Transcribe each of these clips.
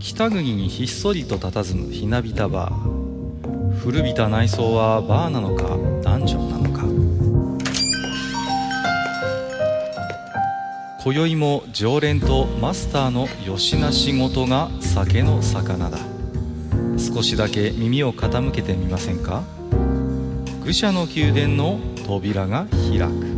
北国にひっそりと佇むひなびたバー。古びた内装はバーなのかダンジョンなのか。今宵も常連とマスターのよしな仕事が酒の魚だ。少しだけ耳を傾けてみませんか。愚者の宮殿の扉が開く。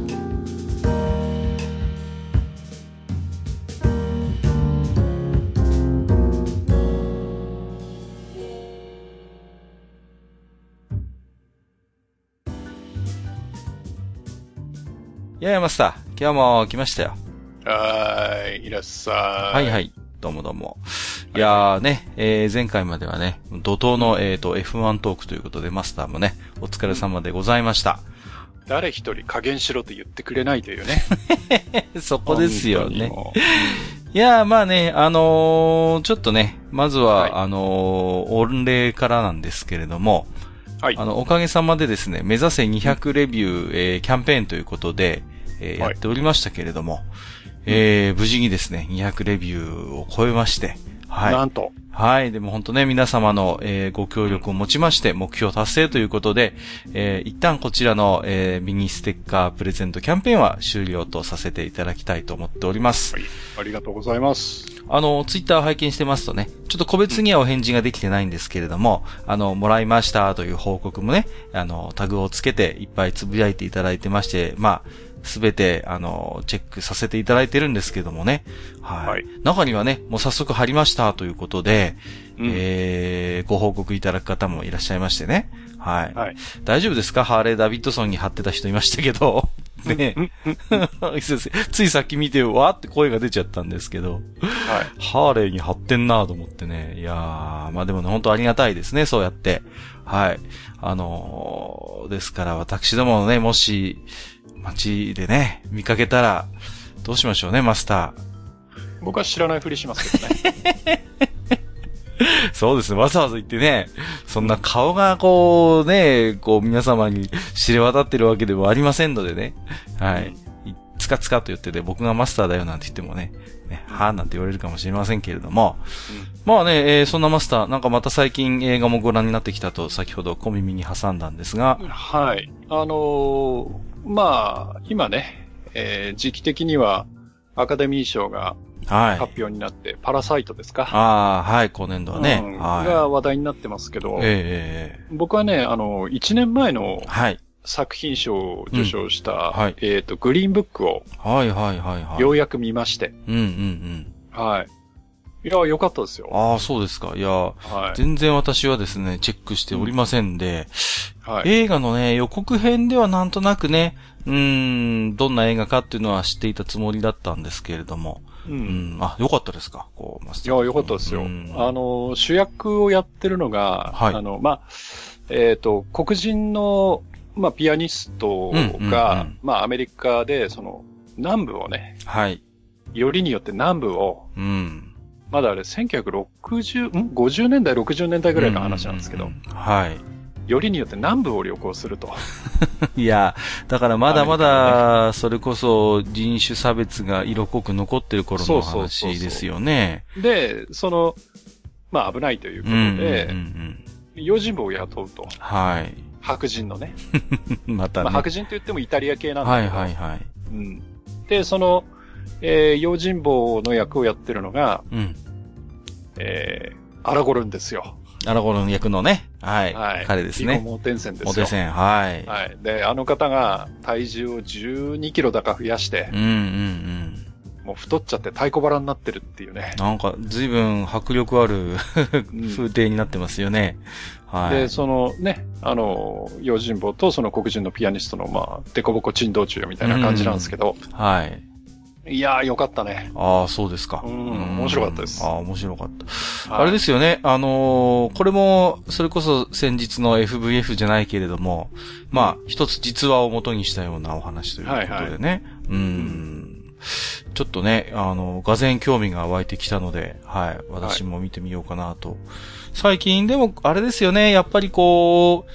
いやいやマスター、今日も来ましたよ。 いらっしゃい。 はいはい。どうもどうも。いやーね、前回まではね、怒涛のF1 トークということで、マスターもね、お疲れ様でございました。 誰一人加減しろと言ってくれないというね。 そこですよね。いやーまあね、ちょっとね、まずは、はい、御礼からなんですけれども、はい、おかげさまでですね、目指せ200レビュー、キャンペーンということで、やっておりましたけれども、無事にですね、200レビューを超えまして、はい。 なんと。 はい。でも本当ね、皆様の、ご協力をもちまして、目標達成ということで、一旦こちらの、ミニステッカープレゼントキャンペーンは終了とさせていただきたいと思っております。 はい。ありがとうございます。 ツイッターを拝見してますとね、ちょっと個別にはお返事ができてないんですけれども、もらいましたという報告もね、タグをつけていっぱいつぶやいていただいてまして、まあ、すべて、チェックさせていただいてるんですけどもね。はい。はい、中にはね、もう早速貼りましたということで、ご報告いただく方もいらっしゃいましてね。はい。はい、大丈夫ですか？ハーレー・ダビッドソンに貼ってた人いましたけど。ねついさっき見て、わーって声が出ちゃったんですけど。はい。ハーレーに貼ってんなと思ってね。いやー、まあでもね、本当ありがたいですね、そうやって。はい。ですから私どものね、もし、街でね、見かけたら、どうしましょうね、マスター。 僕は知らないふりしますけどね。 そうですね、わざわざ言ってね、そんな顔がこうね、こう皆様に知れ渡ってるわけではありませんのでね。はい。つかつかと言ってて、僕がマスターだよなんて言ってもね、はぁなんて言われるかもしれませんけれども。まあね、そんなマスター、なんかまた最近映画もご覧になってきたと、先ほど小耳に挟んだんですが。 はい。まあ、今ね、時期的にはアカデミー賞が発表になって、はい、パラサイトですか？ ああ、はい、今年度はね、 はい。が話題になってますけど、僕はね、1年前の作品賞を受賞した、はい、グリーンブックを、はいはいはいはい。ようやく見まして。うんうんうん。はい。いや、良かったですよ。 ああ、そうですか。いや、はい、全然私はですね、チェックしておりませんで、はい、映画のね、予告編ではなんとなくね、どんな映画かっていうのは知っていたつもりだったんですけれども、あ、良かったですか、こう、マスター。 いや、良かったですよ。主役をやってるのが、はい、黒人の、まあ、ピアニストが、まあ、アメリカで、南部をね、はい。よりによって南部を、まだあれ、50年代、60年代ぐらいの話なんですけど、はい。よりによって南部を旅行すると。 いや、だからまだまだ、それこそ人種差別が色濃く残ってる頃の話ですよね。 で、まあ危ないということで、用心棒を雇うと。はい。白人のね。またね。まあ白人と言ってもイタリア系なんだけど。はいはいはい。うん。で、用心棒の役をやってるのが、アラゴルンですよ。 アラゴルン役のね、はい。はい、彼ですね。 ビゴ・モーテンセンですよ。 モーテンセン、はい。 はい。で、あの方が体重を12キロだか増やして、もう太っちゃって太鼓腹になってるっていうね。 なんか、随分迫力ある風景になってますよね。 はい。で、用心棒とその黒人のピアニストの、まあ、デコボコ珍道中みたいな感じなんですけど、はい。いやー、よかったね。 ああ、そうですか。 面白かったです。 ああ、面白かった。はい、あれですよね。これも、それこそ先日の FVF じゃないけれども、まあ、一つ実話を元にしたようなお話ということでね。はいはい、ちょっとね、がぜん興味が湧いてきたので、はい。私も見てみようかなと。はい、最近でも、あれですよね。やっぱりこう、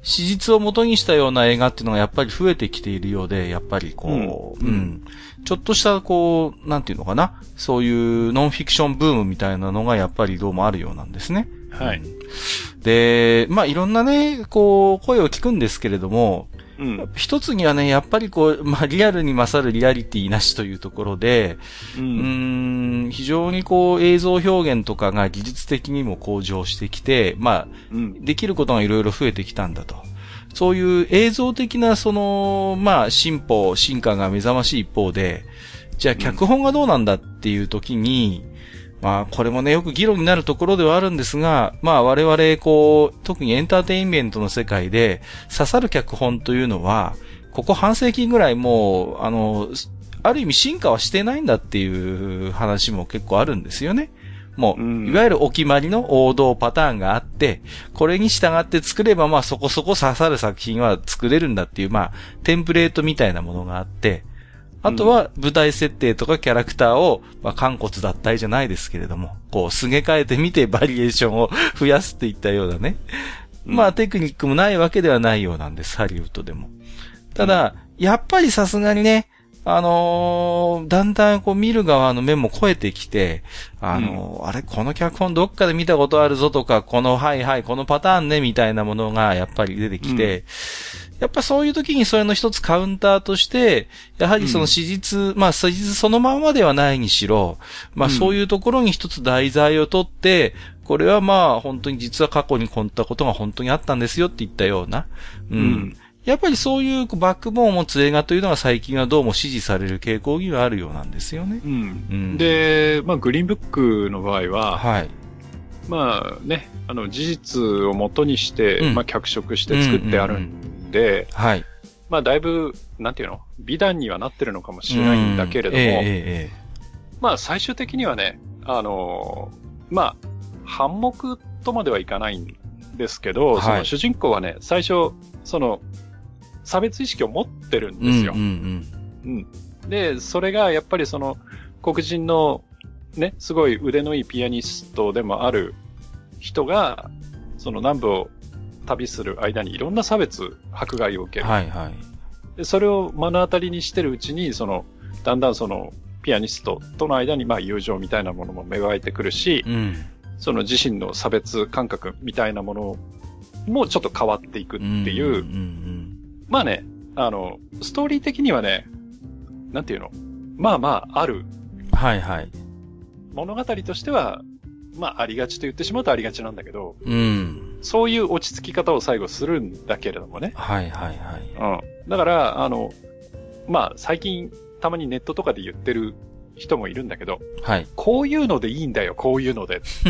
史実を元にしたような映画っていうのがやっぱり増えてきているようで、やっぱりこう、ちょっとしたこう、なんていうのかな、そういうノンフィクションブームみたいなのがやっぱりどうもあるようなんですね。 はい。 で、まあいろんなね、こう、声を聞くんですけれども、一つにはね、やっぱりこう、まあ、リアルに勝るリアリティなしというところで、非常にこう、映像表現とかが技術的にも向上してきて、まあ、できることがいろいろ増えてきたんだと。そういう映像的なまあ、進化が目覚ましい一方で、じゃあ脚本がどうなんだっていう時に、まあ、これもね、よく議論になるところではあるんですが、まあ、我々、こう、特にエンターテインメントの世界で、刺さる脚本というのは、ここ半世紀ぐらいもう、ある意味進化はしてないんだっていう話も結構あるんですよね。もう、いわゆるお決まりの王道パターンがあって、これに従って作れば、まあ、そこそこ刺さる作品は作れるんだっていう、まあ、テンプレートみたいなものがあって、あとは舞台設定とかキャラクターを、まあ、肝骨脱退じゃないですけれども、こう、すげ替えてみてバリエーションを増やすっていったようなね。まあ、テクニックもないわけではないようなんです、ハリウッドでも。ただ、やっぱりさすがにね、だんだんこう見る側の目も超えてきて、あれ、この脚本どっかで見たことあるぞとか、このこのパターンね、みたいなものがやっぱり出てきて、やっぱそういう時にそれの一つカウンターとして、やはりその史実、まあ史実そのままではないにしろ、まあそういうところに一つ題材を取って、これはまあ本当に実は過去にこんなことが本当にあったんですよって言ったような、やっぱりそういうバックボーンを持つ映画というのが最近はどうも支持される傾向にはあるようなんですよね。 で、まあグリーンブックの場合は、まあね、事実を元にして、まあ脚色して作ってあるんで、まあだいぶ、なんていうの、美談にはなってるのかもしれないんだけれども、まあ最終的にはね、まあ、反目とまではいかないんですけど、その主人公はね、最初、差別意識を持ってるんですよ。で、それがやっぱり黒人のね、すごい腕のいいピアニストでもある人が、南部を旅する間にいろんな差別、迫害を受ける。で、それを目の当たりにしてるうちに、だんだんピアニストとの間にまあ友情みたいなものも芽生えてくるし、自身の差別感覚みたいなものもちょっと変わっていくっていう、まあね、ストーリー的にはね、なんていうの、まあまあある。物語としては、まあありがちと言ってしまうとありがちなんだけど、そういう落ち着き方を最後するんだけれどもね。だから、まあ最近たまにネットとかで言ってる人もいるんだけど、こういうのでいいんだよ、こういうのでって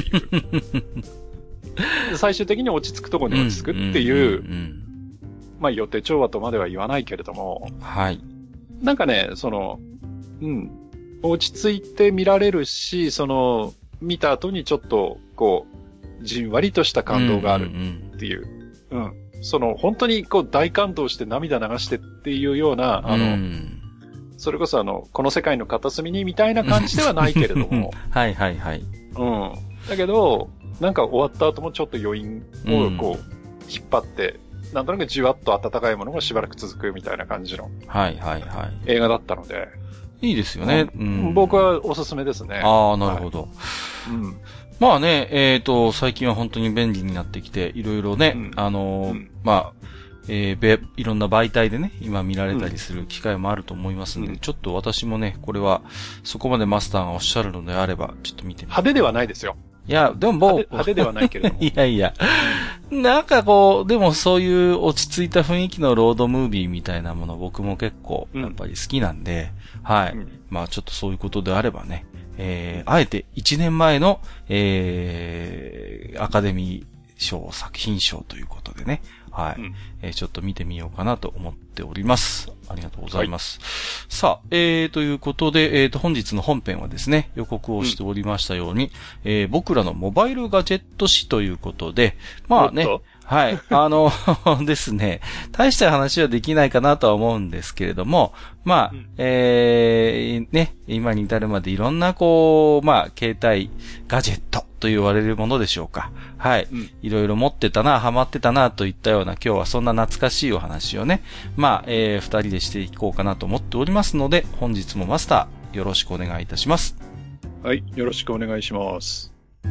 いう。最終的に落ち着くところに落ち着くっていう、まあ予定調和とまでは言わないけれども、なんかね、落ち着いて見られるし、見た後にちょっと、こう、じんわりとした感動があるっていう。本当にこう大感動して涙流してっていうような、それこそこの世界の片隅にみたいな感じではないけれども。だけど、なんか終わった後もちょっと余韻をこう、引っ張って、なんとなくじわっと温かいものがしばらく続くみたいな感じの。映画だったので。 いいですよね。 僕はおすすめですね。 ああ、なるほど。まあね、最近は本当に便利になってきて、いろいろね、まあ、いろんな媒体でね、今見られたりする機会もあると思いますので、ちょっと私もね、これは、そこまでマスターがおっしゃるのであれば、ちょっと見てみます。 派手ではないですよ。 いや、でも派手ではないけれども。 いやいや。なんかこう、でもそういう落ち着いた雰囲気のロードムービーみたいなもの僕も結構やっぱり好きなんで、まあちょっとそういうことであればね、あえて1年前の、アカデミー賞作品賞ということでね、ちょっと見てみようかなと思っております。ありがとうございます。さあ、ということで、本日の本編はですね、予告をしておりましたように、僕らのモバイルガジェット誌ということで、まあね、ですね、大した話はできないかなとは思うんですけれども、まあ、ね、今に至るまでいろんなこう、まあ、携帯ガジェットと言われるものでしょうか。いろいろ持ってたな、ハマってたな、といったよううな今日はそんな懐かしいお話をね、二人でしていこうかなと思っておりますので、本日もマスターよろしくお願いいたします。 はい、よろしくお願いします。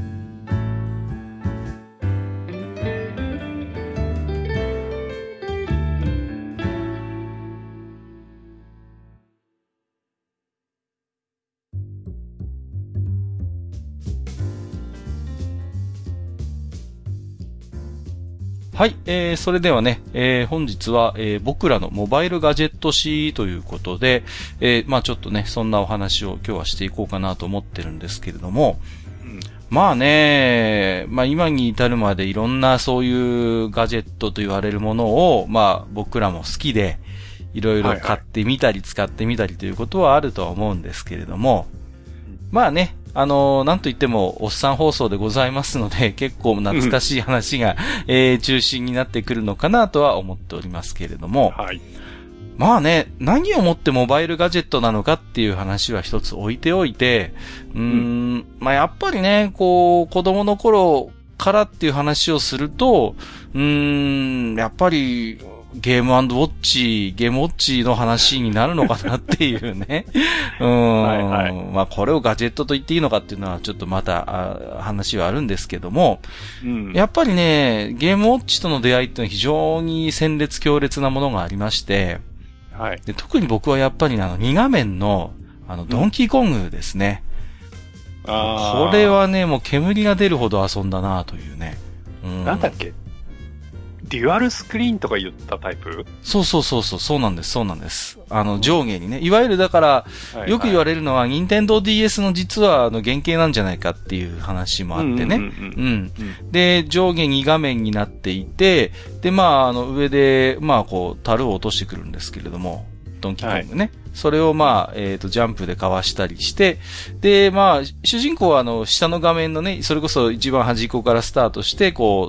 はい、それではね、本日は、僕らのモバイルガジェット誌ということで、ちょっとね、そんなお話を今日はしていこうかなと思ってるんですけれども、今に至るまでいろんなそういうガジェットと言われるものを、僕らも好きで、いろいろ買ってみたり使ってみたりということはあるとは思うんですけれども、なんといっても、おっさん放送でございますので、結構懐かしい話が、中心になってくるのかなとは思っておりますけれども、 はい。 何をもってモバイルガジェットなのかっていう話は一つ置いておいて、やっぱりね、子供の頃からっていう話をすると、やっぱり、ゲームウォッチの話になるのかなっていうね。これをガジェットと言っていいのかっていうのはちょっとまた話はあるんですけども、やっぱりね、ゲームウォッチとの出会いっていうのは非常に鮮烈強烈なものがありまして、 はい。 で特に僕はやっぱり2画面のドンキーコングですね。これはね、もう煙が出るほど遊んだなというね。 なんだっけ？デュアルスクリーンとか言ったタイプ？ そうなんです、上下にね。いわゆるだから、よく言われるのは、任天堂 DS の実は原型なんじゃないかっていう話もあってね。で、上下2画面になっていて、で、上で、樽を落としてくるんですけれども、ドンキーコングね。それをジャンプでかわしたりして、で、主人公は下の画面のね、それこそ一番端っこからスタートして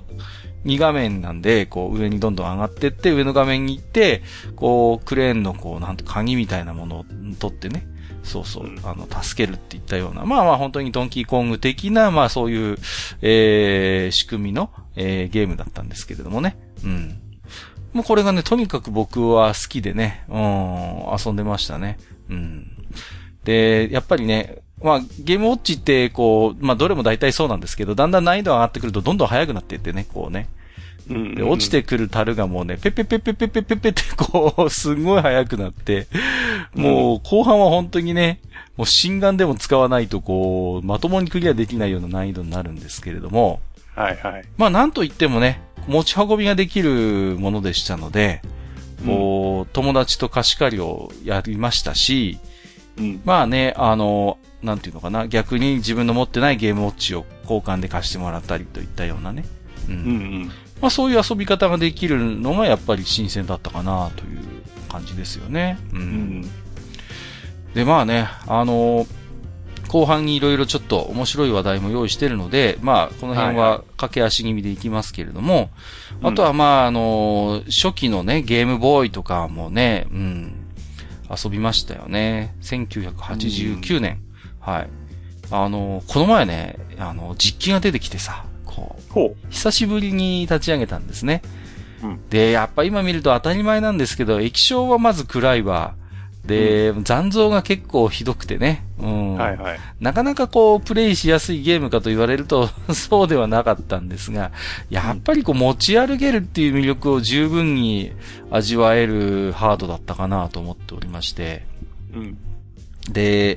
、2画面なんで、上にどんどん上がってって、上の画面に行って、クレーンの鍵みたいなものを取ってね、助けるっていったような、本当にドンキーコング的な、そういう、仕組みの、ゲームだったんですけれどもね。もうこれがね、とにかく僕は好きでね、遊んでましたね。で、やっぱりね、ゲームウォッチって、どれも大体そうなんですけど、だんだん難易度上がってくるとどんどん速くなっていってね、で、落ちてくる樽がもうね、ペッペッペッペッペッペッペッペッってすごい速くなって、もう後半は本当にね、もう心眼でも使わないとまともにクリアできないような難易度になるんですけれども、 はいはい。 なんといってもね、持ち運びができるものでしたので、友達と貸し借りをやりましたし、なんていうのかな、逆に自分の持ってないゲームウォッチを交換で貸してもらったりといったようなね。そういう遊び方ができるのがやっぱり新鮮だったかなという感じですよね。で、後半にいろいろちょっと面白い話題も用意してるので、この辺は駆け足気味でいきますけれども、あとは初期のね、ゲームボーイとかもね、遊びましたよね。1989年。はい。この前ね、実機が出てきてさ、久しぶりに立ち上げたんですね。で、やっぱ今見ると当たり前なんですけど、液晶はまず暗いわ。で、残像が結構ひどくてね。なかなかプレイしやすいゲームかと言われると、そうではなかったんですが、やっぱり持ち歩けるっていう魅力を十分に味わえるハードだったかなと思っておりまして。で、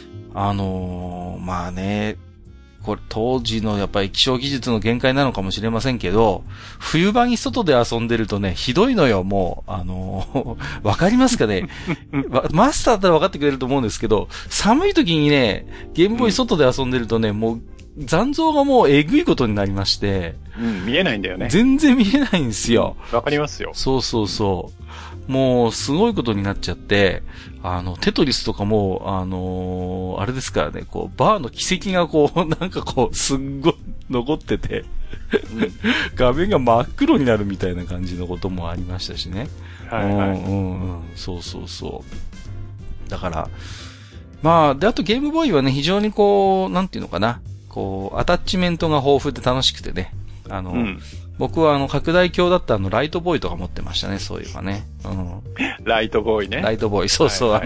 これ当時のやっぱり気象技術の限界なのかもしれませんけど、冬場に外で遊んでるとね、ひどいのよ、もう、わかりますかねマスターだったらわかってくれると思うんですけど、寒い時にね、ゲームボーイ外で遊んでるとね、もう、残像がもうえぐいことになりまして。 見えないんだよね。 全然見えないんですよ。 わかりますよ。 もう、すごいことになっちゃって、テトリスとかも、あれですからね、バーの軌跡がすっごい残ってて、画面が真っ黒になるみたいな感じのこともありましたしね。だから、で、あとゲームボーイはね、非常になんていうのかな、アタッチメントが豊富で楽しくてね。 僕は拡大鏡だったライトボーイとか持ってましたね、そういえばね。 ライトボーイね。 ライトボーイ、そうそう、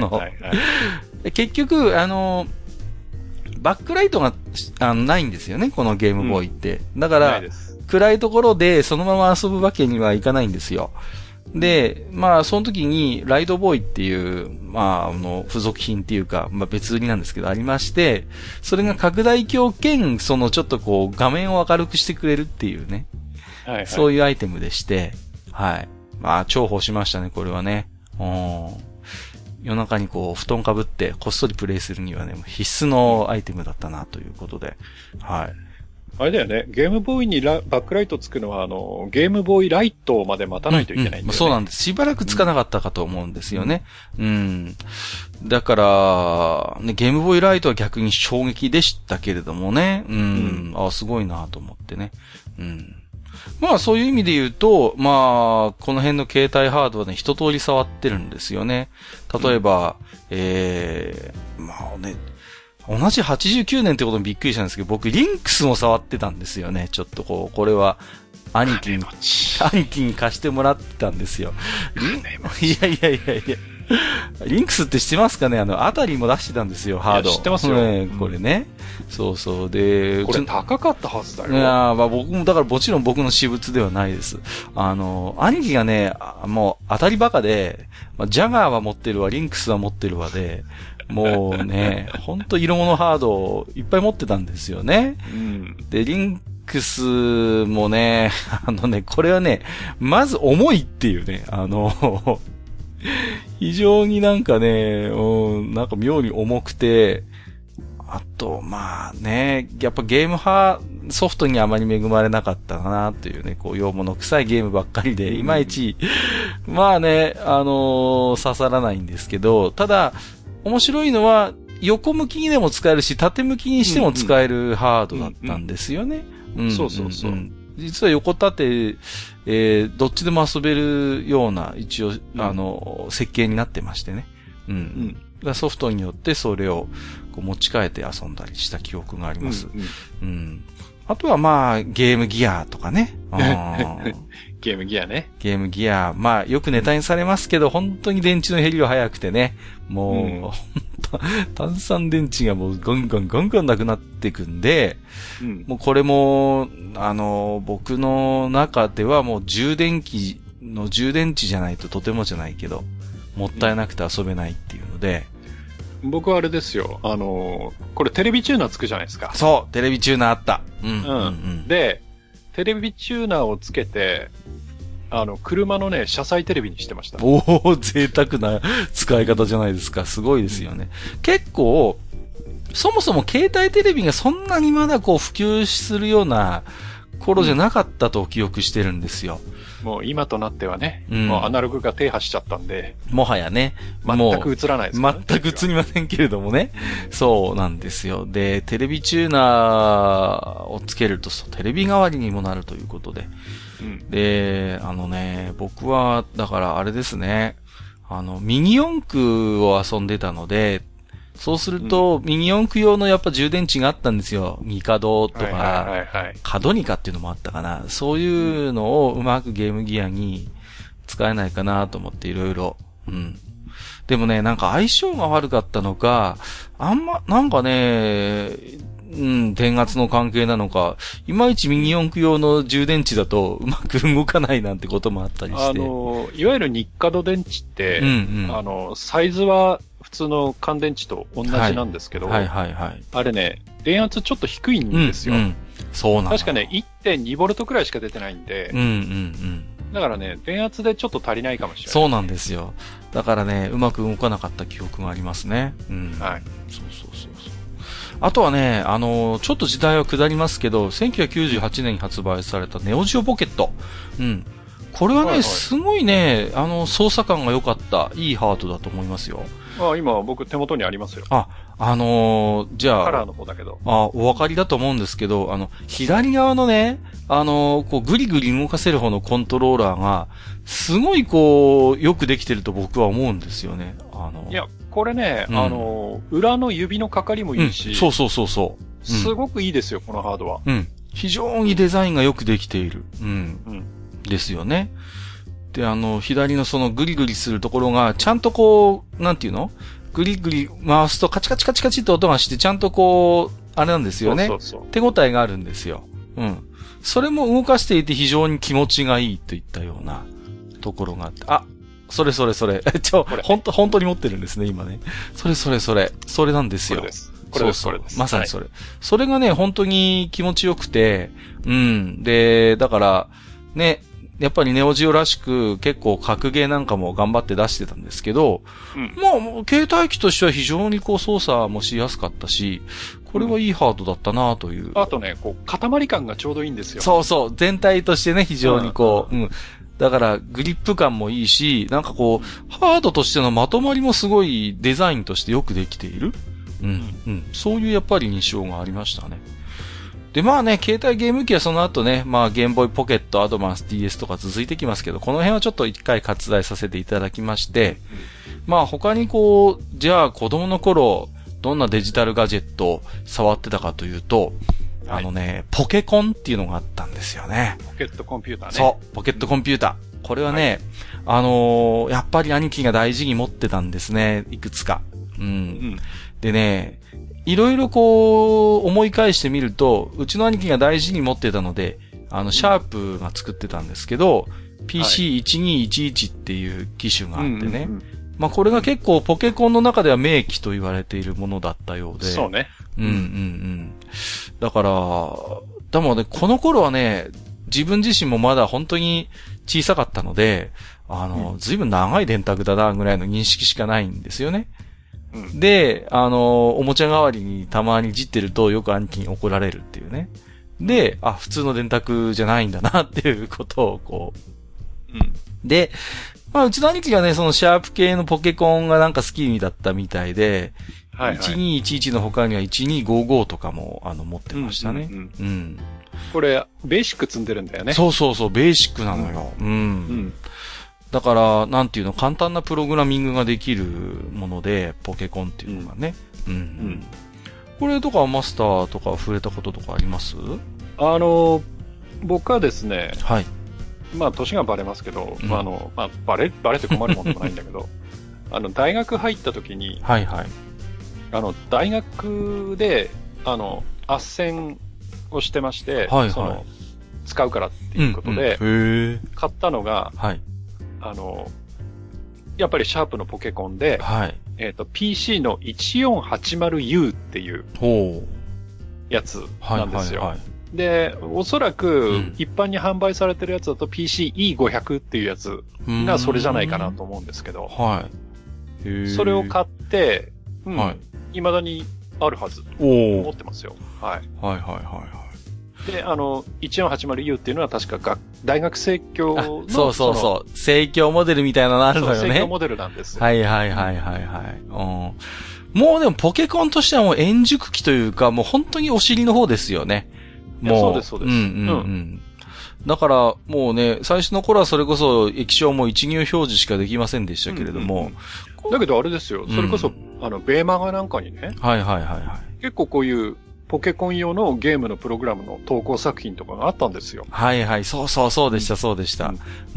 結局、バックライトが、ないんですよね、このゲームボーイって。だから、暗いところでそのまま遊ぶわけにはいかないんですよ。で、その時に、ライトボーイっていう、付属品っていうか、別売りなんですけど、ありまして、それが拡大鏡兼、ちょっと画面を明るくしてくれるっていうね。はいはい、そういうアイテムでして、はい。重宝しましたね、これはね。夜中に布団かぶって、こっそりプレイするにはね、必須のアイテムだったな、ということで、はい。 あれだよね、ゲームボーイにバックライトつくのは、ゲームボーイライトまで待たないといけないんだよね。 そうなんです。しばらくつかなかったかと思うんですよね。だから、ね、ゲームボーイライトは逆に衝撃でしたけれどもね。すごいなと思ってね。そういう意味で言うと、この辺の携帯ハードはね、一通り触ってるんですよね。例えば、同じ89年ってことにびっくりしたんですけど、僕、リンクスも触ってたんですよね。ちょっとこれは、兄貴に貸してもらってたんですよ。いや。リンクスって知ってますかね？あたりも出してたんですよ、ハード。 知ってますよ。 これね。そうそう。で、 これ高かったはずだよ。 いや僕も、だからもちろん僕の私物ではないです。兄貴がね、もう当たりバカで、ジャガーは持ってるわ、リンクスは持ってるわで、もうね、ほんと色物ハードをいっぱい持ってたんですよね。で、リンクスもね、これはね、まず重いっていうね、非常になんかね、なんか妙に重くて、あと、やっぱゲームソフトにあまり恵まれなかったかなっていうね、用物臭いゲームばっかりで、いまいち、刺さらないんですけど、ただ、面白いのは、横向きにでも使えるし、縦向きにしても使えるハードだったんですよね。 そうそうそう。 実は横縦、どっちでも遊べるような、一応、設計になってましてね。ソフトによってそれを持ち替えて遊んだりした記憶があります。あとはゲームギアとかね。 ゲームギアね。 ゲームギア。よくネタにされますけど、本当に電池の減りが早くてね。もう、単酸電池がもうガンガンなくなっていくんで、もうこれも、僕の中ではもう充電池じゃないととてもじゃないけど、もったいなくて遊べないっていうので、 僕はあれですよ。これテレビチューナーつくじゃないですか。 そう、テレビチューナーあった。 で、テレビチューナーをつけて、車のね、車載テレビにしてました。 贅沢な使い方じゃないですか。すごいですよね。結構、そもそも携帯テレビがそんなにまだ普及するような頃じゃなかったと記憶してるんですよ。 もう今となってはね、もうアナログが停波しちゃったんで。 もはやね。 全く映らないですね。 全く映りませんけれどもね。そうなんですよ。で、テレビチューナーをつけると、テレビ代わりにもなるということで。で、僕は、だからあれですね。ミニ四駆を遊んでたので、そうすると、ミニ四駆用のやっぱ充電池があったんですよ。ニカドとか、カドニカっていうのもあったかな。そういうのをうまくゲームギアに使えないかなと思っていろいろ。でもね、なんか相性が悪かったのか、なんかね、電圧の関係なのか、いまいちミニ四駆用の充電池だとうまく動かないなんてこともあったりして。 いわゆるニッカド電池って、サイズは普通の乾電池と同じなんですけど、あれね、電圧ちょっと低いんですよ。 そうなんだ。 確かね、1.2 ボルトくらいしか出てないんで、だからね、電圧でちょっと足りないかもしれない。 そうなんですよ。だからね、うまく動かなかった記憶がありますね。そう。あとはね、ちょっと時代は下りますけど、1998年に発売されたネオジオポケット。これはね、すごいね、操作感が良かった、いいハードだと思いますよ。 今僕手元にありますよ。 じゃあ。 カラーの方だけど。 お分かりだと思うんですけど、左側のね、ぐりぐり動かせる方のコントローラーが、すごいよくできてると僕は思うんですよね。 いや、これね、裏の指のかかりもいいし、 そう。 すごくいいですよ、このハードは。 非常にデザインがよくできている。うん。ですよね。で、左のそのグリグリするところが、ちゃんとこう、なんていうの？グリグリ回すとカチカチカチカチって音がして、ちゃんとこう、あれなんですよね。手応えがあるんですよ。うん。それも動かしていて非常に気持ちがいいといったようなところがあって。あ、それ。本当に持ってるんですね、今ね。それなんですよ。 これです。 まさにそれ。はい、それがね、本当に気持ちよくて、うん。で、だから、ね、やっぱりネオジオらしく結構格ゲーなんかも頑張って出してたんですけど、もう携帯機としては非常にこう操作もしやすかったし、これはいいハードだったなという。 あとね、こう、塊感がちょうどいいんですよ。 そう。全体としてね、非常にこう、だから、グリップ感もいいし、なんかこう、ハードとしてのまとまりもすごいデザインとしてよくできている。そういうやっぱり印象がありましたね。で、まあね、携帯ゲーム機はその後ね、まあゲームボーイポケット、アドバンス DS とか続いてきますけど、この辺はちょっと一回割愛させていただきまして、まあ他にこう、じゃあ子供の頃、どんなデジタルガジェットを触ってたかというと、ポケコンっていうのがあったんですよね。 ポケットコンピューターね。 そう、ポケットコンピューター。これはね、やっぱり兄貴が大事に持ってたんですね、いくつか。でね、いろいろこう、思い返してみると、うちの兄貴が大事に持ってたので、シャープが作ってたんですけど、PC1211 っていう機種があってね。まあこれが結構ポケコンの中では名機と言われているものだったようで。 そうね。 だから、でもね、この頃はね、自分自身もまだ本当に小さかったので、ずいぶん長い電卓だなぐらいの認識しかないんですよね。で、おもちゃ代わりにたまにいじってるとよく兄貴に怒られるっていうね。で、普通の電卓じゃないんだなっていうことをこう。で、まあうちの兄貴がね、そのシャープ系のポケコンがなんか好きだったみたいで、1211の他には1255とかも持ってましたね。 これ、ベーシック積んでるんだよね。 そう、ベーシックなのよ。だから、なんていうの、簡単なプログラミングができるもので、ポケコンっていうのがね。これとかマスターとか触れたこととかあります？ 僕はですね、 はい。 まあ、年がバレますけど、バレて困るもんでもないんだけど、大学入った時に、大学で、斡旋をしてまして、使うからっていうことで、買ったのが、やっぱりシャープのポケコンで、PC の 1480U っていうやつなんですよ。で、おそらく一般に販売されてるやつだと PCE500 っていうやつがそれじゃないかなと思うんですけど、それを買って、未だにあるはず。持ってますよ。で、1480U っていうのは確か大学生協の。 そう。生協モデルみたいなのあるのよね。 生協モデルなんですよ。 もうでもポケコンとしてはもう円熟期というか、もう本当にお尻の方ですよね。 そうです。 だから、もうね、最初の頃はそれこそ液晶も一入表示しかできませんでしたけれども。 だけどあれですよ。それこそ、ベーマガなんかにね。結構こういうポケコン用のゲームのプログラムの投稿作品とかがあったんですよ。 そうでした。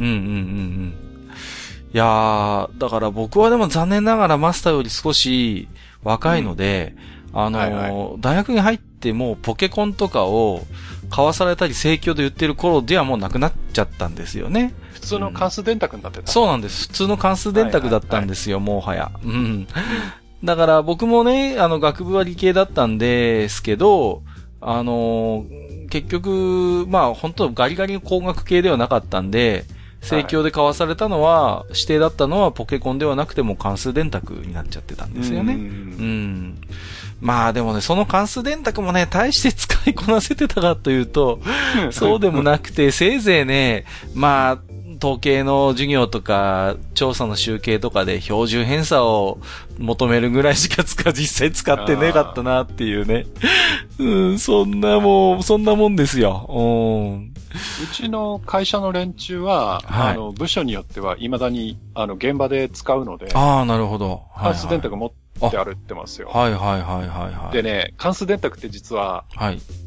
いやー、だから僕はでも残念ながらマスターより少し若いので、大学に入ってもうポケコンとかを買わされたり生協で売ってる頃ではもうなくなっちゃったんですよね。 普通の関数電卓になってた。 そうなんです。普通の関数電卓だったんですよ、もはや。だから僕もね、学部は理系だったんですけど、結局、まあ本当ガリガリの工学系ではなかったんで、生協で買わされたのは、指定だったのはポケコンではなくても関数電卓になっちゃってたんですよね。まあでもね、その関数電卓もね、大して使いこなせてたかというと、そうでもなくて、せいぜいね、まあ、統計の授業とか、調査の集計とかで標準偏差を求めるぐらいしか実際使ってなかったなっていうね。そんなもんですよ。 うちの会社の連中は、部署によっては未だに、現場で使うので。 なるほど。 関数電卓持って歩ってますよ。でね、関数電卓って実は、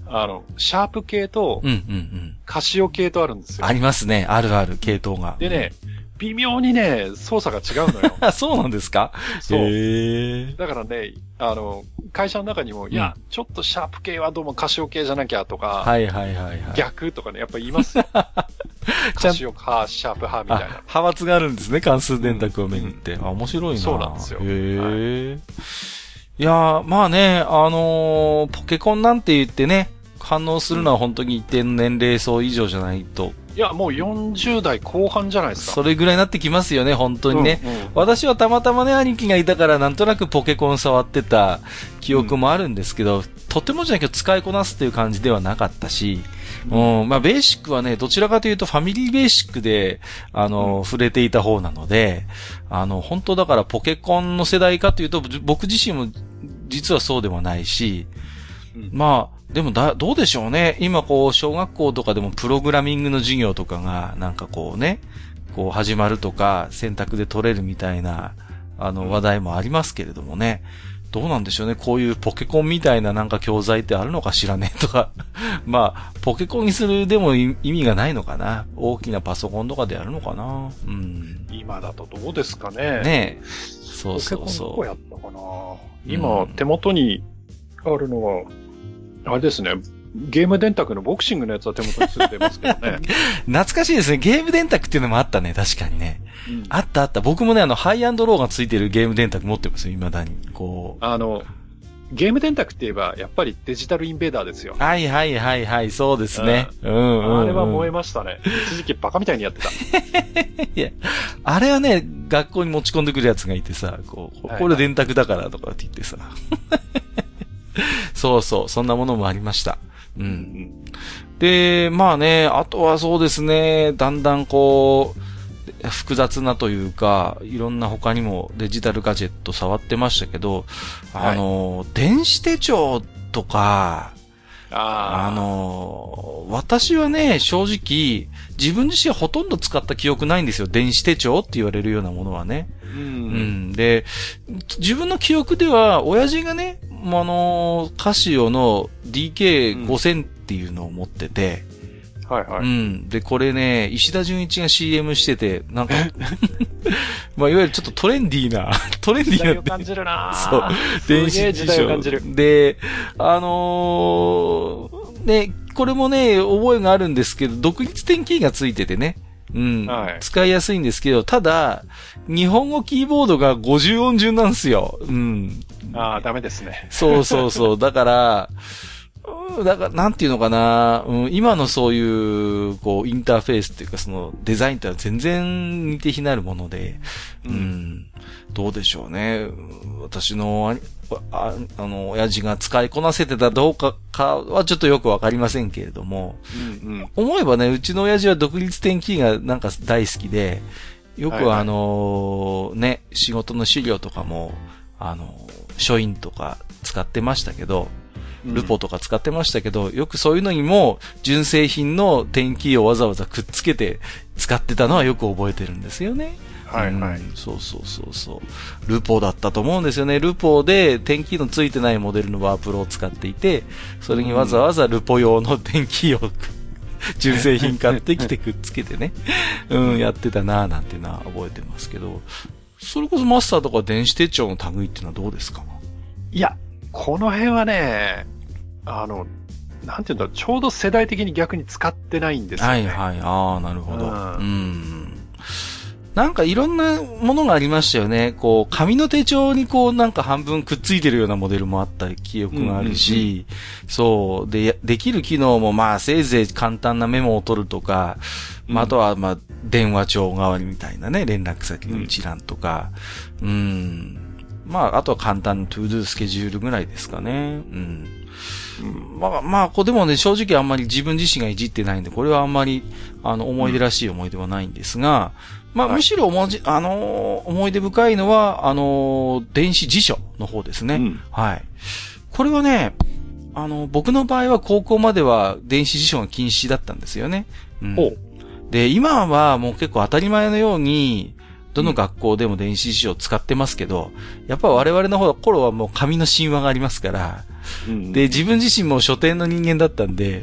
シャープ系と、カシオ系とあるんですよ。 ありますね。あるある、系統が。 でね、微妙にね、操作が違うのよ。 そうなんですか？ そう。だからね、会社の中にも、いや、ちょっとシャープ系はどうもカシオ系じゃなきゃとか、逆とかね、やっぱ言いますよ。カシオ派、シャープ派みたいな。 派閥があるんですね、関数電卓をめぐって。面白いな。 そうなんですよ。 いやまあね、ポケコンなんて言ってね、反応するのは本当に一定の年齢層以上じゃないと。 いや、もう40代後半じゃないですか。 それぐらいになってきますよね、本当にね。私はたまたまね、兄貴がいたからなんとなくポケコン触ってた記憶もあるんですけど、とてもじゃないけど使いこなすっていう感じではなかったし、まあベーシックはね、どちらかというとファミリーベーシックで、触れていた方なので、本当だからポケコンの世代かというと、僕自身も実はそうではないし、まあ、でもどうでしょうね。今こう、小学校とかでもプログラミングの授業とかが、なんかこうね、こう始まるとか、選択で取れるみたいな、話題もありますけれどもね。どうなんでしょうね。こういうポケコンみたいななんか教材ってあるのかしらねとか。まあ、ポケコンにするでも意味がないのかな。大きなパソコンとかでやるのかな。 今だとどうですかね。 ねえ。そうそうそう。 ポケコンどこやったかな。今、手元にあるのは、あれですね。ゲーム電卓のボクシングのやつは手元にすぐ出ますけどね。 懐かしいですね。ゲーム電卓っていうのもあったね。確かにね。あったあった。僕もね、ハイアンドローがついてるゲーム電卓持ってますよ。未だに。こう。 ゲーム電卓って言えば、やっぱりデジタルインベーダーですよ。 はいはいはいはい。そうですね。 あれは燃えましたね。一時期バカみたいにやってた。 いや、あれはね、学校に持ち込んでくるやつがいてさ、これ電卓だからとかって言ってさ。そうそう、そんなものもありました。で、まあね、あとはそうですね、だんだんこう、複雑なというか、いろんな他にもデジタルガジェット触ってましたけど、電子手帳とか、私はね、正直、自分自身はほとんど使った記憶ないんですよ。電子手帳って言われるようなものはね。で、自分の記憶では、親父がね、カシオの DK5000 っていうのを持ってて、で、これね、石田純一が CM してて、なんか、まあ、いわゆるちょっとトレンディーな時代を感じるなそう。電子辞書。で、ね、これもね、覚えがあるんですけど、独立点キーがついててね。使いやすいんですけど、ただ、日本語キーボードが50音順なんですよ。 ダメですね。 そうそうそう。だから、なんていうのかな、今のそういう、こう、インターフェースっていうか、その、デザインってのは全然似て非なるもので、どうでしょうね。私の、親父が使いこなせてたどうかはちょっとよくわかりませんけれども、思えばね、うちの親父は独立点キーがなんか大好きで、よくね、仕事の資料とかも、書院とか使ってましたけど、ルポとか使ってましたけど、よくそういうのにも純正品の点キーをわざわざくっつけて使ってたのはよく覚えてるんですよね。そうそうそうそう。ルポだったと思うんですよね。ルポで点キーのついてないモデルのワープロを使っていて、それにわざわざルポ用の点キーを純正品買ってきてくっつけてね、やってたなぁなんていうのは覚えてますけど、それこそマスターとか電子手帳の類っていうのはどうですか？ いや、この辺はね、なんていうんだろう、ちょうど世代的に逆に使ってないんですよね。 なるほど。なんかいろんなものがありましたよね。こう、紙の手帳にこうなんか半分くっついてるようなモデルもあったり、記憶があるし、そう。で、できる機能もまあせいぜい簡単なメモを取るとか、あとはまあ電話帳代わりみたいなね、連絡先の一覧とか、まああとは簡単なトゥードゥスケジュールぐらいですかね。まあ、でもね、正直あんまり自分自身がいじってないんで、これはあんまり、思い出らしい思い出はないんですが、まあ、むしろ思い出深いのは、電子辞書の方ですね。これはね、僕の場合は高校までは電子辞書が禁止だったんですよね。で、今はもう結構当たり前のように、どの学校でも電子辞書を使ってますけど、やっぱ我々の頃はもう紙の神話がありますから、 で、自分自身も書店の人間だったんで、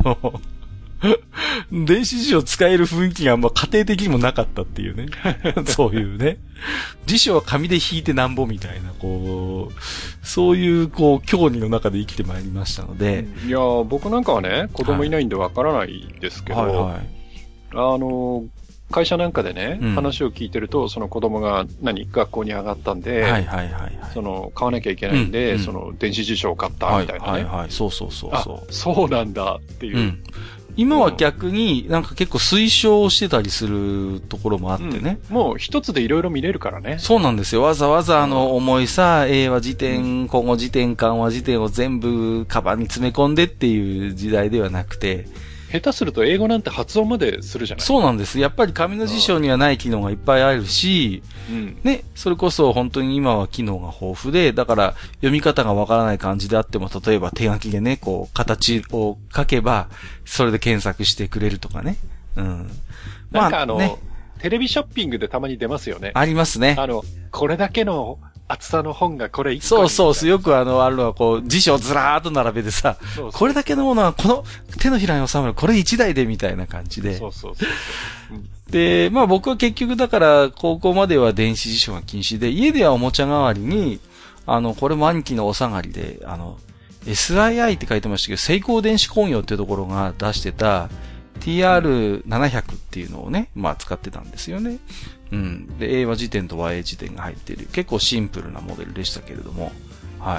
電子辞書を使える雰囲気があんま家庭的にもなかったっていうね。そういうね。辞書は紙で引いてなんぼみたいな、こう、そういう、こう、興味の中で生きてまいりましたので。 いや、僕なんかはね、子供いないんでわからないですけど、はいはい、会社なんかでね、話を聞いてると、その子供が学校に上がったんで、 はいはいはいはい、 買わなきゃいけないんで、その電子辞書を買ったみたいなね。 はいはいはい、そうそうそうそう。 あ、そうなんだっていう。 今は逆になんか結構推奨してたりするところもあってね。 もう一つでいろいろ見れるからね。 そうなんですよ。わざわざ重いさ、英和辞典、古語辞典、漢和辞典を全部カバンに詰め込んでっていう時代ではなくて、 下手すると英語なんて発音までするじゃない。 そうなんです。やっぱり紙の辞書にはない機能がいっぱいあるし、ね、それこそ本当に今は機能が豊富で、だから読み方がわからない漢字であっても、例えば手書きでね、こう、形を書けば、それで検索してくれるとかね。 なんかね、テレビショッピングでたまに出ますよね。 ありますね。 これだけの厚さの本がこれ1 個。そうそう、よくあるのはこう、辞書をずらーっと並べてさ、そうこれだけのものはこの手のひらに収まる、これ1台でみたいな感じで。 そうそう。 で、まあ僕は結局だから高校までは電子辞書が禁止で、家ではおもちゃ代わりに、これも兄貴のお下がりで、SII って書いてましたけど、セイコー電子工業っていうところが出してた TR700 っていうのをね、まあ使ってたんですよね。で、英和辞典と和英辞典が入っている。結構シンプルなモデルでしたけれども。はい。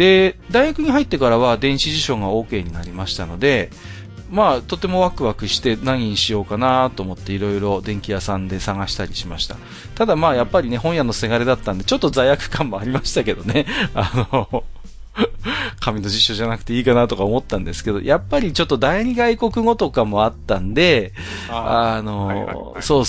で、大学に入ってからは電子辞書が OK になりましたので、まあ、とてもワクワクして何にしようかなと思っていろいろ電気屋さんで探したりしました。ただまあ、やっぱりね、本屋のせがれだったんで、ちょっと罪悪感もありましたけどね。紙の辞書じゃなくていいかなとか思ったんですけど、やっぱりちょっと第二外国語とかもあったんで、そう。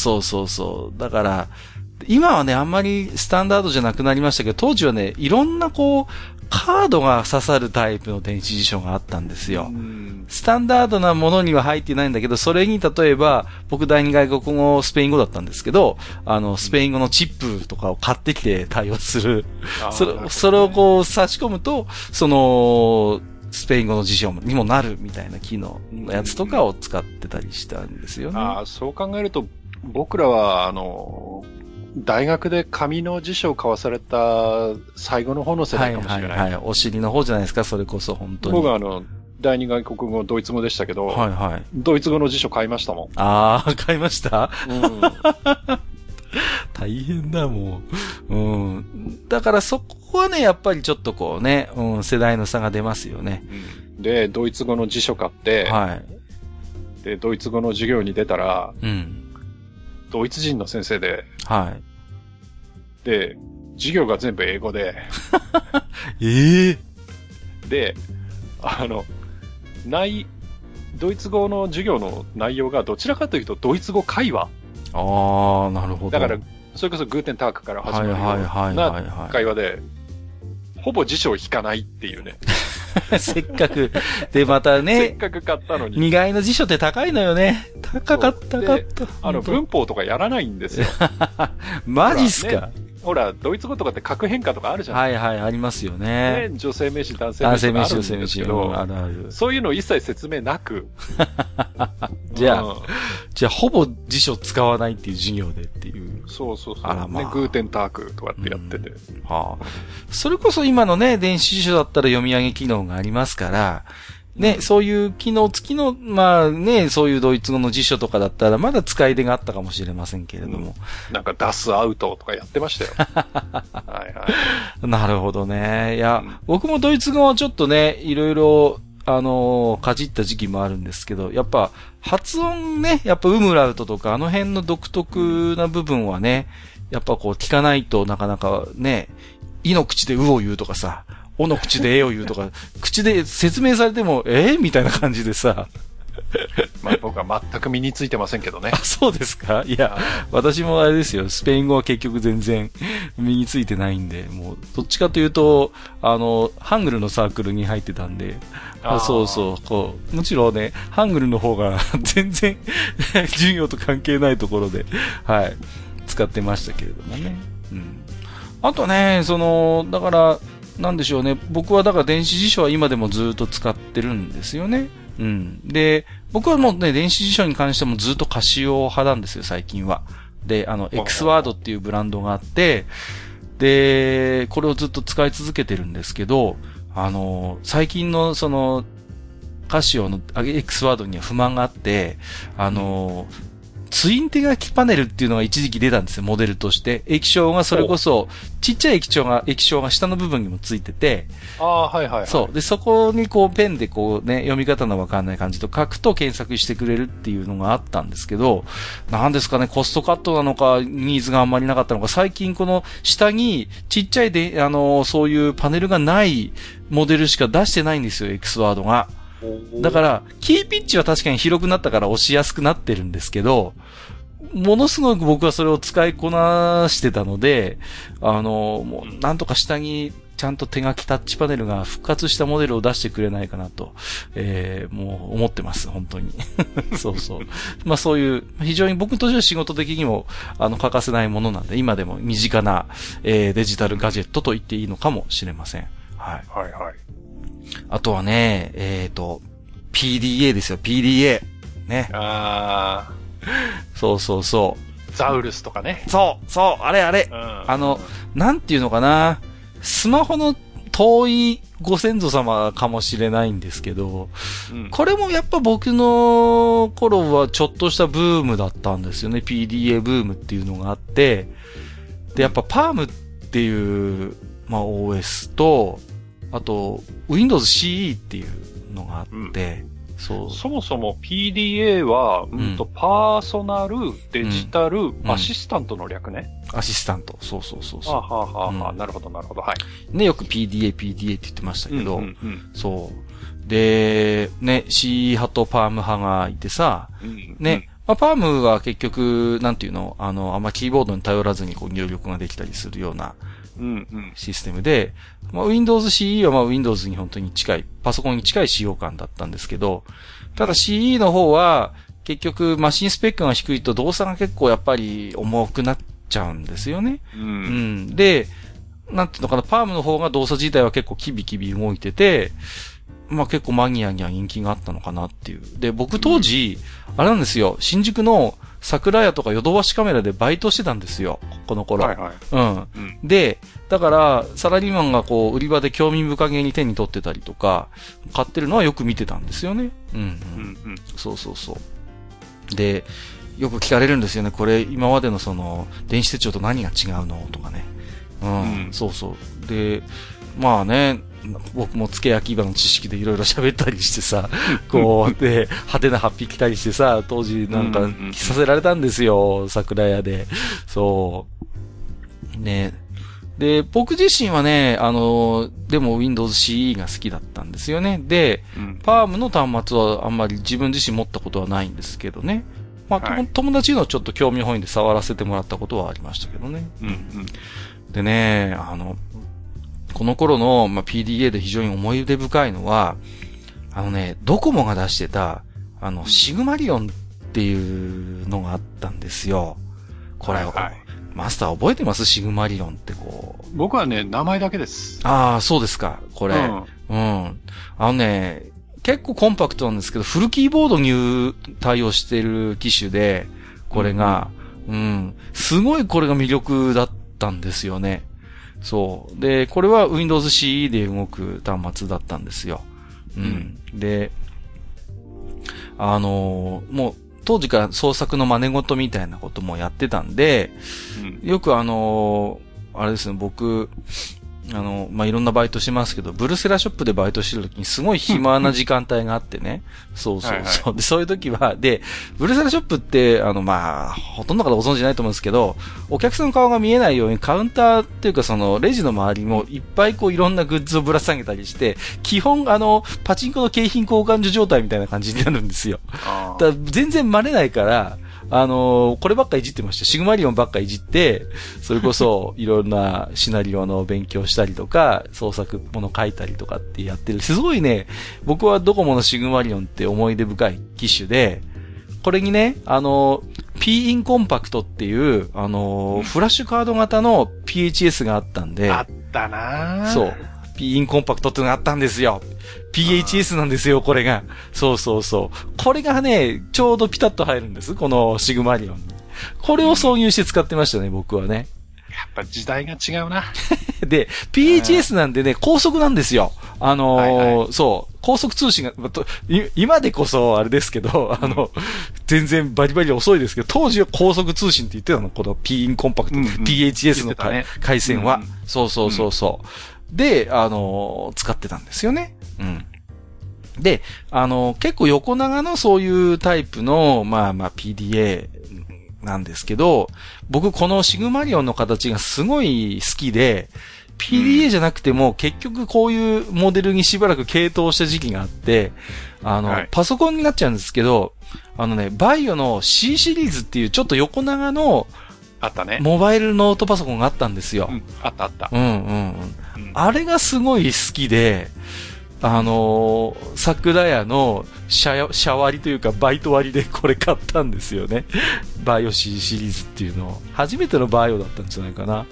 だから、今はね、あんまりスタンダードじゃなくなりましたけど、当時はね、いろんなこう、カードが刺さるタイプの電子辞書があったんですよ。スタンダードなものには入っていないんだけど、それに例えば、僕第二外国語、スペイン語だったんですけど、スペイン語のチップとかを買ってきて対応する。それをこう差し込むと、スペイン語の辞書にもなるみたいな機能のやつとかを使ってたりしたんですよね。 そう考えると、僕らは、大学で紙の辞書を交わされた最後の方の世代かもしれない。 はい。お尻の方じゃないですか、それこそ本当に。 僕は第二外国語、ドイツ語でしたけど、ドイツ語の辞書買いましたもん。買いました？大変だ、もう。だからそこはね、やっぱりちょっとこうね、世代の差が出ますよね。 で、ドイツ語の辞書買って、で、ドイツ語の授業に出たら、ドイツ人の先生で、で、授業が全部英語で、で、ドイツ語の授業の内容がどちらかというとドイツ語会話。 なるほど。 だから、それこそグーテンタークから始まるような会話で、ほぼ辞書を引かないっていうね。 せっかく。で、またね。 せっかく買ったのに。 2階の辞書って高いのよね。高かった。 文法とかやらないんですよ。 マジっすか。 ほら、ドイツ語とかって格変化とかあるじゃないですか。 ありますよね。 女性名詞、男性名詞とかあるんですけど、 ある。 そういうの一切説明なく。 じゃあ、ほぼ辞書使わないっていう授業でっていう。 そう。グーテンタークとかってやってて。 それこそ今のね、電子辞書だったら読み上げ機能がありますから、ね、そういう機能付きの、まあね、そういうドイツ語の辞書とかだったらまだ使い手があったかもしれませんけれども。 なんかダスアウトとかやってましたよ。 なるほどね。いや、僕もドイツ語はちょっとね、いろいろ、かじった時期もあるんですけど、やっぱ発音ね、やっぱウムラウトとかあの辺の独特な部分はね、やっぱこう聞かないとなかなかね、いの口でうを言うとかさ、おの口でえを言うとか、口で説明されても、みたいな感じでさ。 まあ僕は全く身についてませんけどね。 そうですか？いや、私もあれですよ、スペイン語は結局全然身についてないんで、もう、どっちかというと、ハングルのサークルに入ってたんで、こう、もちろんね、ハングルの方が全然、授業と関係ないところで、使ってましたけれどもね。あとね、だから、 なんでしょうね。僕はだから電子辞書は今でもずっと使ってるんですよね。うん。で、僕はもうね、電子辞書に関してもずっとカシオ派なんですよ、最近は。で、X ワードっていうブランドがあって、で、これをずっと使い続けてるんですけど、最近のその、カシオの X ワードには不満があって、ツイン手書きパネルっていうのが一時期出たんですよ、モデルとして。液晶がそれこそ、ちっちゃい液晶が下の部分にもついてて、 はいはいはい。 そう。で、そこにこうペンでこうね、読み方のわかんない感じと書くと検索してくれるっていうのがあったんですけど、なんですかね、コストカットなのか、ニーズがあんまりなかったのか、最近この下にちっちゃいで、そういうパネルがないモデルしか出してないんですよ、X ワードが。だから、キーピッチは確かに広くなったから押しやすくなってるんですけど、ものすごく僕はそれを使いこなしてたので、もうなんとか下にちゃんと手書きタッチパネルが復活したモデルを出してくれないかなと、もう思ってます、本当に。そうそう。まあそういう、非常に僕としては仕事的にも、欠かせないものなんで、今でも身近な、デジタルガジェットと言っていいのかもしれません。はい。 はいはい。 あとはね、PDA ですよ、PDA。ね。そうそうそう。 ザウルスとかね。 そう、あれ。なんていうのかな。スマホの遠いご先祖様かもしれないんですけど、これもやっぱ僕の頃はちょっとしたブームだったんですよね。PDA ブームっていうのがあって、で、やっぱ Palm っていう、まあ OS と、あと、Windows CE っていうのがあって、 そもそも PDA は、パーソナルデジタルアシスタントの略ね。 アシスタント。そう。 なるほど、はい。 ね、よく PDA って言ってましたけど、そう。で、ね、CE 派と PALM 派がいてさ、ね、まあ、PALM は結局、なんていうの、あんまキーボードに頼らずにこう入力ができたりするような、システムで、まあ、Windows CE はまあ Windows に本当に近い、パソコンに近い使用感だったんですけど、ただ CE の方は、結局マシンスペックが低いと動作が結構やっぱり重くなっちゃうんですよね。で、なんていうのかな、パームの方が動作自体は結構キビキビ動いてて、まあ結構マニアには人気があったのかなっていう。で、僕当時、あれなんですよ、新宿の桜屋とかヨドバシカメラでバイトしてたんですよ、この頃。で、だから、サラリーマンがこう、売り場で興味深げに手に取ってたりとか、買ってるのはよく見てたんですよね。そう。で、よく聞かれるんですよね。これ、今までのその、電子手帳と何が違うのとかね。そう。で、まあね、僕も付け焼き場の知識でいろいろ喋ったりしてさ、こう、で、派手なハッピー着たりしてさ、当時なんか着させられたんですよ、桜屋で。そう。ね。で、僕自身はね、でも Windows CE が好きだったんですよね。で、PALM の端末はあんまり自分自身持ったことはないんですけどね。まあ、友達のちょっと興味本位で触らせてもらったことはありましたけどね。でね、この頃の、まあ、PDA で非常に思い出深いのは、ドコモが出してた、シグマリオンっていうのがあったんですよ。これを、マスター覚えてます？シグマリオンってこう。 僕はね、名前だけです。 ああ、そうですか。これ。結構コンパクトなんですけど、フルキーボードに対応してる機種で、これが、すごいこれが魅力だったんですよね。そう。で、これは Windows CE で動く端末だったんですよ。で、もう、当時から創作の真似事みたいなこともやってたんで、よくあれですね、僕、まあ、いろんなバイトしますけど、ブルセラショップでバイトしてる時にすごい暇な時間帯があってね。そう。で、そういう時は、で、ブルセラショップって、まあ、ほとんどの方ご存知ないと思うんですけど、お客さんの顔が見えないようにカウンターっていうかその、レジの周りもいっぱいこういろんなグッズをぶら下げたりして、基本パチンコの景品交換所状態みたいな感じになるんですよ。だ全然真似ないから、こればっかいじってました。シグマリオンばっかいじって、それこそいろんなシナリオの勉強したりとか、創作もの書いたりとかってやってる。すごいね、僕はドコモのシグマリオンって思い出深い機種で、これにね、P インコンパクトっていう、フラッシュカード型の PHS があったんで。 あったなぁ。 そう。 P インコンパクトっていうのがあったんですよ。PHS なんですよ、これが。そうそうそう。これがね、ちょうどピタッと入るんです。このシグマリオンに。これを挿入して使ってましたね、僕はね。 やっぱ時代が違うな。 で、PHS なんでね、高速なんですよ。そう、高速通信が、今でこそあれですけど、全然バリバリ遅いですけど、当時は高速通信って言ってたの、この P インコンパクト、PHS の、回線は。そうそうそうそう。で、使ってたんですよね。うん。で、結構横長のそういうタイプの、PDA なんですけど、僕このシグマリオンの形がすごい好きで、PDA じゃなくても結局こういうモデルにしばらく傾倒した時期があって、パソコンになっちゃうんですけど、バイオの C シリーズっていうちょっと横長の、 あったね。 モバイルノートパソコンがあったんですよ。 あったあった。 あれがすごい好きで、桜屋のシャ割というかバイト割でこれ買ったんですよね。バイオ C シリーズっていうのを。初めてのバイオだったんじゃないかな。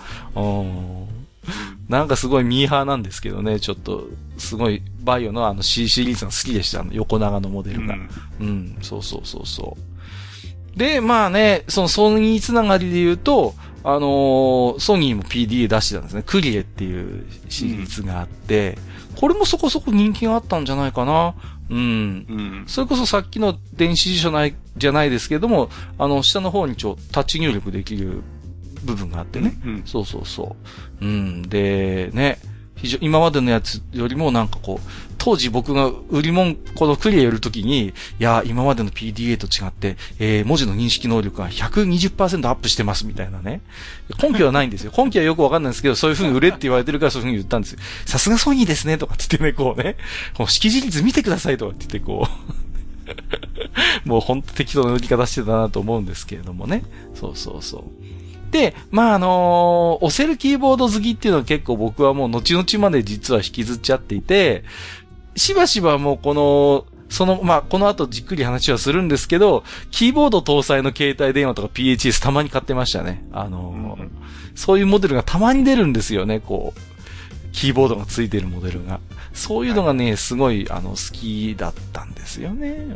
なんかすごいミーハーなんですけどね、ちょっと、すごいバイオのC シリーズが好きでした。横長のモデルが。そうそうそうそう。で、そのソニーつながりで言うと、ソニーも PDA 出してたんですね。クリエっていうシリーズがあって、これもそこそこ人気があったんじゃないかな。それこそさっきの電子辞書じゃないですけども、下の方にタッチ入力できる部分があってね。そうそうそう。で、ね、今までのやつよりもなんかこう、当時僕がこのクリアやるときに、いや、今までの PDA と違って、文字の認識能力が 120% アップしてますみたいなね。根拠はないんですよ。根拠はよくわかんないんですけど、そういう風に売れって言われてるからそういう風に言ったんですよ。さすがソニーですね、とかって言ってね、こうね、識字率見てくださいとかって言ってこう、もうほんと適当な売り方してたなと思うんですけれどもね。そうそうそう。で、押せるキーボード好きっていうのは結構僕はもう後々まで実は引きずっちゃっていて、しばしばもうこの後じっくり話はするんですけど、キーボード搭載の携帯電話とか PHS たまに買ってましたね。そういうモデルがたまに出るんですよね、こう。キーボードがついてるモデルが。そういうのがね、すごい、好きだったんですよね。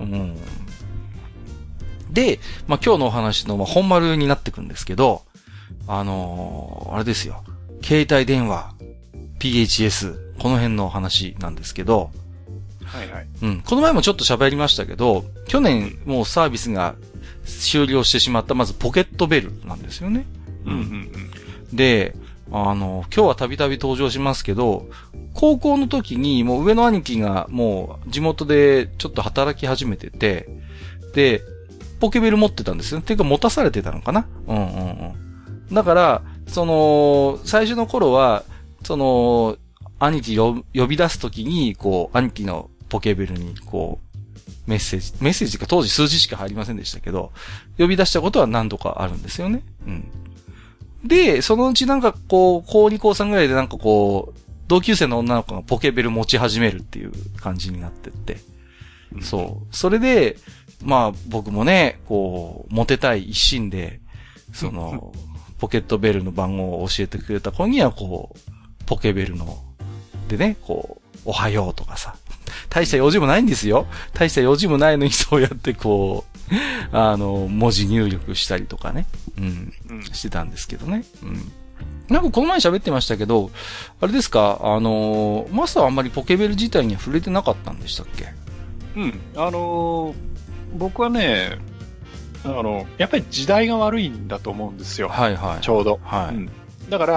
で、今日のお話の、本丸になってくるんですけど、あれですよ。携帯電話、PHS、この辺の話なんですけど、この前もちょっと喋りましたけど、去年もうサービスが終了してしまったまずポケットベルなんですよね。で、今日はたびたび登場しますけど、高校の時にもう上の兄貴がもう地元でちょっと働き始めてて、で、ポケベル持ってたんですよ。っていうか持たされてたのかな。だから、最初の頃は、兄貴呼び出すときに、こう、兄貴のポケベルに、こう、メッセージか当時数字しか入りませんでしたけど、呼び出したことは何度かあるんですよね。で、そのうちなんかこう、高2高3ぐらいでなんかこう、同級生の女の子がポケベル持ち始めるっていう感じになってって。そう。それで、僕もね、こう、モテたい一心で、ポケットベルの番号を教えてくれた子には、こう、ポケベルでね、こう、おはようとかさ。大した用事もないんですよ。大した用事もないのにそうやってこう、文字入力したりとかね。してたんですけどね。なんかこの前喋ってましたけど、あれですか、マスターはあんまりポケベル自体には触れてなかったんでしたっけ？ 僕はね、やっぱり時代が悪いんだと思うんですよ。ちょうど。だから、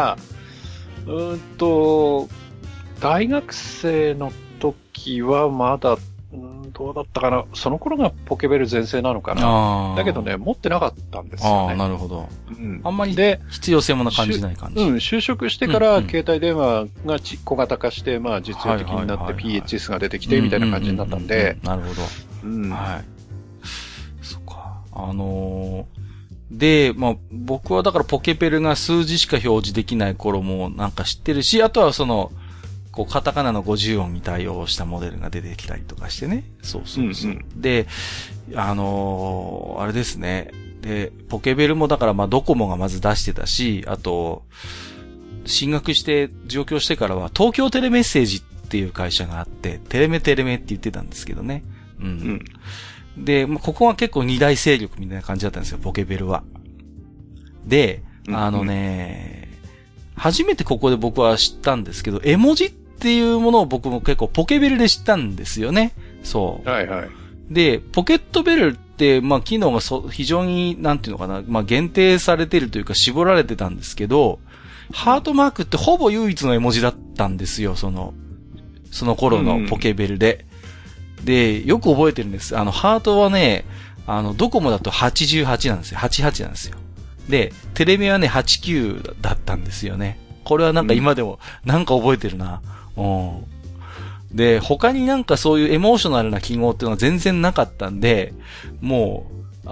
大学生の時はまだ、どうだったかな。その頃がポケベル全盛なのかな。だけどね、持ってなかったんですよね。 なるほど。あんまり必要性も感じない感じ。 就職してから携帯電話が小型化して、実用的になって PHS が出てきてみたいな感じになったんで。 なるほど。そっか。で、僕はだからポケベルが数字しか表示できない頃もなんか知ってるし、あとはこう、カタカナの50音に対応したモデルが出てきたりとかしてね。そう。で、あれですね。で、ポケベルもだからドコモがまず出してたし、あと、 進学して上京してからは東京テレメッセージっていう会社があって、テレメって言ってたんですけどね。うん。で、ここは結構二大勢力みたいな感じだったんですよ、ポケベルは。で、初めてここで僕は知ったんですけど、絵文字っていうものを僕も結構ポケベルで知ったんですよね。そう。 はいはい。 で、ポケットベルって、機能が非常に、なんていうのかな、限定されてるというか絞られてたんですけど、ハートマークってほぼ唯一の絵文字だったんですよ、その頃のポケベルで。で、よく覚えてるんです。ハートはね、ドコモだと88なんですよ。88なんですよ。で、テレビはね、89だったんですよね。これはなんか今でも、なんか覚えてるな。で、他になんかそういうエモーショナルな記号っていうのは全然なかったんで、もう、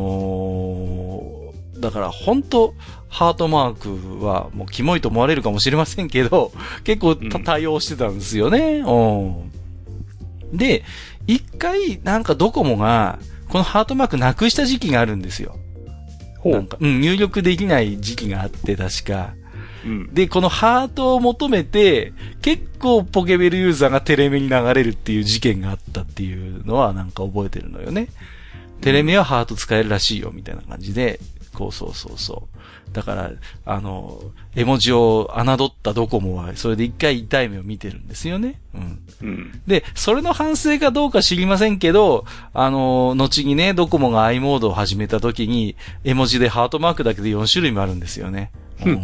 だから本当ハートマークはもうキモいと思われるかもしれませんけど、結構対応してたんですよね。で、一回なんかドコモがこのハートマークなくした時期があるんですよ。なんか、入力できない時期があって確か。で、このハートを求めて、結構ポケベルユーザーがテレメに流れるっていう事件があったっていうのはなんか覚えてるのよね。テレメはハート使えるらしいよみたいな感じで、そう。だから、絵文字を侮ったドコモは、それで一回痛い目を見てるんですよね。で、それの反省かどうか知りませんけど、後にね、ドコモが i モードを始めた時に、絵文字でハートマークだけで4種類もあるんですよね。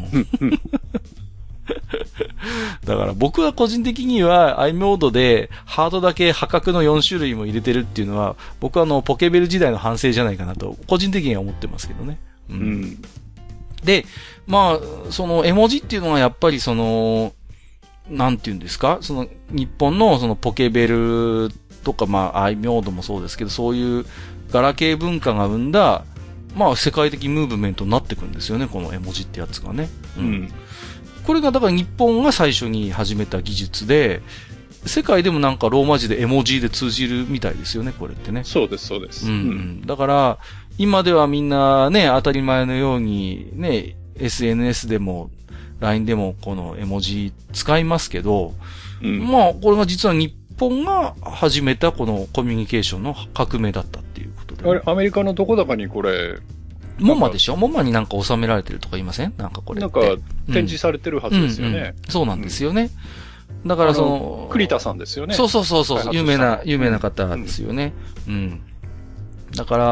だから僕は個人的には i モードでハートだけ破格の4種類も入れてるっていうのは、僕はポケベル時代の反省じゃないかなと、個人的には思ってますけどね。で、その絵文字っていうのはやっぱりなんていうんですか、日本のポケベルとかi モードもそうですけど、そういうガラケー文化が生んだ、世界的ムーブメントになってくんですよね、この絵文字ってやつがね。これがだから日本が最初に始めた技術で、世界でもなんかローマ字で絵文字で通じるみたいですよね、これってね。 そうです。 だから、今ではみんなね、当たり前のようにね、SNS でも LINE でもこの絵文字使いますけど、これが実は日本が始めたこのコミュニケーションの革命だったっていうことで、ね。 あれ、アメリカのどこだかにこれ、 モマでしょ？モマになんか収められてるとか言いません？なんかこれって。 なんか展示されてるはずですよね。 そうなんですよね。だから栗田さんですよね。 そう。有名な方ですよね。だから、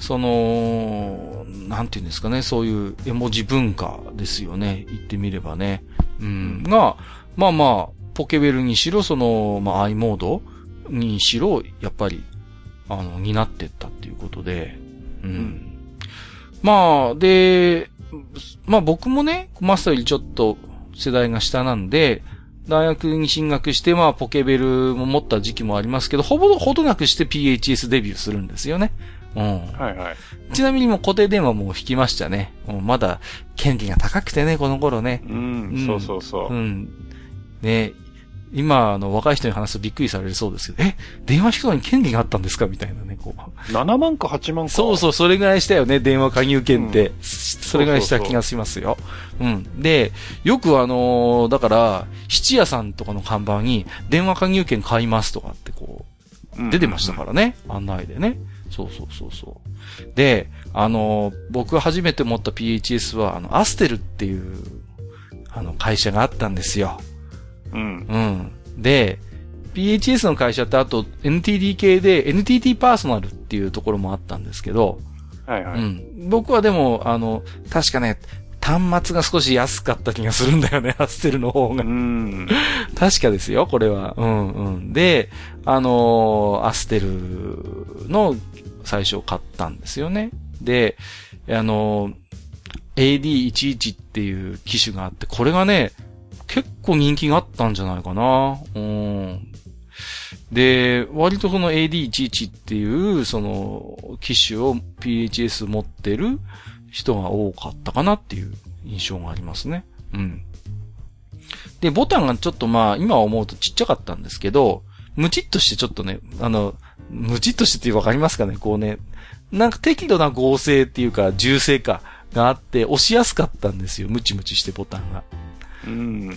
なんていうんですかね、そういう絵文字文化ですよね。言ってみればね。が、ポケベルにしろ、i モードにしろ、やっぱり、になってったっていうことで、で、僕もね、マスターよりちょっと世代が下なんで、大学に進学して、ポケベルも持った時期もありますけど、ほどなくして PHS デビューするんですよね。ちなみにもう固定電話も引きましたね。まだ権利が高くてね、この頃ね。 そう。 ね、今、若い人に話すとびっくりされるそうですけど、電話引くのに権利があったんですかみたいなね、 7万か8万か。 そう、それぐらいしたよね、電話加入権って。それぐらいした気がしますよ。で、よくだから、質屋さんとかの看板に、電話加入権買いますとかって出てましたからね、案内でね。そう。で、僕が初めて持った PHS は、アステルっていう、会社があったんですよ。で、PHS の会社ってあと NTT 系で NTT パーソナルっていうところもあったんですけど、僕はでも、確かね、端末が少し安かった気がするんだよね、アステルの方が。確かですよ、これは。で、アステルの最初買ったんですよね。で、AD11 っていう機種があって、これがね、結構人気があったんじゃないかな。で、割とその AD11 っていう機種を PHS 持ってる人が多かったかなっていう印象がありますね。で、ボタンがちょっと今思うとちっちゃかったんですけど、ムチっとしてちょっとね、ムチっとしてってわかりますかね、なんか適度な剛性っていうか、重性化があって、押しやすかったんですよ、ムチムチしてボタンが。 うん。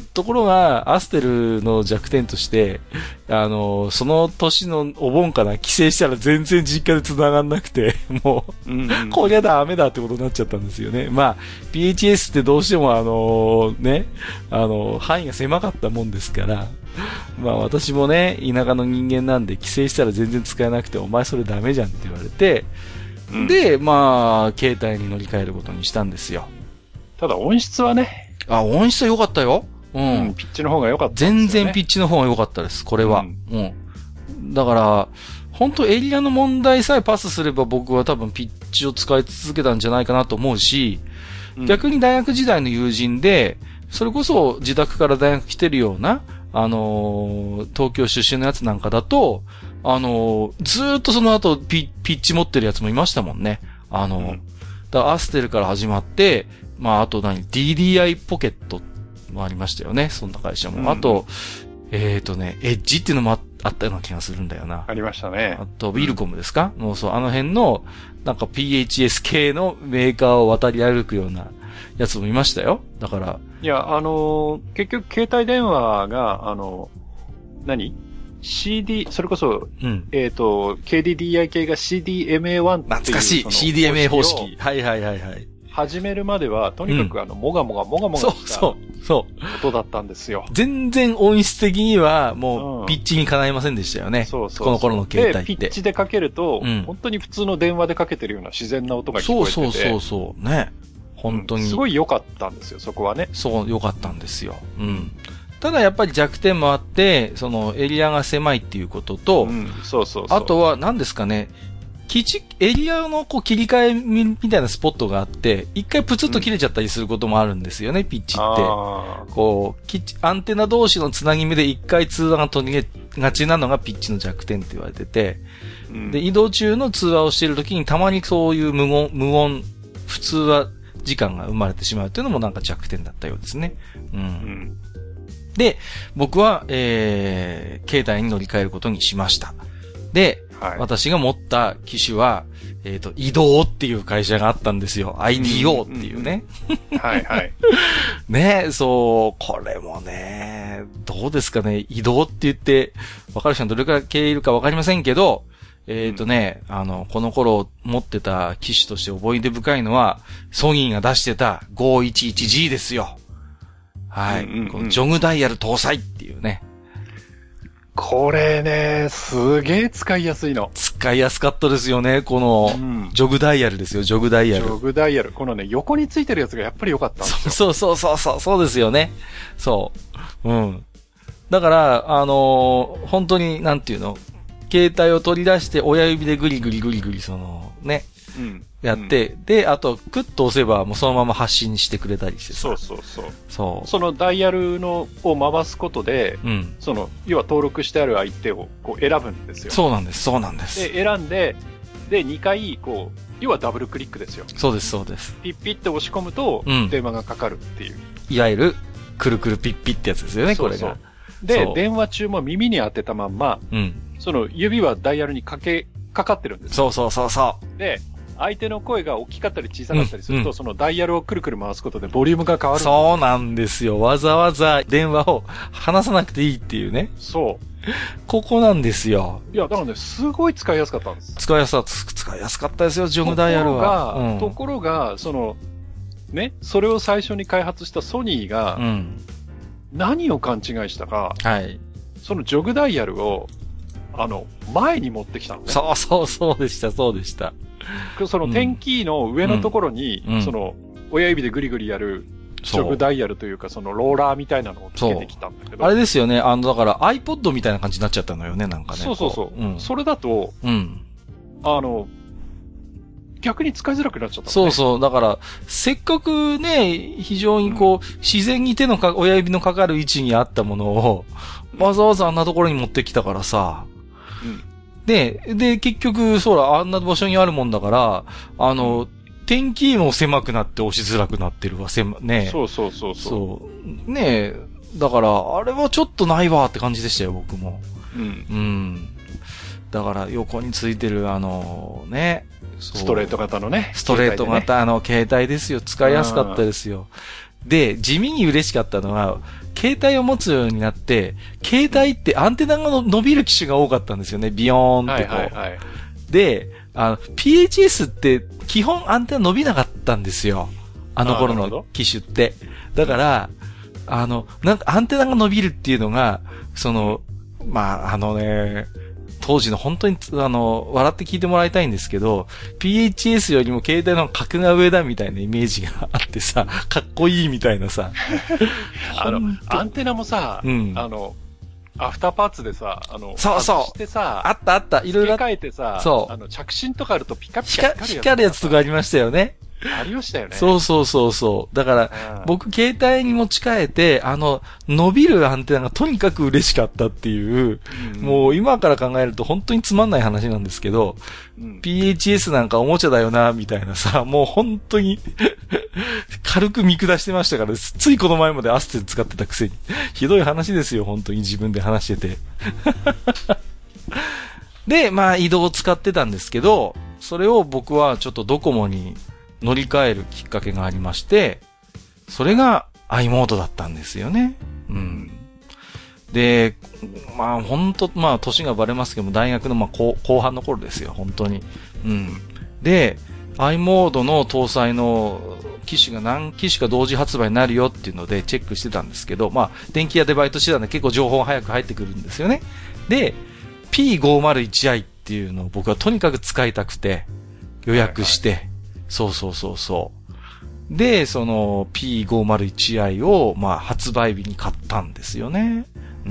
ところが、アステルの弱点として、その年のお盆から帰省したら全然実家で繋がんなくて、もう、こりゃダメだってことになっちゃったんですよね。まあ、PHS ってどうしても範囲が狭かったもんですから、まあ私もね、田舎の人間なんで帰省したら全然使えなくて、お前それダメじゃんって言われて、で、まあ、携帯に乗り換えることにしたんですよ。 ただ音質はね。 音質は良かったよ。うん。 ピッチの方が良かったですよね。 全然ピッチの方が良かったです、これは。だから、本当エリアの問題さえパスすれば僕は多分ピッチを使い続けたんじゃないかなと思うし、逆に大学時代の友人で、それこそ自宅から大学来てるような、東京出身のやつなんかだと、ずーっとその後ピッチ持ってるやつもいましたもんね。だからアステルから始まって、まああとDDI ポケットもありましたよね。そんな会社も。あと、エッジっていうのもあったような気がするんだよな。 ありましたね。 あと、ウィルコムですか？もうそう、あの辺の、なんか PHS 系のメーカーを渡り歩くようなやつもいましたよ。だから。 いや、結局携帯電話が、CD、それこそ、KDDI 系が CDMA1 っていう。 懐かしい。CDMA 方式。はいはいはいはい。 始めるまでは、とにかくもがもがした音だったんですよ。 全然音質的には、もう、ピッチにかないませんでしたよね。 そう。 この頃の携帯って。 で、ピッチでかけると、本当に普通の電話でかけてるような自然な音が聞こえてて。 そう。ね。本当に。 すごい良かったんですよ、そこはね。 そう、良かったんですよ。ただやっぱり弱点もあって、そのエリアが狭いっていうことと、あとは何ですかね、エリアの切り替えみたいなスポットがあって、一回プツッと切れちゃったりすることもあるんですよね、ピッチって。アンテナ同士のつなぎ目で一回通話が途切れがちなのがピッチの弱点って言われてて、で、移動中の通話をしているときにたまにそういう無音、普通は時間が生まれてしまうっていうのもなんか弱点だったようですね。で、僕は、携帯に乗り換えることにしました。で、私が持った機種は、移動っていう会社があったんですよ。IDO っていうね。 はいはい。 ね、そう、これもね、どうですかね、移動って言って、わかる人はどれくらい経営いるかわかりませんけど、この頃持ってた機種として思い出深いのは、ソニーが出してた 511G ですよ。はい。このジョグダイヤル搭載っていうね。 これね、すげえ使いやすいの。 使いやすかったですよね、この、ジョグダイヤルですよ、ジョグダイヤル。 ジョグダイヤル。このね、横についてるやつがやっぱり良かったんですよ。そうですよね。そう。だから、本当に、なんていうの、携帯を取り出して親指でグリグリ、やって、で、あと、クッと押せば、もうそのまま発信してくれたりしてさ。 そのダイヤルを回すことで、要は登録してある相手をこう選ぶんですよ。 そうなんです。 で、選んで、2回、要はダブルクリックですよ。 そうです。 ピッピッて押し込むと、電話がかかるっていう。 いわゆる、くるくるピッピってやつですよね、これが。 で、電話中も耳に当てたまんま、その指はダイヤルにかかってるんですよ。 そう。 で、相手の声が大きかったり小さかったりすると、そのダイヤルをくるくる回すことでボリュームが変わる。 そうなんですよ。わざわざ電話を離さなくていいっていうね。 そう。 ここなんですよ。 いや、だからね、すごい使いやすかったんです。 使いやすかったですよ、ジョグダイヤルは。 ところが、それを最初に開発したソニーが、何を勘違いしたか、そのジョグダイヤルを、前に持ってきたのね。 そうでした。 その点キーの上のところに、親指でグリグリやる、ジョグダイヤルというか、そのローラーみたいなのをつけてきたんだけど。 あれですよね。だから iPod みたいな感じになっちゃったのよね、なんかね。 そう。それだと、逆に使いづらくなっちゃった、ね。 そう。だから、せっかくね、非常に自然に親指のかかる位置にあったものを、わざわざあんなところに持ってきたからさ。で、結局、あんな場所にあるもんだから、点キーも狭くなって押しづらくなってるわ、ね。 そう。 ねだから、あれはちょっとないわって感じでしたよ、僕も。だから、横についてるストレート型のね。 ストレート型携帯ですよ。使いやすかったですよ。 で、地味に嬉しかったのは、携帯を持つようになって、携帯ってアンテナが伸びる機種が多かったんですよね。ビヨーンってこう。はいはいはい、で、PHS って基本アンテナ伸びなかったんですよ。あの頃の機種って。だから、なんかアンテナが伸びるっていうのが、まあ、当時の本当に、笑って聞いてもらいたいんですけど、PHS よりも携帯の格が上だみたいなイメージがあってさ、かっこいいみたいなさ。 アンテナもさ、うん、アフターパーツでさ、 そうそう。 してさ、 あった。いろいろ。 付け替えてさ、 そう。 着信とかあるとピカピカ光るやつとかありましたよね。 ありましたよね。 そう。だから、僕、携帯に持ち替えて、伸びるアンテナがとにかく嬉しかったっていう、もう今から考えると本当につまんない話なんですけど、PHS なんかおもちゃだよな、みたいなさ、もう本当に軽く見下してましたから、ついこの前までアステル使ってたくせに。ひどい話ですよ、本当に自分で話してて。で、まあ移動を使ってたんですけど、それを僕はちょっとドコモに乗り換えるきっかけがありまして、それが i モードだったんですよね。うん。で、まあ本当まあ年がバレますけども、大学のまあ後半の頃ですよ、本当に。うん。で、i モードの搭載の機種が何機種か同時発売になるよっていうのでチェックしてたんですけど、まあ電気屋でバイトしてたんで結構情報が早く入ってくるんですよね。で、P501i っていうのを僕はとにかく使いたくて予約して、はいはい、そう。で、その P501i を、まあ、発売日に買ったんですよね。うん。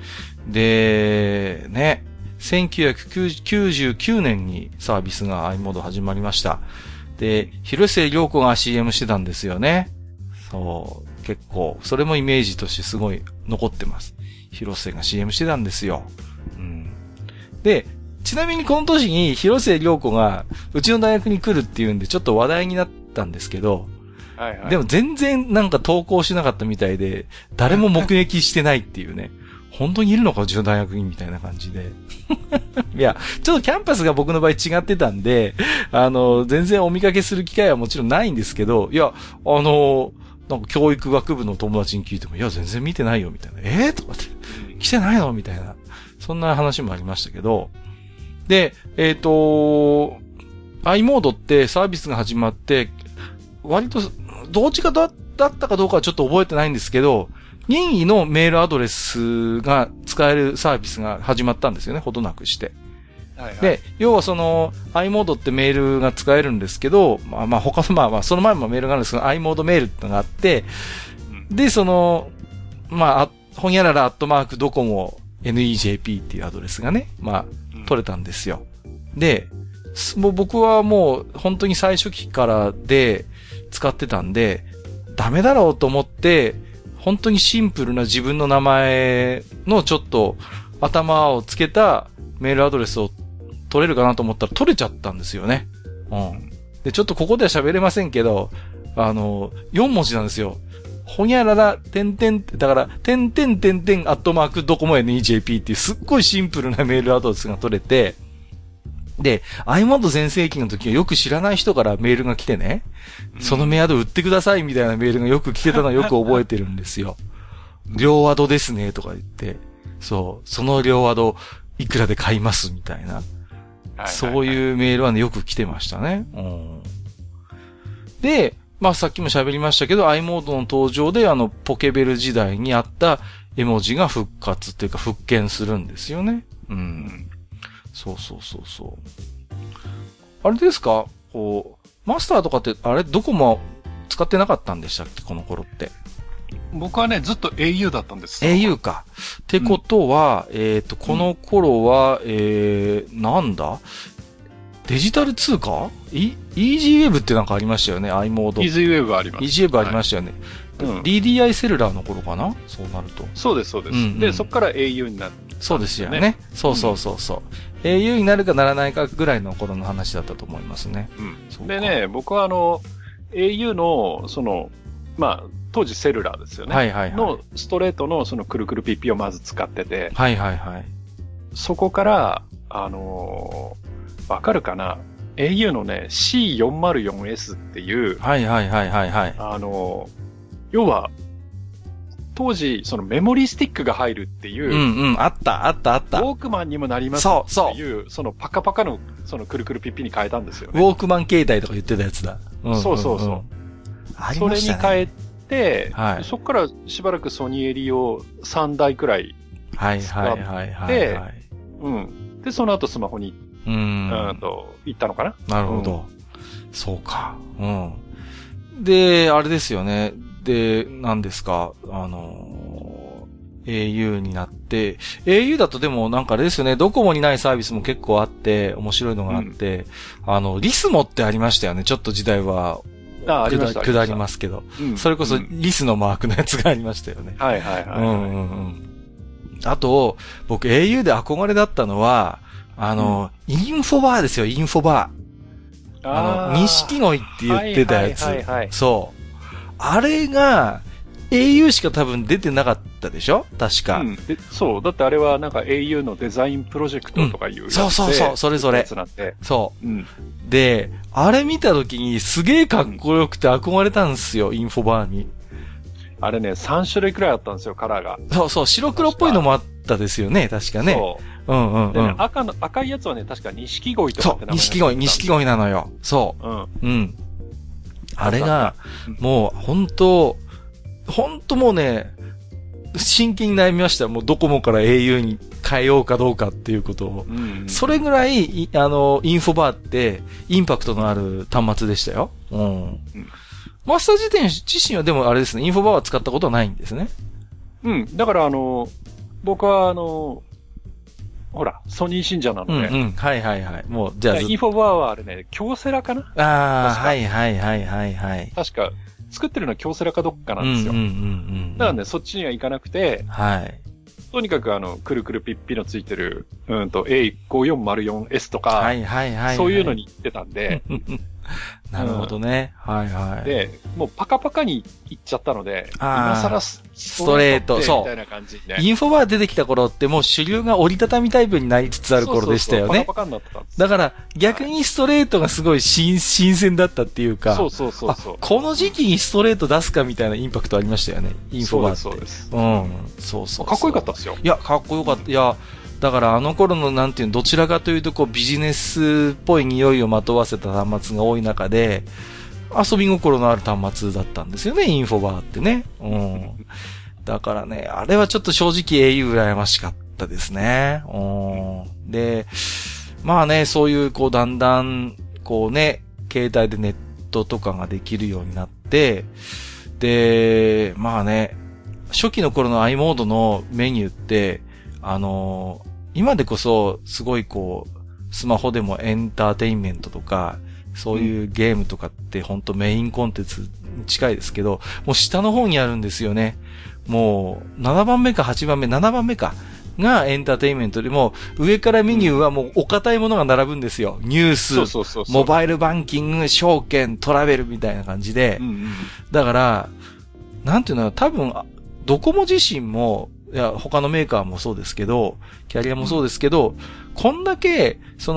で、ね、1999年にサービスが i モード始まりました。で、広末涼子が CM してたんですよね。そう、結構、それもイメージとしてすごい残ってます。広末が CM してたんですよ。うん。で、ちなみにこの年に広末涼子がうちの大学に来るっていうんでちょっと話題になったんですけど、はいはい、でも全然なんか投稿しなかったみたいで、誰も目撃してないっていうね。本当にいるのかうちの大学にみたいな感じで。いや、ちょっとキャンパスが僕の場合違ってたんで、全然お見かけする機会はもちろんないんですけど、いや、なんか教育学部の友達に聞いても、いや、全然見てないよみたいな。とかって、来てないのみたいな。そんな話もありましたけど、で、i モードってサービスが始まって、割と、どっちかだったかどうかはちょっと覚えてないんですけど、任意のメールアドレスが使えるサービスが始まったんですよね、ほどなくして。はいはい、で、要はその、i モードってメールが使えるんですけど、まあ他の、まあその前もメールがあるんですけど、i モードメールってのがあって、で、その、まあ、ほにゃらら@ドコモ NEJP っていうアドレスがね、まあ、取れたんですよ。で、もう僕はもう本当に最初期からで使ってたんで、ダメだろうと思って、本当にシンプルな自分の名前のちょっと頭をつけたメールアドレスを取れるかなと思ったら取れちゃったんですよね。うん。で、ちょっとここでは喋れませんけど、4文字なんですよ。ほにゃらら、だから、ドコモ NEJP っていうすっごいシンプルなメールアドレスが取れて、で、i モード全盛期の時はよく知らない人からメールが来てね、そのメアド売ってくださいみたいなメールがよく来てたのはよく覚えてるんですよ。両アドですねとか言って、そう、その両アドいくらで買いますみたいな、そういうメールはね、よく来てましたね。うん、で、まあさっきも喋りましたけど、i モードの登場でポケベル時代にあった絵文字が復活っていうか復権するんですよね。うん。そう。あれですか？こう、マスターとかって、あれ、どこも使ってなかったんでしたっけ？この頃って。 僕はね、ずっと au だったんです。 au か。ってことは、この頃は、なんだ？デジタル通貨？ EasyWeb ってなんかありましたよね、i モード。 EasyWeb あります。 EasyWeb ありましたよね。はい、DDI セルラーの頃かな？そうなると。 そうです。で、そこから au になって、 そうですよね。そう。au になるかならないかぐらいの頃の話だったと思いますね。 うん。でね、僕はau の、まあ、当時セルラーですよね。はい。のストレートのそのくるくるピッピをまず使ってて。はい。そこから、わかるかな？ au のね、C404S っていう。はい。 要は、当時、そのメモリースティックが入るっていう。 あった。ウォークマンにもなりますっていう、そのパカパカの、そのくるくるピッピに変えたんですよね。 ウォークマン携帯とか言ってたやつだ。 そう。ありましたね。それに変えて、はい、そこからしばらくソニーエリを3台くらい使って、で、その後スマホに、行ったのかな。 なるほど。そうか。で、あれですよね。で、何ですか、au になって、au だとでもなんかあれですよね、ドコモにないサービスも結構あって、面白いのがあって、リスモってありましたよね、ちょっと時代は。下りますけど。それこそリスのマークのやつがありましたよね。 はい。 あと、僕 au で憧れだったのは、インフォバーですよ、インフォバー。錦鯉って言ってたやつ。そう。あれが、au しか多分出てなかったでしょ確か、 そう。だってあれはなんか au のデザインプロジェクトとかいうやつで、 そう、それぞれ。そう。で、あれ見た時にすげえかっこよくて憧れたんですよ、インフォバーに。 あれね、3種類くらいあったんですよ、カラーが。 そう、白黒っぽいのもあったですよね、確かね。そう。 でね、赤いやつはね、確か錦鯉とかって名前。 そう、錦鯉なのよ。そう。あれが、もう、本当もうね、真剣に悩みました。もうドコモから au に変えようかどうかっていうことを。それぐらい、インフォバーって、インパクトのある端末でしたよ。マスター自身はでもあれですね、インフォバーは使ったことはないんですね。 だから僕はほら、ソニー信者なので。 はい。もう、じゃあ。 インフォバーはあれね、京セラかな？ はい。 確か、作ってるのは京セラかどっかなんですよ。だからね、そっちには行かなくて、とにかくくるくるピッピのついてる、A5404S とか、そういうのに行ってたんで、 なるほどね。 で、もうパカパカに行っちゃったので、今更ストレート、そう。 みたいな感じで。 インフォバー出てきた頃ってもう主流が折りたたみタイプになりつつある頃でしたよね。 パカパカになってたんです。 だから逆にストレートがすごい新鮮だったっていうか。 そう。 この時期にストレート出すかみたいなインパクトありましたよね。インフォバーって。 そうです。 そう。 かっこよかったですよ。 いや、かっこよかった。いや、だから頃のなんていうの、どちらかというとこうビジネスっぽい匂いをまとわせた端末が多い中で、遊び心のある端末だったんですよね、インフォバーってね。だからね、あれはちょっと正直 au 羨ましかったですね。で、まあね、そういうこうだんだん、こうね、携帯でネットとかができるようになって、で、まあね、初期の頃の i モードのメニューって、今でこそすごいこう、スマホでもエンターテインメントとか、そういうゲームとかって本当メインコンテンツに近いですけど、もう下の方にあるんですよね。もう7番目か8番目、7番目かがエンターテインメントでも、上からメニューはもうお堅いものが並ぶんですよ。ニュース、モバイルバンキング、証券、トラベルみたいな感じで。だから、なんていうの、多分、ドコモ自身も、いや、他のメーカーもそうですけど、キャリアもそうですけど、こんだけ、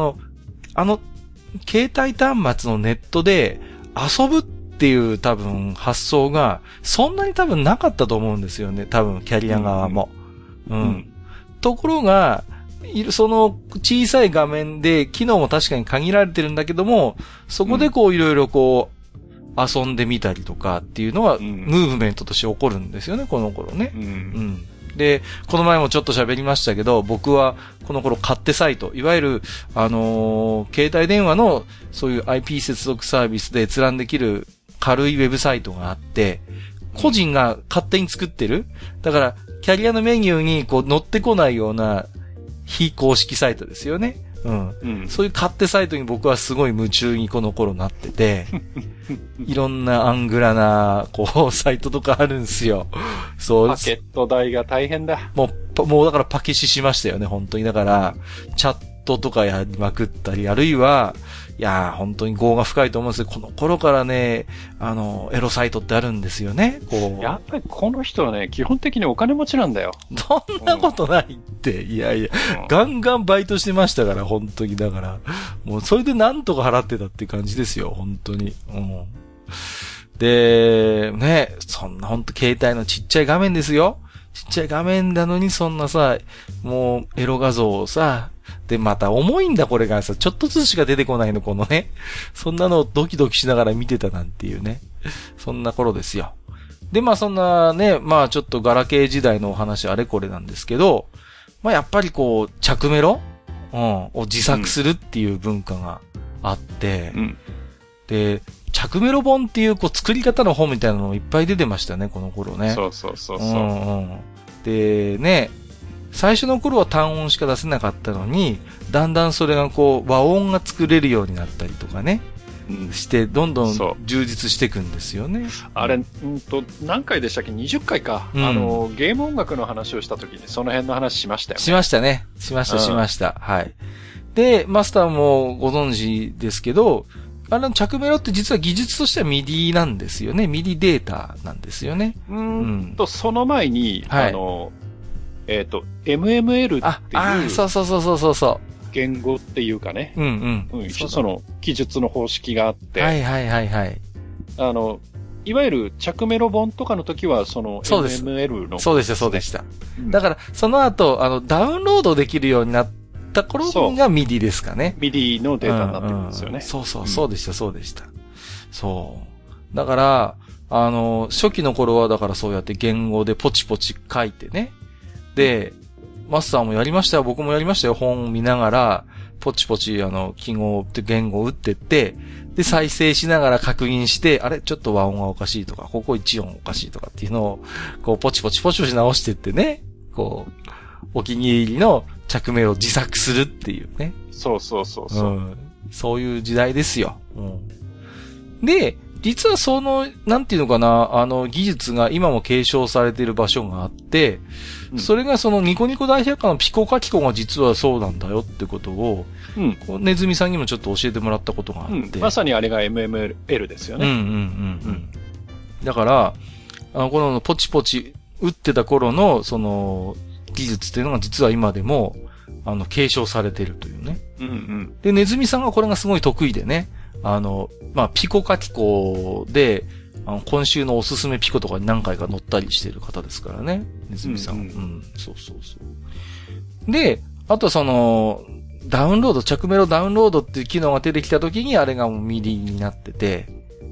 携帯端末のネットで遊ぶっていう多分発想がそんなに多分なかったと思うんですよね。多分キャリア側も。ところが、その小さい画面で機能も確かに限られてるんだけども、そこでこういろいろこう遊んでみたりとかっていうのはムーブメントとして起こるんですよね、この頃ね。で、この前もちょっと喋りましたけど、僕はこの頃勝手サイト、いわゆる、携帯電話のそういう IP 接続サービスで閲覧できる軽いウェブサイトがあって、個人が勝手に作ってる。だから、キャリアのメニューにこう載ってこないような非公式サイトですよね。そういう勝手サイトに僕はすごい夢中にこの頃なってて、いろんなアングラな、こう、サイトとかあるんですよ。そう。 パケット代が大変だ。 もうだからパケシしましたよね、本当に。だから、チャットとかやりまくったり、あるいは、いやー、本当に業が深いと思うんですけど、この頃からね、エロサイトってあるんですよね、こう。 やっぱりこの人はね、基本的にお金持ちなんだよ。 そんなことないって。いやいや、ガンガンバイトしてましたから、本当に。だから、もうそれでなんとか払ってたって感じですよ、本当に。 で、ね、そんなほんと携帯のちっちゃい画面ですよ。ちっちゃい画面なのにそんなさ、もうエロ画像をさ、で、また重いんだこれがさ、ちょっとずつしか出てこないの、このね。そんなのをドキドキしながら見てたなんていうね。そんな頃ですよ。で、まあそんなね、まあちょっとガラケー時代のお話あれこれなんですけど、まあやっぱりこう、着メロを自作するっていう文化があって、で、着メロ本っていうこう作り方の本みたいなのもいっぱい出てましたね、この頃ね。 そう。 で、ね、最初の頃は単音しか出せなかったのに、だんだんそれがこう和音が作れるようになったりとかね、して、どんどん充実していくんですよね。 あれ、何回でしたっけ ?20 回か、ゲーム音楽の話をした時にその辺の話しましたよね。 しましたね。しました。はい。で、マスターもご存知ですけど、着メロって実は技術としては MIDI なんですよね。MIDI データなんですよね。 その前に、 はい、 MML っていう。 そう。 言語っていうかね。その記述の方式があって。 はい。 いわゆる着メロ本とかの時は、その MML の。 そうでした。だから、その後、ダウンロードできるようになった頃が MIDI ですかね。 MIDI のデータになってるんですよね。 そうでした。そう。だから、初期の頃はだからそうやって言語でポチポチ書いてね。で、マスターもやりましたよ。僕もやりましたよ。本を見ながら、ポチポチ、記号って言語を打ってって、で、再生しながら確認して、あれちょっと和音がおかしいとか、ここ1音おかしいとかっていうのを、こう、ポチポチ直してってね、こう、お気に入りの着メロを自作するっていうね。 そう。 そういう時代ですよ。で、実はなんていうのかな、技術が今も継承されている場所があって、それがそのニコニコ大百科のピコカキコが実はそうなんだよってことを、ネズミさんにもちょっと教えてもらったことがあって。 まさにあれが MML ですよね。 だから、このポチポチ打ってた頃のその技術っていうのが実は今でも、継承されているというね。で、ネズミさんがこれがすごい得意でね、ピコカキコで、今週のおすすめピコとかに何回か載ったりしている方ですからね。ネズミさん。そう。で、あと着メロダウンロードっていう機能が出てきた時にあれがもうミディになってて。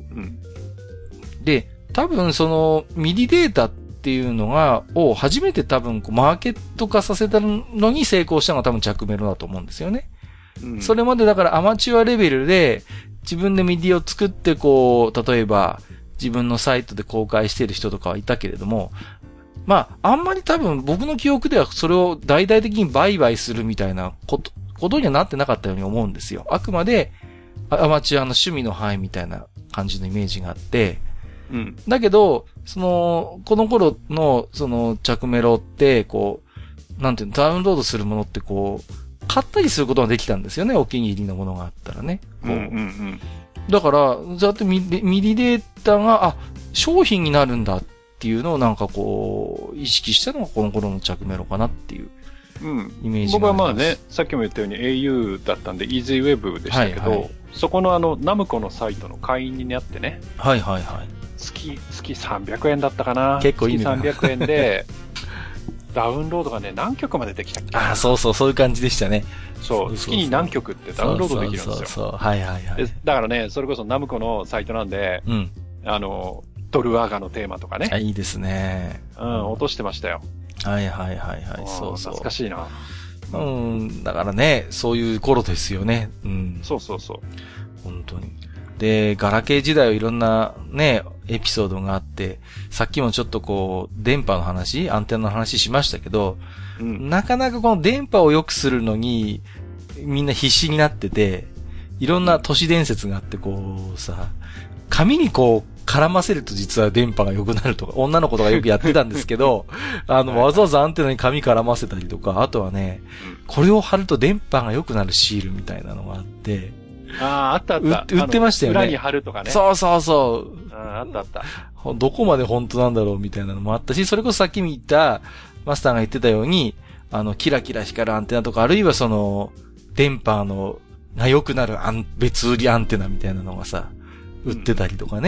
で、多分ミディデータっていうのを初めて多分マーケット化させたのに成功したのが多分着メロだと思うんですよね。それまでだからアマチュアレベルで自分でミディを作って例えば自分のサイトで公開している人とかはいたけれども、あんまり多分僕の記憶ではそれを大々的に売買するみたいなことにはなってなかったように思うんですよ。あくまでアマチュアの趣味の範囲みたいな感じのイメージがあって、だけど、この頃の着メロってなんていうの、ダウンロードするものって買ったりすることができたんですよね。お気に入りのものがあったらね。だから、そうやってミディデータが、商品になるんだっていうのを意識したのがこの頃の着メロかなっていうイメージがあります。 僕はさっきも言ったように au だったんで EasyWeb でしたけど、そこのナムコのサイトの会員になってね。月300円だったかな。 結構いいね。 月300円で、ダウンロードが何曲までできたっけ？ そういう感じでしたね。 そう、月に何曲ってダウンロードできるんですよ。だからね、それこそナムコのサイトなんで、ドルアーガのテーマとかね。 いいですね。 落としてましたよ。 そう。 懐かしいな。 だからね、そういう頃ですよね。 そう。 本当に。で、ガラケー時代はいろんなね、エピソードがあって、さっきもちょっと電波の話、アンテナの話しましたけど、なかなかこの電波を良くするのに、みんな必死になってて、いろんな都市伝説があって紙に絡ませると実は電波が良くなるとか、女の子とかよくやってたんですけど、わざわざアンテナに紙絡ませたりとか、あとはね、これを貼ると電波が良くなるシールみたいなのがあって、 あった。 売ってましたよね。 裏に貼るとかね。 そう。 あった。 どこまで本当なんだろうみたいなのもあったし、それこそさっき言った、マスターが言ってたように、キラキラ光るアンテナとか、あるいは電波が良くなる別売りアンテナみたいなのが売ってたりとかね。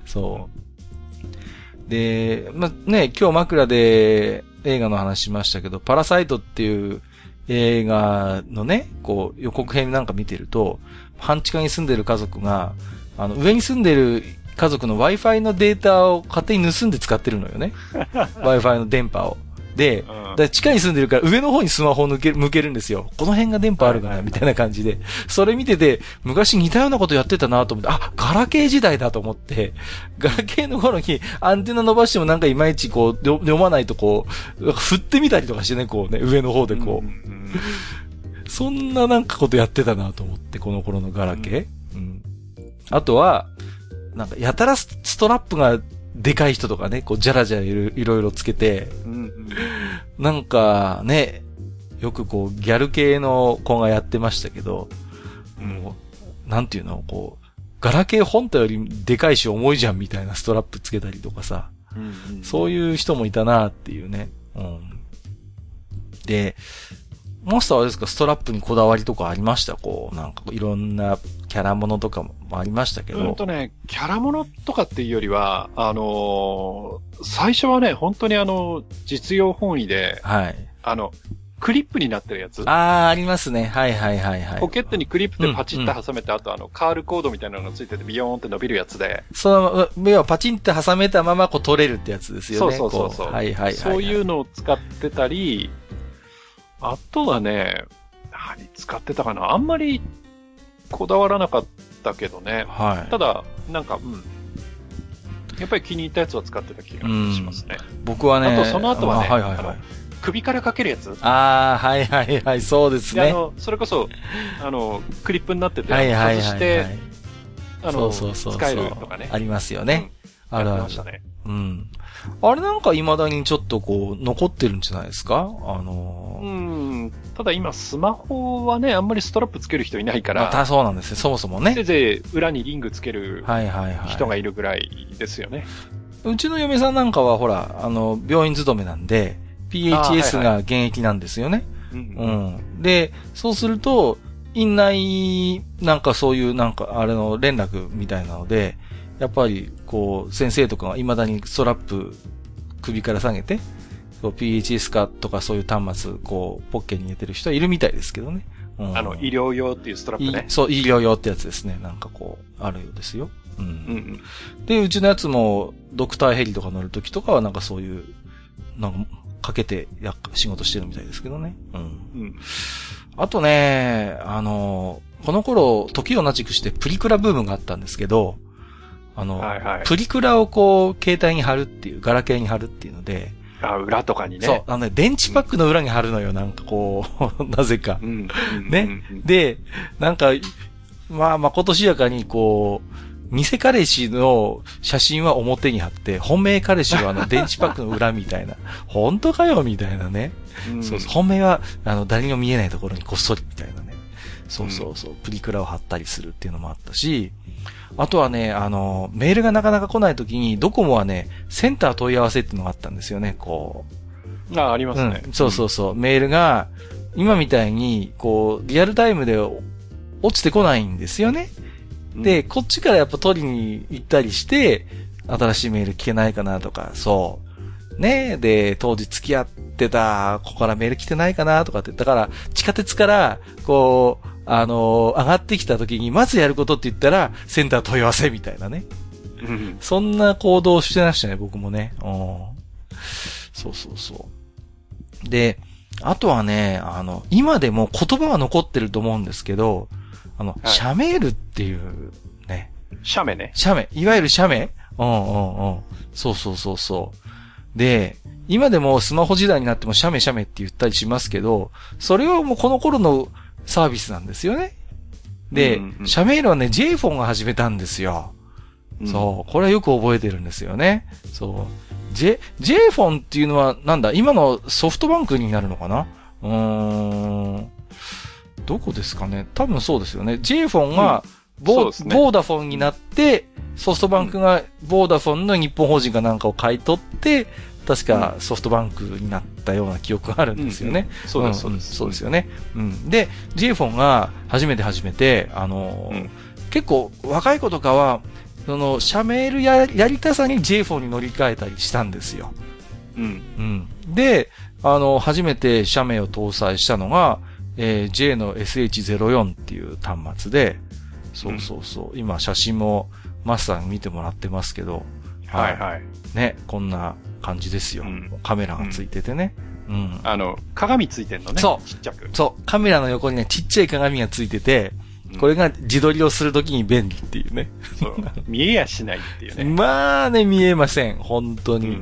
そう。で、ま、ね、今日枕で映画の話しましたけど、パラサイトっていう映画のね、こう予告編なんか見てると、半地下に住んでる家族が、上に住んでる家族の Wi-Fi のデータを勝手に盗んで使ってるのよね。Wi-Fi の電波を。で、地下に住んでるから上の方にスマホを向けるんですよ。この辺が電波あるかなみたいな感じで。それ見てて、昔似たようなことやってたなと思って、あ、ガラケー時代だと思って、ガラケーの頃にアンテナ伸ばしてもなんかいまいちこう、読まないとこう、振ってみたりとかしてね、こうね、上の方でこう。そんななんかことやってたなと思って、この頃のガラケー。うん。あとは、なんかやたらストラップがでかい人とかね、こう、じゃらじゃらいろいろつけて、なんかね、よくこう、ギャル系の子がやってましたけど、もう、なんていうの、こう、ガラケー本体よりでかいし重いじゃんみたいなストラップつけたりとかさ、そういう人もいたなっていうね。うん。で、マスターはですか、ストラップにこだわりとかありました？こう、なんかいろんなキャラものとかもありましたけど。 キャラものとかっていうよりは、最初はね、本当に実用本位で、 はい。 クリップになってるやつ。 ありますね。はいはいはいはい。 ポケットにクリップでパチッと挟めて、あとカールコードみたいなのがついててビヨーンって伸びるやつで。 その、目をパチンって挟めたままこう取れるってやつですよね。 そう。 はいはいはい。 そういうのを使ってたり、あとはね、何使ってたかな、あんまりこだわらなかったけどね。 はい。 ただ、なんか、やっぱり気に入ったやつは使ってた気がしますね。 僕はね、 あとその後はね、 はいはいはい。 首からかけるやつ。 はいはいはい、そうですね。 それこそ、クリップになってて、 外して、 そう使えるとかね。 ありますよね。 ありましたね。 うん。あれなんか未だにちょっとこう、残ってるんじゃないですか？ ただ今スマホはね、あんまりストラップつける人いないから。 そうなんですね、そもそもね。 せいぜい裏にリングつける人がいるぐらいですよね。 うちの嫁さんなんかはほら、病院勤めなんで、PHS が現役なんですよね。で、そうすると、院内、なんかそういう、なんか、連絡みたいなので、やっぱり、こう、先生とかが未だにストラップ、首から下げて、PHS かとかそういう端末、こう、ポッケに入れてる人はいるみたいですけどね。 医療用っていうストラップね。 そう、医療用ってやつですね。なんかこう、あるようですよ。で、うちのやつも、ドクターヘリとか乗るときとかはなんかそういう、なんか、かけて仕事してるみたいですけどね。あとね、この頃、時を同じくしてプリクラブームがあったんですけど、プリクラをこう、携帯に貼るっていう、ガラケーに貼るっていうので、 裏とかにね。 そう、電池パックの裏に貼るのよ、なんかこう、なぜか。ね。で、なんか、まことしやかにこう、偽彼氏の写真は表に貼って、本命彼氏は電池パックの裏みたいな。本当かよみたいなね。そうそう。本命は、誰にも見えないところにこっそりみたいなね。そう。プリクラを貼ったりするっていうのもあったし、あとはね、メールがなかなか来ないときに、ドコモはね、センター問い合わせっていうのがあったんですよね、こう。ありますね。 そう。メールが、今みたいに、こう、リアルタイムで落ちてこないんですよね。で、こっちからやっぱ取りに行ったりして、新しいメール聞けないかなとか、そう。ね。で、当時付き合ってた子からメール来てないかなとかって、だから、地下鉄から、こう、上がってきた時に、まずやることって言ったら、センター問い合わせみたいなね。そんな行動をしてましたね、僕もね。そう。で、あとはね、今でも言葉は残ってると思うんですけど、シャメールっていうね。 シャメね。 シャメ。いわゆるシャメ？そう。で、今でもスマホ時代になってもシャメって言ったりしますけど、それはもうこの頃のサービスなんですよね。で、シャメールはね、J フォンが始めたんですよ。そう。これはよく覚えてるんですよね。そう。J フォンっていうのはなんだ？今のソフトバンクになるのかな？どこですかね？多分そうですよね。J フォンがボーダフォンになって、ソフトバンクがボーダフォンの日本法人かなんかを買い取って、確かソフトバンクになったような記憶があるんですよね。 そうですよね。で、J フォンが初めて、結構若い子とかは、 その、シャメールやりたさに J4 に乗り換えたりしたんですよ。 うん。 うん。で、初めてシャメを搭載したのが、J の SH04 っていう端末で、そうそうそう。今写真もマスターに見てもらってますけど、 はいはい。 ね、こんな感じですよ。カメラがついててね。うん。 鏡ついてんのね。 そう。 ちっちゃく。 そう。カメラの横にね、ちっちゃい鏡がついてて、これが自撮りをするときに便利っていうね。 そう。見えやしないっていうね。 まあね、見えません。本当に。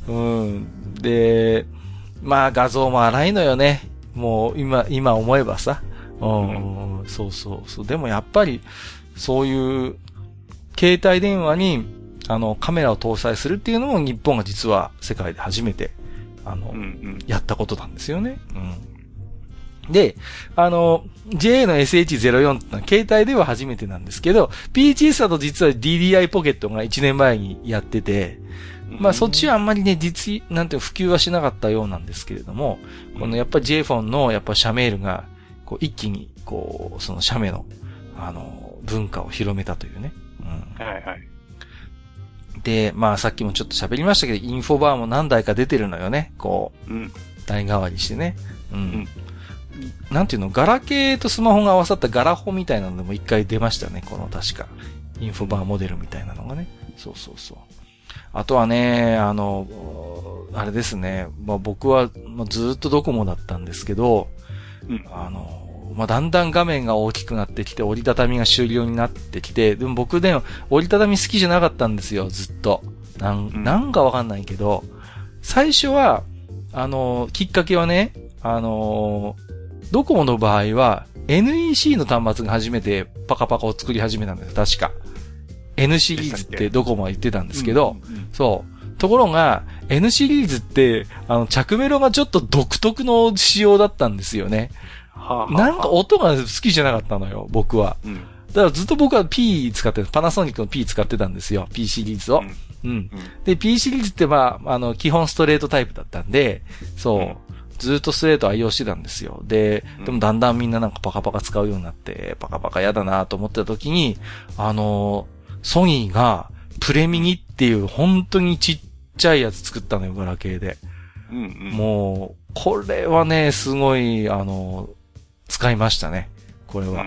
で、まあ画像も荒いのよね。もう今思えばさ。そうそうそう。でもやっぱり、そういう、携帯電話に、カメラを搭載するっていうのも日本が実は世界で初めて、やったことなんですよね。で、JA の SH04 ってのは携帯では初めてなんですけど、PHS だと実は DDI ポケットが1年前にやってて、まあそっちはあんまりね、なんていう普及はしなかったようなんですけれども、このやっぱ JFON のやっぱシャメールが、こう一気に、こう、そのシャメの、文化を広めたというね。 はいはい。 で、まあさっきもちょっと喋りましたけど、インフォバーも何台か出てるのよね。こう、台代わりしてね。なんていうの、ガラケーとスマホが合わさったガラホみたいなのでも一回出ましたね。この確か。インフォバーモデルみたいなのがね。そうそうそう。あとはね、あれですね。まあ僕はずっとドコモだったんですけど、まあだんだん画面が大きくなってきて、折りたたみが終了になってきて、でも僕ね、折りたたみ好きじゃなかったんですよ、ずっと。なんかわかんないけど、最初は、きっかけはね、ドコモの場合は、NEC の端末が初めてパカパカを作り始めたんですよ、確か。N シリーズってドコモは言ってたんですけど、そう。ところが、N シリーズって、着メロがちょっと独特の仕様だったんですよね。なんか音が好きじゃなかったのよ、僕は。だからずっと僕は P 使ってパナソニックの P 使ってたんですよ、P シリーズを。で、P シリーズってまあ、基本ストレートタイプだったんで、そう。ずっとストレート愛用してたんですよ。でもだんだんみんななんかパカパカ使うようになって、パカパカ嫌だなと思ってた時に、ソニーがプレミニっていう本当にちっちゃいやつ作ったのよ、ガラケーで。もう、これはね、すごい、使いましたね。これは。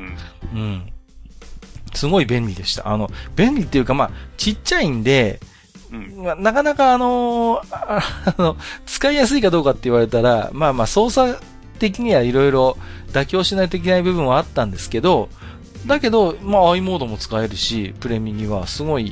すごい便利でした。便利っていうかまあ、ちっちゃいんで、なかなか使いやすいかどうかって言われたら、まあまあ操作的にはいろいろ妥協しないといけない部分はあったんですけど、だけど、まあ i モードも使えるし、プレミにはすごい、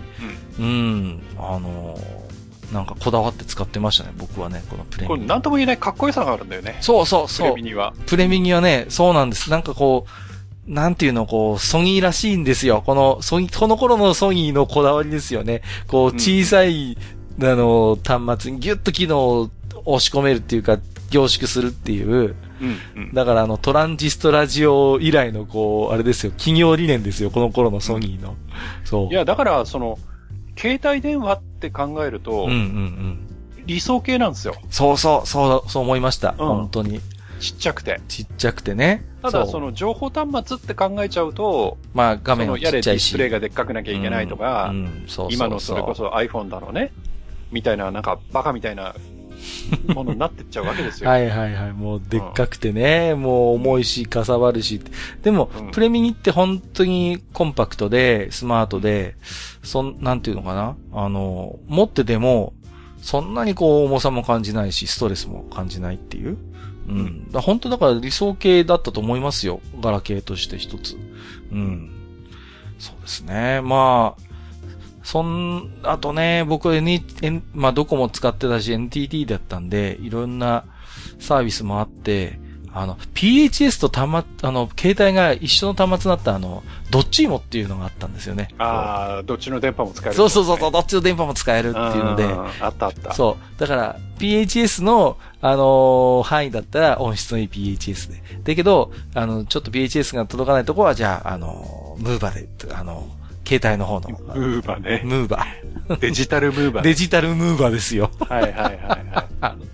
なんかこだわって使ってましたね、僕はね、このプレミ。 これなんとも言えないかっこよさがあるんだよね。 そうそうそう。 プレミには。 プレミにはね、そうなんです。なんかこう、なんていうの、こう、ソニーらしいんですよ。この頃のソニーのこだわりですよね。こう、小さい、端末にギュッと機能を押し込めるっていうか、凝縮するっていう。だからトランジストラジオ以来の、こう、あれですよ、企業理念ですよ、この頃のソニーの。そう。 いや、だから、携帯電話って考えると、理想系なんですよ。 そう思いました。本当に。 ちっちゃくて。 ちっちゃくてね。 ただ、情報端末って考えちゃうと、 まあ、画面がちっちゃいし。 やれディスプレイがでっかくなきゃいけないとか、今のそれこそ iPhone だろうね。みたいな、なんか、バカみたいなものになってっちゃうわけですよ。 はいはいはい。もう、でっかくてね、もう重いし、かさばるし。でも、プレミニって本当にコンパクトで、スマートで、なんていうのかな持ってても、そんなにこう、重さも感じないし、ストレスも感じないっていう。本当だから理想系だったと思いますよ。ガラケーとして一つ。そうですね。まあ、あとね、僕はまあ、ドコモ使ってたし、NTT だったんで、いろんなサービスもあって、PHS と携帯が一緒の端末だったどっちもっていうのがあったんですよね。 どっちの電波も使える、 そう、どっちの電波も使えるっていうので。 あった。 そう。だから、PHS の、範囲だったら音質のいい PHS で。だけど、ちょっと PHS が届かないところは、じゃあ、ムーバで、携帯の方の。 ムーバね。 ムーバ。 デジタルムーバ。 デジタルムーバですよ。 はい。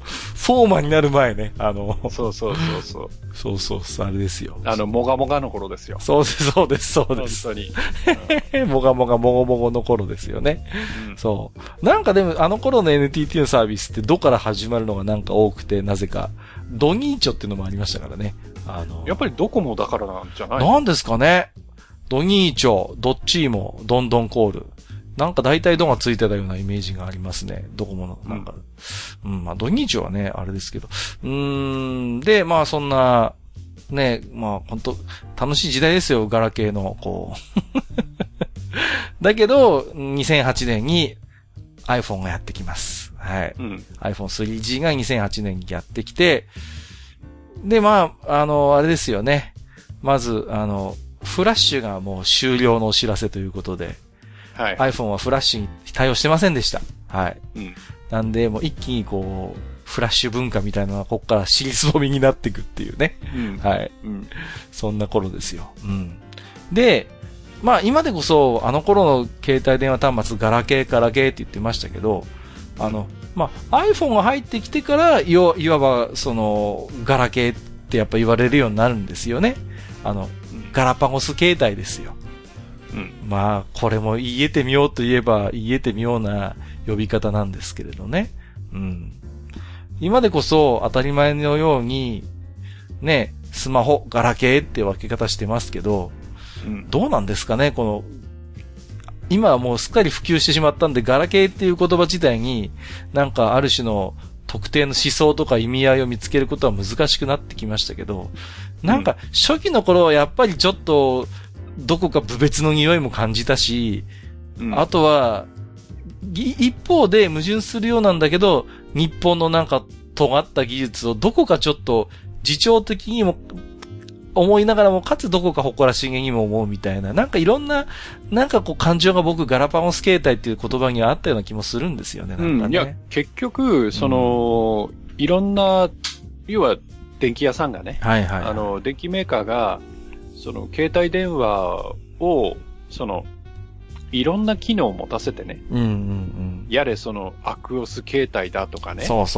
フォーマンになる前ね、 そうそう。 あれですよ。 もがもがの頃ですよ。 そうです。本当に。もがもごの頃ですよね。そう。なんかでも、あの頃の NTT のサービスってどから始まるのがなんか多くて、なぜか、ドニーチョっていうのもありましたからね。 やっぱりドコモだからなんじゃない？ なんですかね。ドニーチョ、ドッチーモ、ドンドンコール。なんか大体ドがついてたようなイメージがありますね。ドコモの、なんか。まあドニーチョはね、あれですけど。で、まあそんな、ね、まあ本当楽しい時代ですよ、ガラケーの、こう。だけど、2008年に iPhone がやってきます。はい。iPhone 3G が2008年にやってきて、で、まあ、あれですよね。まず、フラッシュがもう終了のお知らせということで、はい、iPhone はフラッシュに対応してませんでした。はい。なんで、もう一気にこう、フラッシュ文化みたいなのがここから尻すぼみになっていくっていうね。はい。そんな頃ですよ。で、まあ今でこそ、あの頃の携帯電話端末ガラケーって言ってましたけど、まあ iPhone が入ってきてから、いわば、ガラケーってやっぱ言われるようになるんですよね。ガラパゴス携帯ですよ。まあ、これも言えてみようと言えば言えてみような呼び方なんですけれどね。今でこそ当たり前のように、ね、スマホ、ガラケーって分け方してますけど、どうなんですかね、今はもうすっかり普及してしまったんで、ガラケーっていう言葉自体に、なんかある種の特定の思想とか意味合いを見つけることは難しくなってきましたけど、なんか初期の頃はやっぱりちょっと、どこか部別の匂いも感じたし、あとは、一方で矛盾するようなんだけど、日本のなんか尖った技術をどこかちょっと自重的にも思いながらも、かつどこか誇らしげにも思うみたいな、なんかいろんな、なんかこう感情が僕ガラパゴス携帯っていう言葉にはあったような気もするんですよね、なんかね。 いや、結局、いろんな、要は電気屋さんがね、電気メーカーが、携帯電話を、いろんな機能を持たせてね。やれ、アクオス携帯だとかね。 そう。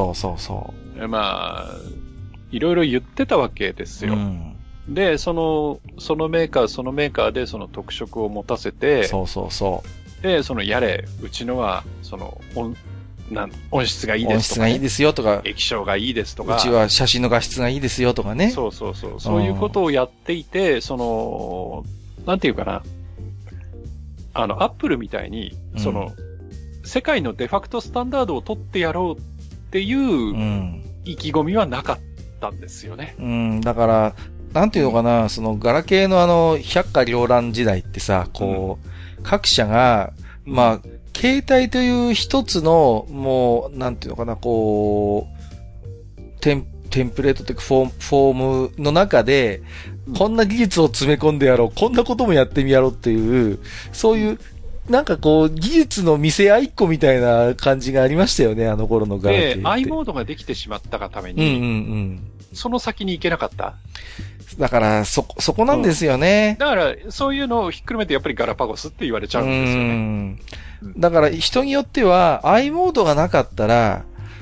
まあ、いろいろ言ってたわけですよ。で、そのメーカーで特色を持たせて。で、やれ、うちのは、音質がいいですとか、ね。 音質がいいですよとか。 液晶がいいですとか。 うちは写真の画質がいいですよとかね。 そう。そういうことをやっていて、なんていうかな。アップルみたいに、世界のデファクトスタンダードを取ってやろうっていう意気込みはなかったんですよね。 だから、なんていうのかな、ガラケーの百花繚乱時代ってさ、こう、各社が、まあ、携帯という一つの、もう、なんていうのかな、こう、テンプレートというかフォームの中で、こんな技術を詰め込んでやろう、こんなこともやってみやろうっていう、そういう、なんかこう、技術の見せ合いっこみたいな感じがありましたよね、あの頃のガラケーって。 で、i モードができてしまったがために、その先に行けなかった。 だから、そこなんですよね。 だから、そういうのをひっくるめてやっぱりガラパゴスって言われちゃうんですよね。 だから、人によっては、i モードがなかったら、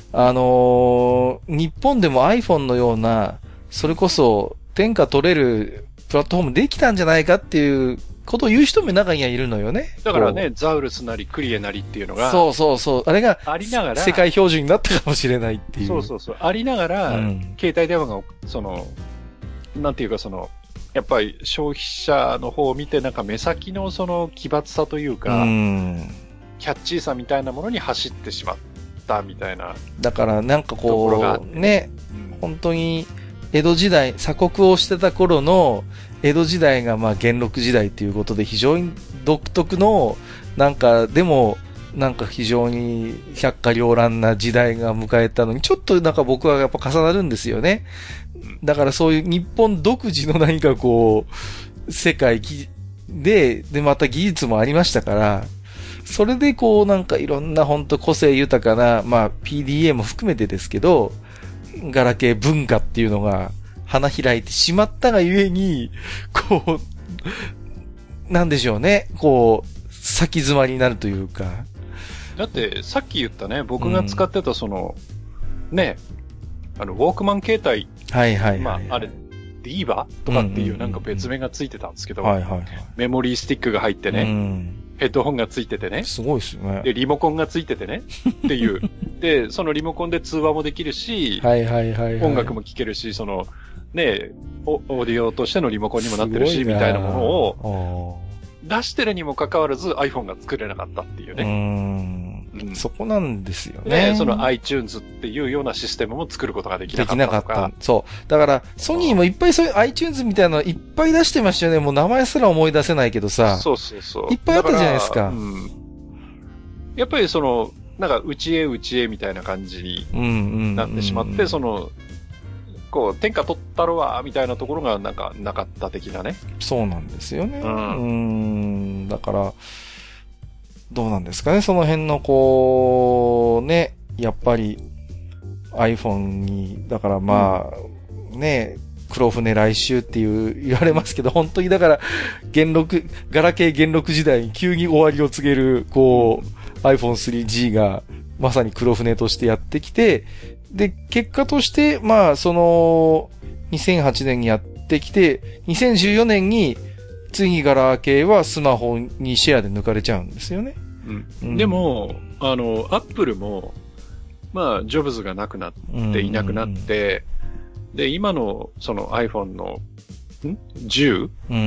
日本でも iPhone のような、それこそ、天下取れるプラットフォームできたんじゃないかっていうことを言う人も中にはいるのよね。 だからね、ザウルスなりクリエなりっていうのが。 そう。あれが、 ありながら、 世界標準になったかもしれないっていう。 そう。ありながら、携帯電話が、なんていうかやっぱり消費者の方を見てなんか目先の奇抜さというか、キャッチーさみたいなものに走ってしまったみたいな。 だからなんかこう、ね、本当に江戸時代、鎖国をしてた頃の江戸時代がまあ元禄時代ということで非常に独特の、なんかでも、なんか非常に百花繚乱な時代が迎えたのに、ちょっとなんか僕はやっぱ重なるんですよね。だからそういう日本独自の何かこう、世界でまた技術もありましたから、それでこうなんかいろんな本当個性豊かな、まあ PDA も含めてですけど、ガラケー文化っていうのが花開いてしまったがゆえに、こう、なんでしょうね、こう、先詰まりになるというか。 だって、さっき言ったね、僕が使ってたね、 ウォークマン携帯。 はいはいはい。 まあ、あれ、ディーバとかっていうなんか別名がついてたんですけど、 はいはいはい。 メモリースティックが入ってね、ヘッドホンがついててね。 すごいですよね。 で、リモコンがついててね。っていう。で、そのリモコンで通話もできるし、 はいはいはい、はい。 音楽も聴けるし、その、ね、オーディオとしてのリモコンにもなってるし、みたいなものを、出してるにもかかわらず iPhone が作れなかったっていうね。 そこなんですよね。 で、その iTunes っていうようなシステムも作ることができなかったとか。できなかった。 そう。だから、ソニーもいっぱいそういう iTunes みたいなのいっぱい出してましたよね。もう名前すら思い出せないけどさ。 そうそうそう。 いっぱいあったじゃないですか。 やっぱりその、なんか、内へみたいな感じになってしまって、その、こう、天下取ったろわ、みたいなところがなんか、なかった的なね。 そうなんですよね。だから、どうなんですかね、その辺のこう、ね、やっぱり iPhone に、だからまあ、ね、黒船来週って言われますけど、本当にだから、ガラケー元禄時代に急に終わりを告げる、こう、iPhone 3G がまさに黒船としてやってきて、で、結果として、まあ、その、2008年にやってきて、2014年に、次ガラケーはスマホにシェアで抜かれちゃうんですよね。 でも、アップルも、まあ、ジョブズがなくなっていなくなって、で、今の、その iPhone の、10?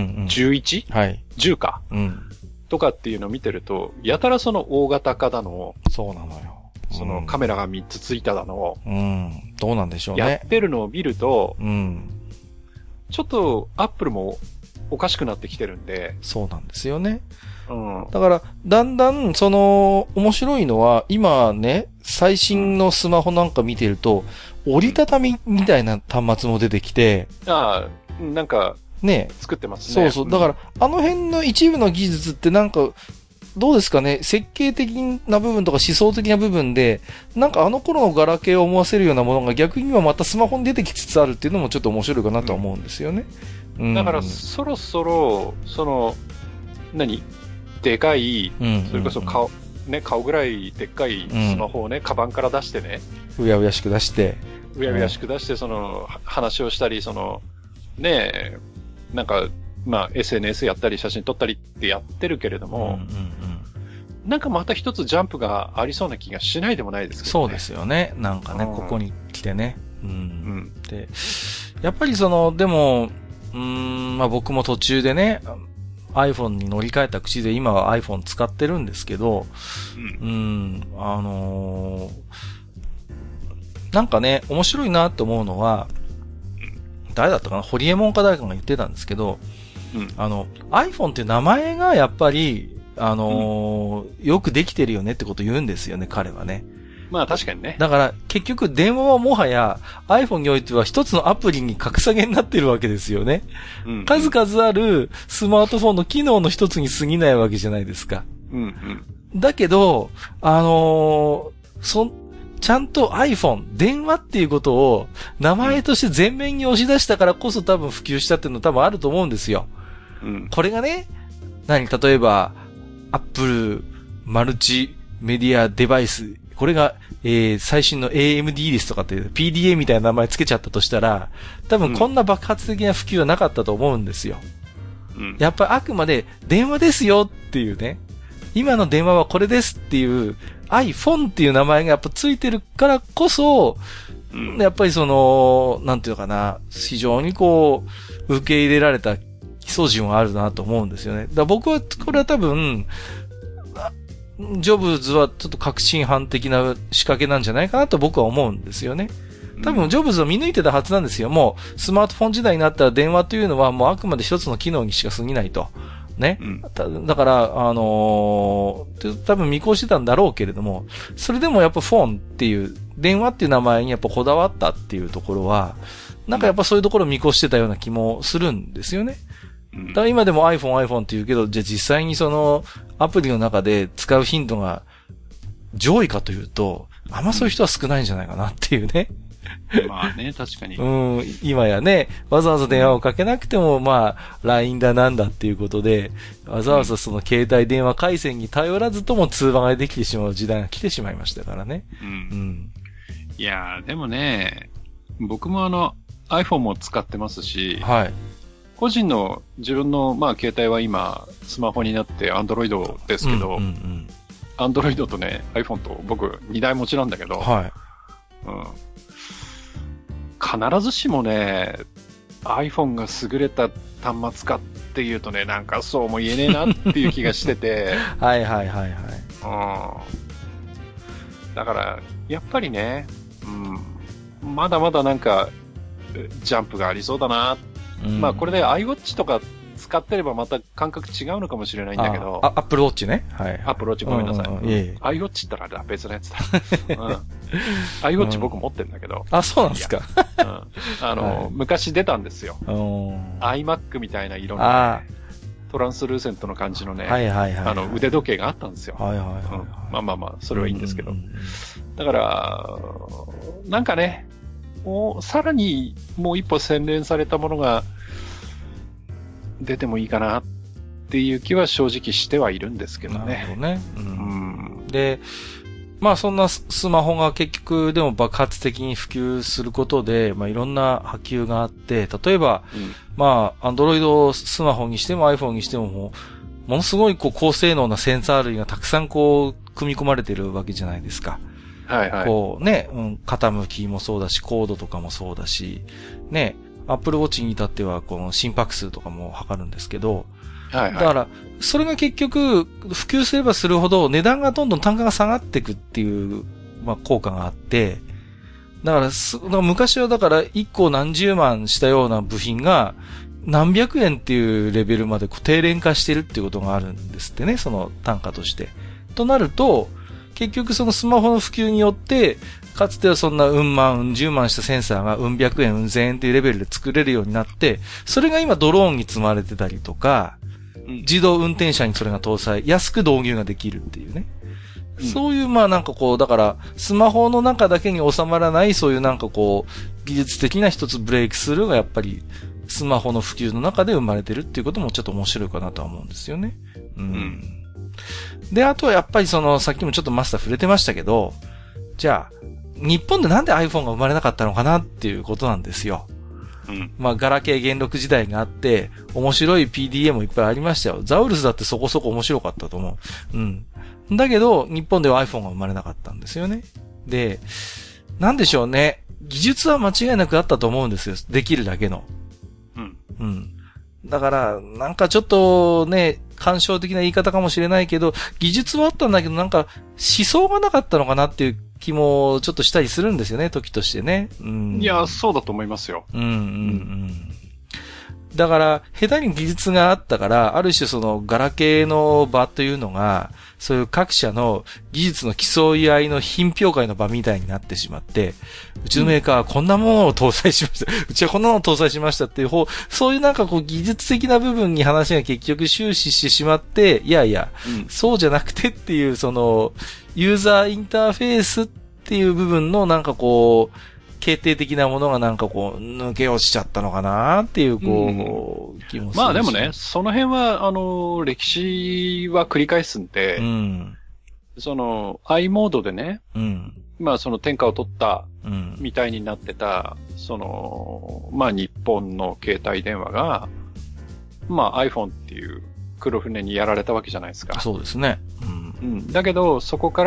11? はい。 10か。とかっていうのを見てると、やたらその大型化だの、 そうなのよ。 そのカメラが3つついただの、 どうなんでしょうね。 やってるのを見ると、ちょっとアップルもおかしくなってきてるんで。 そうなんですよね。だから、だんだん、その、面白いのは、今ね、最新のスマホなんか見てると、折りたたみみたいな端末も出てきて。 なんか、 ね。 作ってますね。 そうそう。だから、あの辺の一部の技術ってなんか、どうですかね、設計的な部分とか思想的な部分で、なんかあの頃のガラケーを思わせるようなものが逆に今またスマホに出てきつつあるっていうのもちょっと面白いかなとは思うんですよね。 だからそろそろ、その、でかい、それこそ顔ぐらいでっかいスマホをね、カバンから出してね。 うやうやしく出して。 その、話をしたり、その、ね、なんか、まあ、SNS やったり写真撮ったりってやってるけれども、なんかまた一つジャンプがありそうな気がしないでもないですけどね。 そうですよね。なんかね、ここに来てね。で、やっぱりその、でも、まあ僕も途中でね、iPhone に乗り換えた口で今は iPhone 使ってるんですけど、なんかね、面白いなって思うのは、誰だったかな、ホリエモンか誰かが言ってたんですけど、iPhone っていう名前がやっぱり、よくできてるよねってことを言うんですよね、彼はね。 まあ確かにね。 だから結局電話はもはや iPhone においては一つのアプリに格下げになってるわけですよね。数々あるスマートフォンの機能の一つに過ぎないわけじゃないですか。だけど、ちゃんと iPhone、電話っていうことを名前として前面に押し出したからこそ多分普及したっていうの多分あると思うんですよ。これがね、例えば、Apple マルチメディアデバイス、これが、最新の AMD ですとかって PDA みたいな名前つけちゃったとしたら、多分こんな爆発的な普及はなかったと思うんですよ。やっぱりあくまで電話ですよっていうね、今の電話はこれですっていう iPhone っていう名前がやっぱついてるからこそ、やっぱりその、なんていうのかな、非常にこう、受け入れられた基礎順はあるなと思うんですよね。だから僕は、これは多分、ジョブズはちょっと革新犯的な仕掛けなんじゃないかなと僕は思うんですよね。多分ジョブズを見抜いてたはずなんですよ。もうスマートフォン時代になったら電話というのはもうあくまで一つの機能にしか過ぎないと。ね。だから、多分見越してたんだろうけれども、それでもやっぱフォンっていう、電話っていう名前にやっぱこだわったっていうところは、なんかやっぱそういうところを見越してたような気もするんですよね。だから今でも iPhone って言うけど、じゃあ実際にそのアプリの中で使う頻度が上位かというと、あんまそういう人は少ないんじゃないかなっていうね。 まあね、確かに。 今やね、わざわざ電話をかけなくても、まあ、LINE だなんだっていうことで、わざわざその携帯電話回線に頼らずとも通話ができてしまう時代が来てしまいましたからね。 いやー、でもね、 僕もiPhone も使ってますし、 はい。 個人の自分の、携帯は今、スマホになって Android ですけど、Android とね、iPhone と僕2台持ちなんだけど、 はい。 必ずしもね、iPhone が優れた端末かっていうとね、なんかそうも言えねえなっていう気がしてて。 はいはいはいはい。 だから、やっぱりね、まだまだなんか、ジャンプがありそうだな。これで iWatch とか使ってればまた感覚違うのかもしれないんだけど。 Apple Watch ね。はい。 Apple Watch ごめんなさい。iWatch ったらあれだ、別のやつだ。iWatch 僕持ってるんだけど。 そうなんですか。 昔出たんですよ。iMac みたいな色の、トランスルーセントの感じのね、腕時計があったんですよ。それはいいんですけど。だから、なんかね、さらにもう一歩洗練されたものが出てもいいかなっていう気は正直してはいるんですけどね。 なるほどね。で、そんなスマホが結局でも爆発的に普及することで、いろんな波及があって、例えば、Android スマホにしても iPhone にしても、ものすごい高性能なセンサー類がたくさん組み込まれてるわけじゃないですか。 はいはい。 傾きもそうだし、高度とかもそうだし、ね、Apple Watch に至っては、この心拍数とかも測るんですけど、だから、それが結局、普及すればするほど、値段がどんどん単価が下がっていくっていう、効果があって、だから昔は1個何十万したような部品が、何百円っていうレベルまで低廉化してるっていうことがあるんですってね、その単価として。となると、結局そのスマホの普及によって、かつてはそんな10万したセンサーが百円、千円っていうレベルで作れるようになって、それが今ドローンに積まれてたりとか、自動運転車にそれが搭載、安く導入ができるっていうね。そういうだから、スマホの中だけに収まらない、そういう技術的な一つブレイクスルーがやっぱり、スマホの普及の中で生まれてるっていうこともちょっと面白いかなとは思うんですよね。で、あとはやっぱりさっきもちょっとマスター触れてましたけど、じゃあ、日本でなんで iPhone が生まれなかったのかなっていうことなんですよ。ガラケー元禄時代があって、面白い PDA もいっぱいありましたよ。ザウルスだってそこそこ面白かったと思う。だけど、日本では iPhone が生まれなかったんですよね。で、なんでしょうね。技術は間違いなくあったと思うんですよ。できるだけの。だから、ちょっとね、感傷的な言い方かもしれないけど、技術はあったんだけど、思想がなかったのかなっていう気もちょっとしたりするんですよね、時としてね。 いや、そうだと思いますよ。 だから、下手に技術があったから、ある種ガラケーの場というのが、そういう各社の技術の競い合いの品評会の場みたいになってしまって、うちのメーカーはこんなものを搭載しました。うちはこんなのを搭載しましたっていうそういう技術的な部分に話が結局終始してしまって、いやいや、そうじゃなくてっていう、ユーザーインターフェースっていう部分の決定的なものが抜け落ちちゃったのかなっていう、気もするし。 でもね、その辺は、歴史は繰り返すんで、i モードでね、天下を取った、みたいになってた、日本の携帯電話が、iPhone っていう黒船にやられたわけじゃないですか。 そうですね。 だけど、そこから、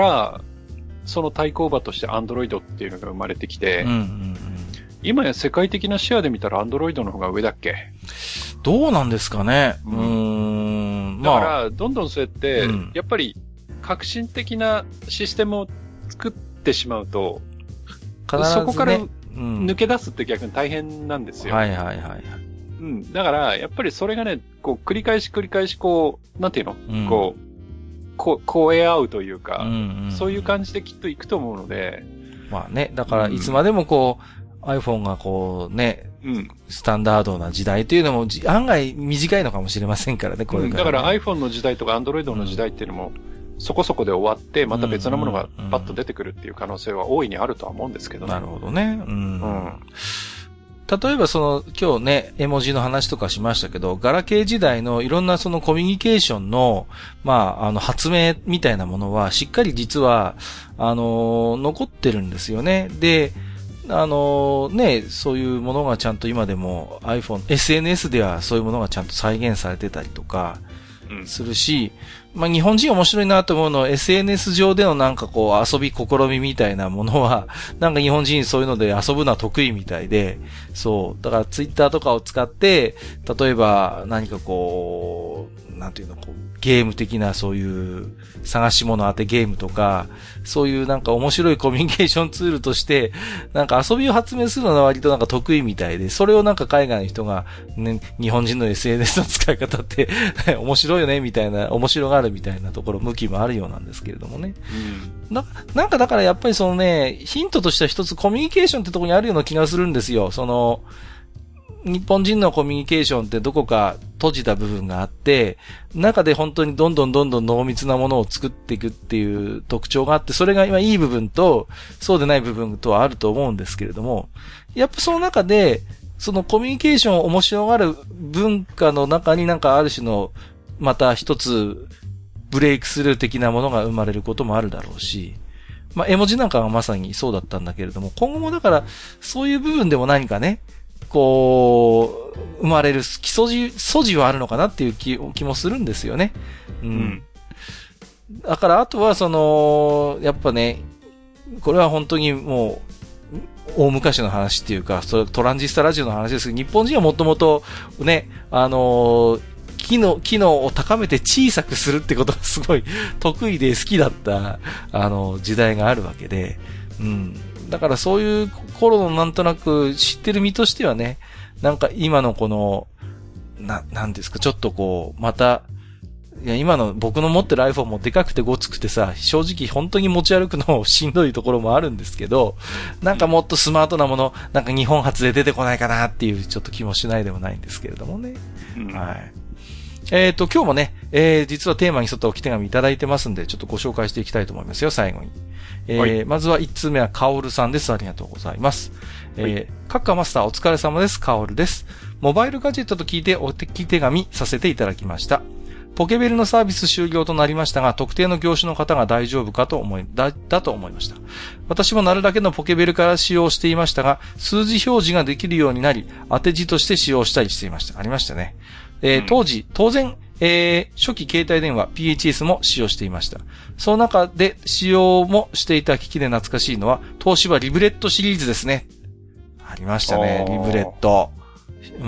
その対抗馬として Android っていうのが生まれてきて、今や世界的なシェアで見たら Android の方が上だっけ？ どうなんですかね。 だから、どんどんそうやって、やっぱり革新的なシステムを作ってしまうと、そこから抜け出すって逆に大変なんですよ。だから、やっぱりそれがね、繰り返し、なんていうの？超え合うというか、そういう感じできっといくと思うので。 だからいつまでもiPhone がスタンダードな時代というのも案外短いのかもしれませんからね、これから、 だから iPhone の時代とか Android の時代っていうのも、そこそこで終わって、また別のものがパッと出てくるっていう可能性は大いにあるとは思うんですけどね。 なるほどね。例えば今日ね、絵文字の話とかしましたけど、ガラケー時代のいろんなコミュニケーションの、発明みたいなものは、しっかり実は、残ってるんですよね。で、 そういうものがちゃんと今でも SNS ではそういうものがちゃんと再現されてたりとかするし、まあ日本人面白いなと思うのは SNS 上でのなんかこう遊び試みみたいなものは、なんか日本人そういうので遊ぶのは得意みたいで、そう。だからツイッターとかを使って、例えば何かこう、なんていうの、こうゲーム的なそういう探し物当てゲームとか、そういうなんか面白いコミュニケーションツールとして、なんか遊びを発明するのは割となんか得意みたいで、それをなんか海外の人が、ね、日本人の SNS の使い方って面白いよねみたいな、面白がるみたいなところ向きもあるようなんですけれどもね。なんかだからやっぱりそのね、ヒントとしては一つコミュニケーションってところにあるような気がするんですよ。日本人のコミュニケーションってどこか閉じた部分があって、中で本当にどんどん濃密なものを作っていくっていう特徴があって、それが今いい部分と、そうでない部分とはあると思うんですけれども、やっぱその中で、そのコミュニケーションを面白がる文化の中になんかある種の、また一つ、ブレイクスルー的なものが生まれることもあるだろうし、まあ絵文字なんかがまさにそうだったんだけれども、今後もだから、そういう部分でも何かね、こう、生まれる素地はあるのかなっていう気もするんですよね。うん。だからあとはやっぱね、これは本当にもう、大昔の話っていうか、トランジスタラジオの話ですけど、日本人はもともとね、機能を高めて小さくするってことがすごい得意で好きだった、時代があるわけで、うん。だからそういう頃のなんとなく知ってる身としてはね、なんか今のこの、なんですか、ちょっとこう、また、いや今の僕の持ってる iPhone もでかくてごつくてさ、正直本当に持ち歩くのしんどいところもあるんですけど、なんかもっとスマートなもの、なんか日本初で出てこないかなっていうちょっと気もしないでもないんですけれどもね。はい。今日もね、実はテーマに沿った置き手紙いただいてますんで、ちょっとご紹介していきたいと思いますよ、最後に。はい、まずは1通目はカオルさんです。ありがとうございます。カッカマスターお疲れ様です。カオルです。モバイルガジェットと聞いて置き手紙させていただきました。ポケベルのサービス終了となりましたが、特定の業種の方が大丈夫かとだと思いました。私もなるだけのポケベルから使用していましたが、数字表示ができるようになり、当て字として使用したりしていました。ありましたね。当時、当然、初期携帯電話 PHS も使用していました。その中で使用もしていた機器で懐かしいのは、東芝リブレットシリーズですね。ありましたね、リブレット。うん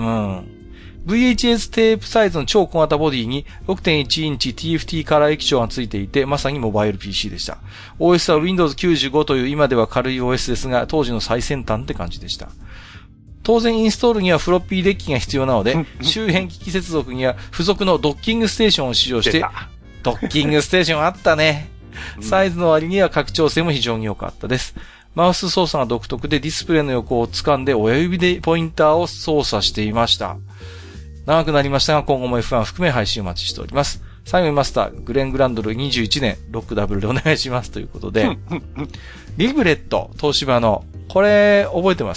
。VHS テープサイズの超小型ボディに 6.1 インチ TFT カラー液晶がついていて、まさにモバイル PC でした。OS は Windows 95という今では軽い OS ですが、当時の最先端って感じでした。当然インストールにはフロッピーデッキが必要なので、周辺機器接続には付属のドッキングステーションを使用して、ドッキングステーションあったね。サイズの割には拡張性も非常に良かったです。マウス操作が独特でディスプレイの横を掴んで親指でポインターを操作していました。長くなりましたが今後も F1 含め配信お待ちしております。最後にマスター、グレン・グランドル21年、6W でお願いしますということで、リブレット、東芝の、これ覚えてます？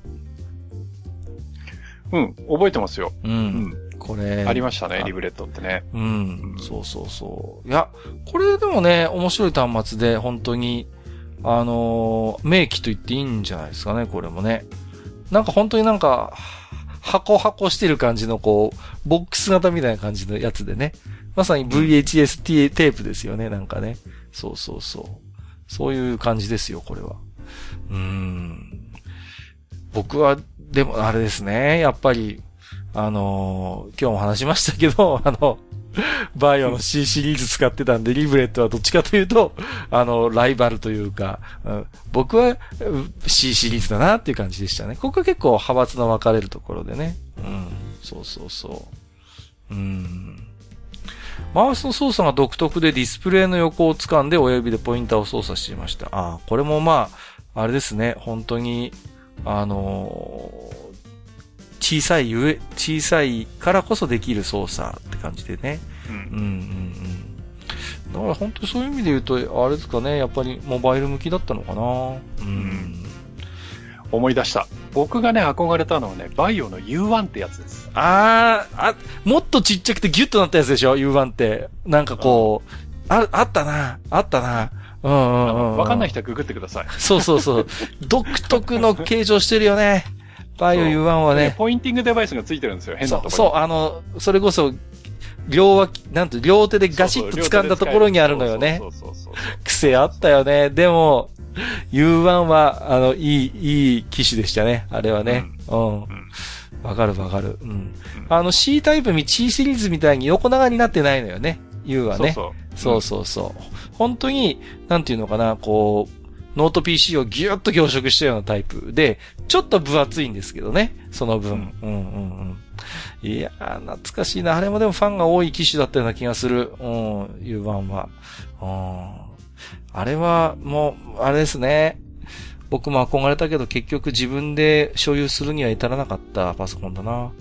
うん、覚えてますよ。 うん。これ。 ありましたね、リブレットってね。 うん。そうそうそう。いや、これでもね、面白い端末で、本当に、名機と言っていいんじゃないですかね、これもね。なんか本当になんか、箱してる感じのこう、ボックス型みたいな感じのやつでね。まさに VHS テープですよね、なんかね。そうそうそう。そういう感じですよ、これは。僕は、でもあれですね、やっぱり、今日も話しましたけど、バイオの C シリーズ使ってたんで、リブレットはどっちかというと、ライバルというか、僕は C シリーズだなっていう感じでしたね。ここは結構派閥の分かれるところでね。そうそうそう。マウスの操作が独特でディスプレイの横を掴んで親指でポインターを操作していました。これもまあ、あれですね、本当に、小さいからこそできる操作って感じでね。だから本当にそういう意味で言うと、あれですかね、やっぱりモバイル向きだったのかな。 思い出した。僕がね、憧れたのはね、バイオの U1 ってやつです。 もっとちっちゃくてギュッとなったやつでしょ ?U1 って。なんかこう、あったな。 わかんない人はググってください。 そうそうそう。独特の形状してるよね。バイオ U1 はね。 ポインティングデバイスがついてるんですよ、変なところに。 そう、それこそ、両手でガシッと掴んだところにあるのよね。癖あったよね。でも、U1 は、いい機種でしたね。あれはね。わかる。C タイプC シリーズみたいに横長になってないのよね。U はね。そう。本当に、なんていうのかな、こう、ノート PC をギュッと凝縮したようなタイプで、ちょっと分厚いんですけどね。その分。いやー、懐かしいな。あれもでもファンが多い機種だったような気がする。U1 は。あれは、もう、あれですね。僕も憧れたけど結局自分で所有するには至らなかったパソコンだな。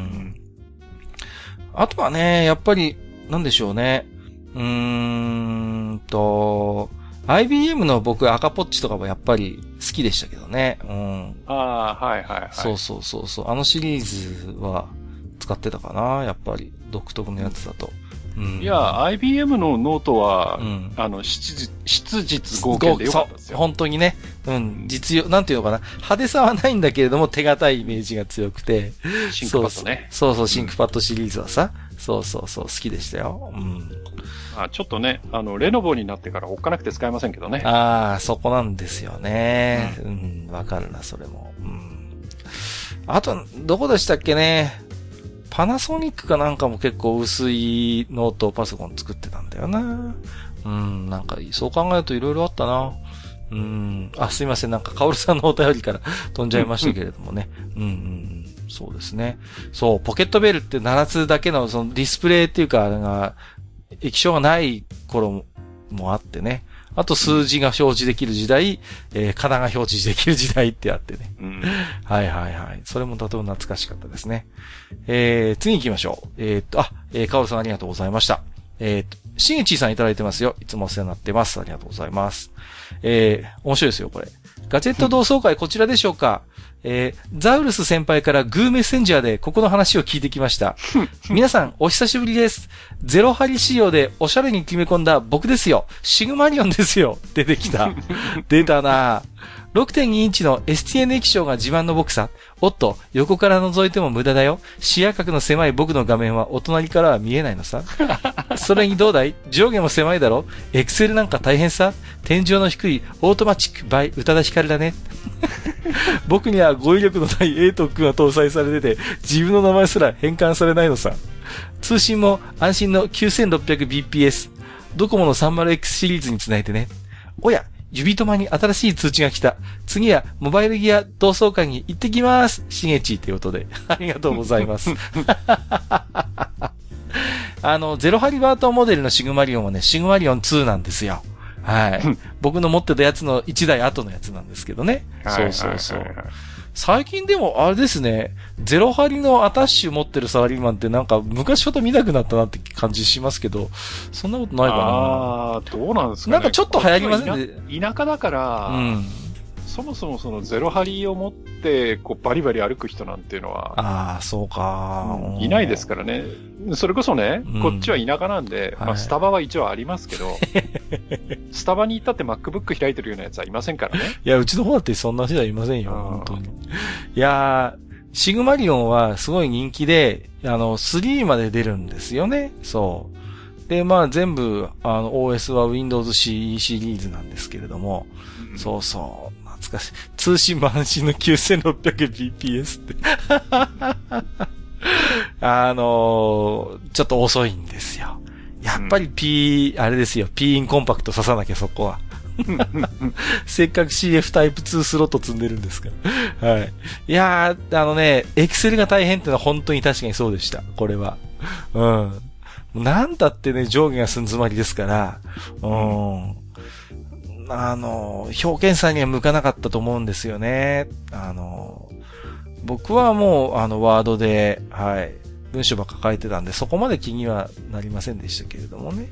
あとはね、やっぱり、なんでしょうね。IBM の僕赤ポッチとかもやっぱり好きでしたけどね。 はい。 そう。あのシリーズは使ってたかな、やっぱり。独特のやつだと。 いや、IBM のノートは、質実合憲でよかったですよ。 本当にね。実用、なんていうのかな。派手さはないんだけれども、手堅いイメージが強くて。 シンクパッドね。 そう、シンクパッドシリーズはさ。そう、好きでしたよ。 ちょっとね、レノボになってからおっかなくて使えませんけどね。 そこなんですよね。わかるな、それも。あと、どこでしたっけね。パナソニックかなんかも結構薄いノートパソコン作ってたんだよな。なんか、そう考えると色々あったな。すいません。なんか、カオルさんのお便りから飛んじゃいましたけれどもね。そうですね。そう、ポケットベルって7つだけのそのディスプレイっていうか、あれが、液晶がない頃もあってね。あと数字が表示できる時代、カナが表示できる時代ってあってね。はい。それもとても懐かしかったですね。次行きましょう。カオルさんありがとうございました。しげちーさんいただいてますよ。いつもお世話になってます。ありがとうございます。面白いですよ、これ。ガジェット同窓会こちらでしょうか？ザウルス先輩からグーメッセンジャーでここの話を聞いてきました。皆さんお久しぶりです。ゼロハリ仕様でおしゃれに決め込んだ僕ですよ。シグマリオンですよ。出てきた。出たな。6.2 インチの STN 液晶が自慢の僕さ。おっと、横から覗いても無駄だよ。視野角の狭い僕の画面はお隣からは見えないのさ。それにどうだい？上下も狭いだろ？エクセルなんか大変さ。天井の低いオートマチック by 宇多田ヒカルだね。僕には語彙力のない A 特訓が搭載されてて、自分の名前すら変換されないのさ。通信も安心の 9600bps。ドコモの 30X シリーズにつないでね。おや、指とまに新しい通知が来た。次はモバイルギア同窓会に行ってきます。しげちということで。ありがとうございます。ゼロハリバートモデルのシグマリオンはね、シグマリオン2なんですよ。はい。僕の持ってたやつの1台後のやつなんですけどね。そう。最近でもあれですね、ゼロハリのアタッシュ持ってるサラリーマンってなんか昔ほど見なくなったなって感じしますけど、そんなことないかな。 どうなんですかね。 なんかちょっと流行りませんね。 田舎だから、そもそもそのゼロハリを持ってこうバリバリ歩く人なんていうのは、 そうか、 いないですからね。それこそね、こっちは田舎なんで、スタバは一応ありますけど、スタバに行ったって MacBook 開いてるようなやつはいませんからね。 いや、うちの方だってそんな人はいませんよ、本当に。いやー、シグマリオンはすごい人気で、3まで出るんですよね。そう。で、全部、OS は Windows C シリーズなんですけれども、そう。懐かしい。通信も安心の 9600bps って。ちょっと遅いんですよ。やっぱりあれですよ。P インコンパクト刺さなきゃそこは。せっかく CF タイプ2スロット積んでるんですから。はい。いやー、エクセルが大変ってのは本当に確かにそうでした。これは。なんだってね、上下が寸詰まりですから、表現さには向かなかったと思うんですよね。僕はもう、ワードで、文章ばっか書いてたんで、そこまで気にはなりませんでしたけれどもね。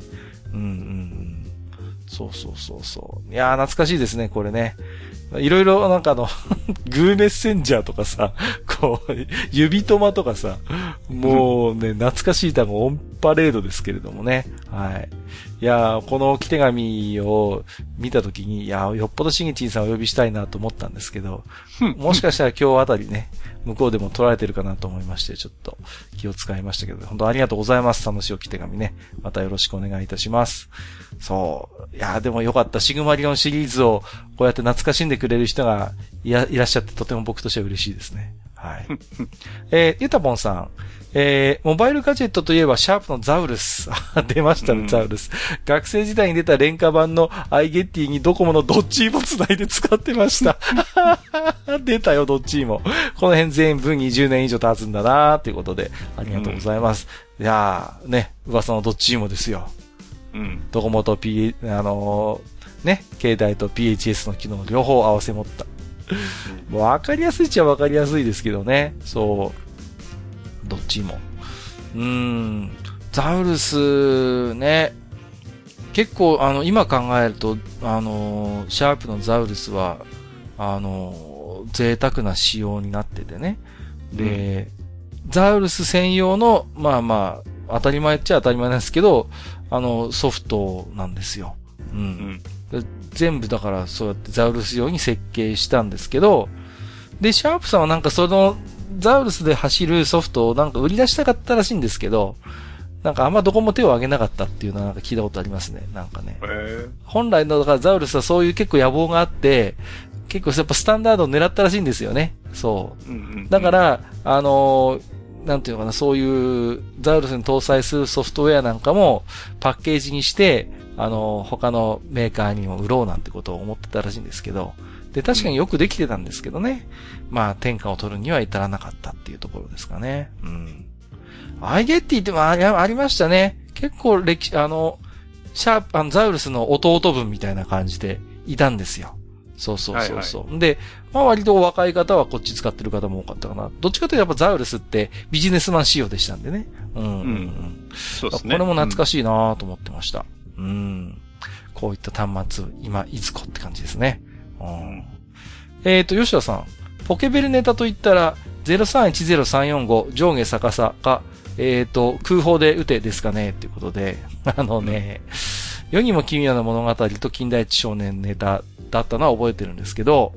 そう。いやー、懐かしいですね、これね。いろいろグーメッセンジャーとかさ、こう、指とまとかさ、 もうね、懐かしい単語オンパレードですけれどもね。はい。いやー、この置き手紙を見たときに、いやー、よっぽどしげちんさんをお呼びしたいなと思ったんですけど、もしかしたら今日あたりね、向こうでも取られてるかなと思いまして、ちょっと気を使いましたけど、本当ありがとうございます。楽しい置き手紙ね。またよろしくお願いいたします。そう。いやー、でもよかった。シグマリオンシリーズをこうやって懐かしんでくれる人がいらっしゃって、とても僕としては嬉しいですね。はい。ゆたぽんさん。モバイルガジェットといえばシャープのザウルス。出ましたね、ザウルス。学生時代に出た廉価版のアイゲッティにドコモのドッチーもつないで使ってました。出たよ、ドッチーも。この辺全部20年以上経つんだなーっていうことで、ありがとうございます。いやー、ね、噂のドッチーもですよ。ドコモと携帯と PHS の機能両方合わせ持った。わかりやすいっちゃわかりやすいですけどね。そう。どっちも。ザウルスね。結構、今考えると、シャープのザウルスは、贅沢な仕様になっててね。で、ザウルス専用の、まあまあ、当たり前っちゃ当たり前なんですけど、ソフトなんですよ。全部だからそうやってザウルス用に設計したんですけど、で、シャープさんはなんかそのザウルスで走るソフトをなんか売り出したかったらしいんですけど、なんかあんまどこも手を挙げなかったっていうのはなんか聞いたことありますね。なんかね。本来のだからザウルスはそういう結構野望があって、結構やっぱスタンダードを狙ったらしいんですよね。そう。だから、なんていうのかな、そういうザウルスに搭載するソフトウェアなんかもパッケージにして、他のメーカーにも売ろうなんてことを思ってたらしいんですけど、で、確かによくできてたんですけどね。まあ、天下を取るには至らなかったっていうところですかね。アイゲッティってもありましたね。結構シャープ、ザウルスの弟分みたいな感じでいたんですよ。そう。で、まあ割と若い方はこっち使ってる方も多かったかな。どっちかというとやっぱザウルスってビジネスマン仕様でしたんでね。そうですね。これも懐かしいなと思ってました。こういった端末、今、いずこって感じですね。吉田さん。ポケベルネタと言ったら、0310345上下逆さか、空砲で撃てですかねっていうことで、世にも奇妙な物語と近代一少年ネタだったのは覚えてるんですけど、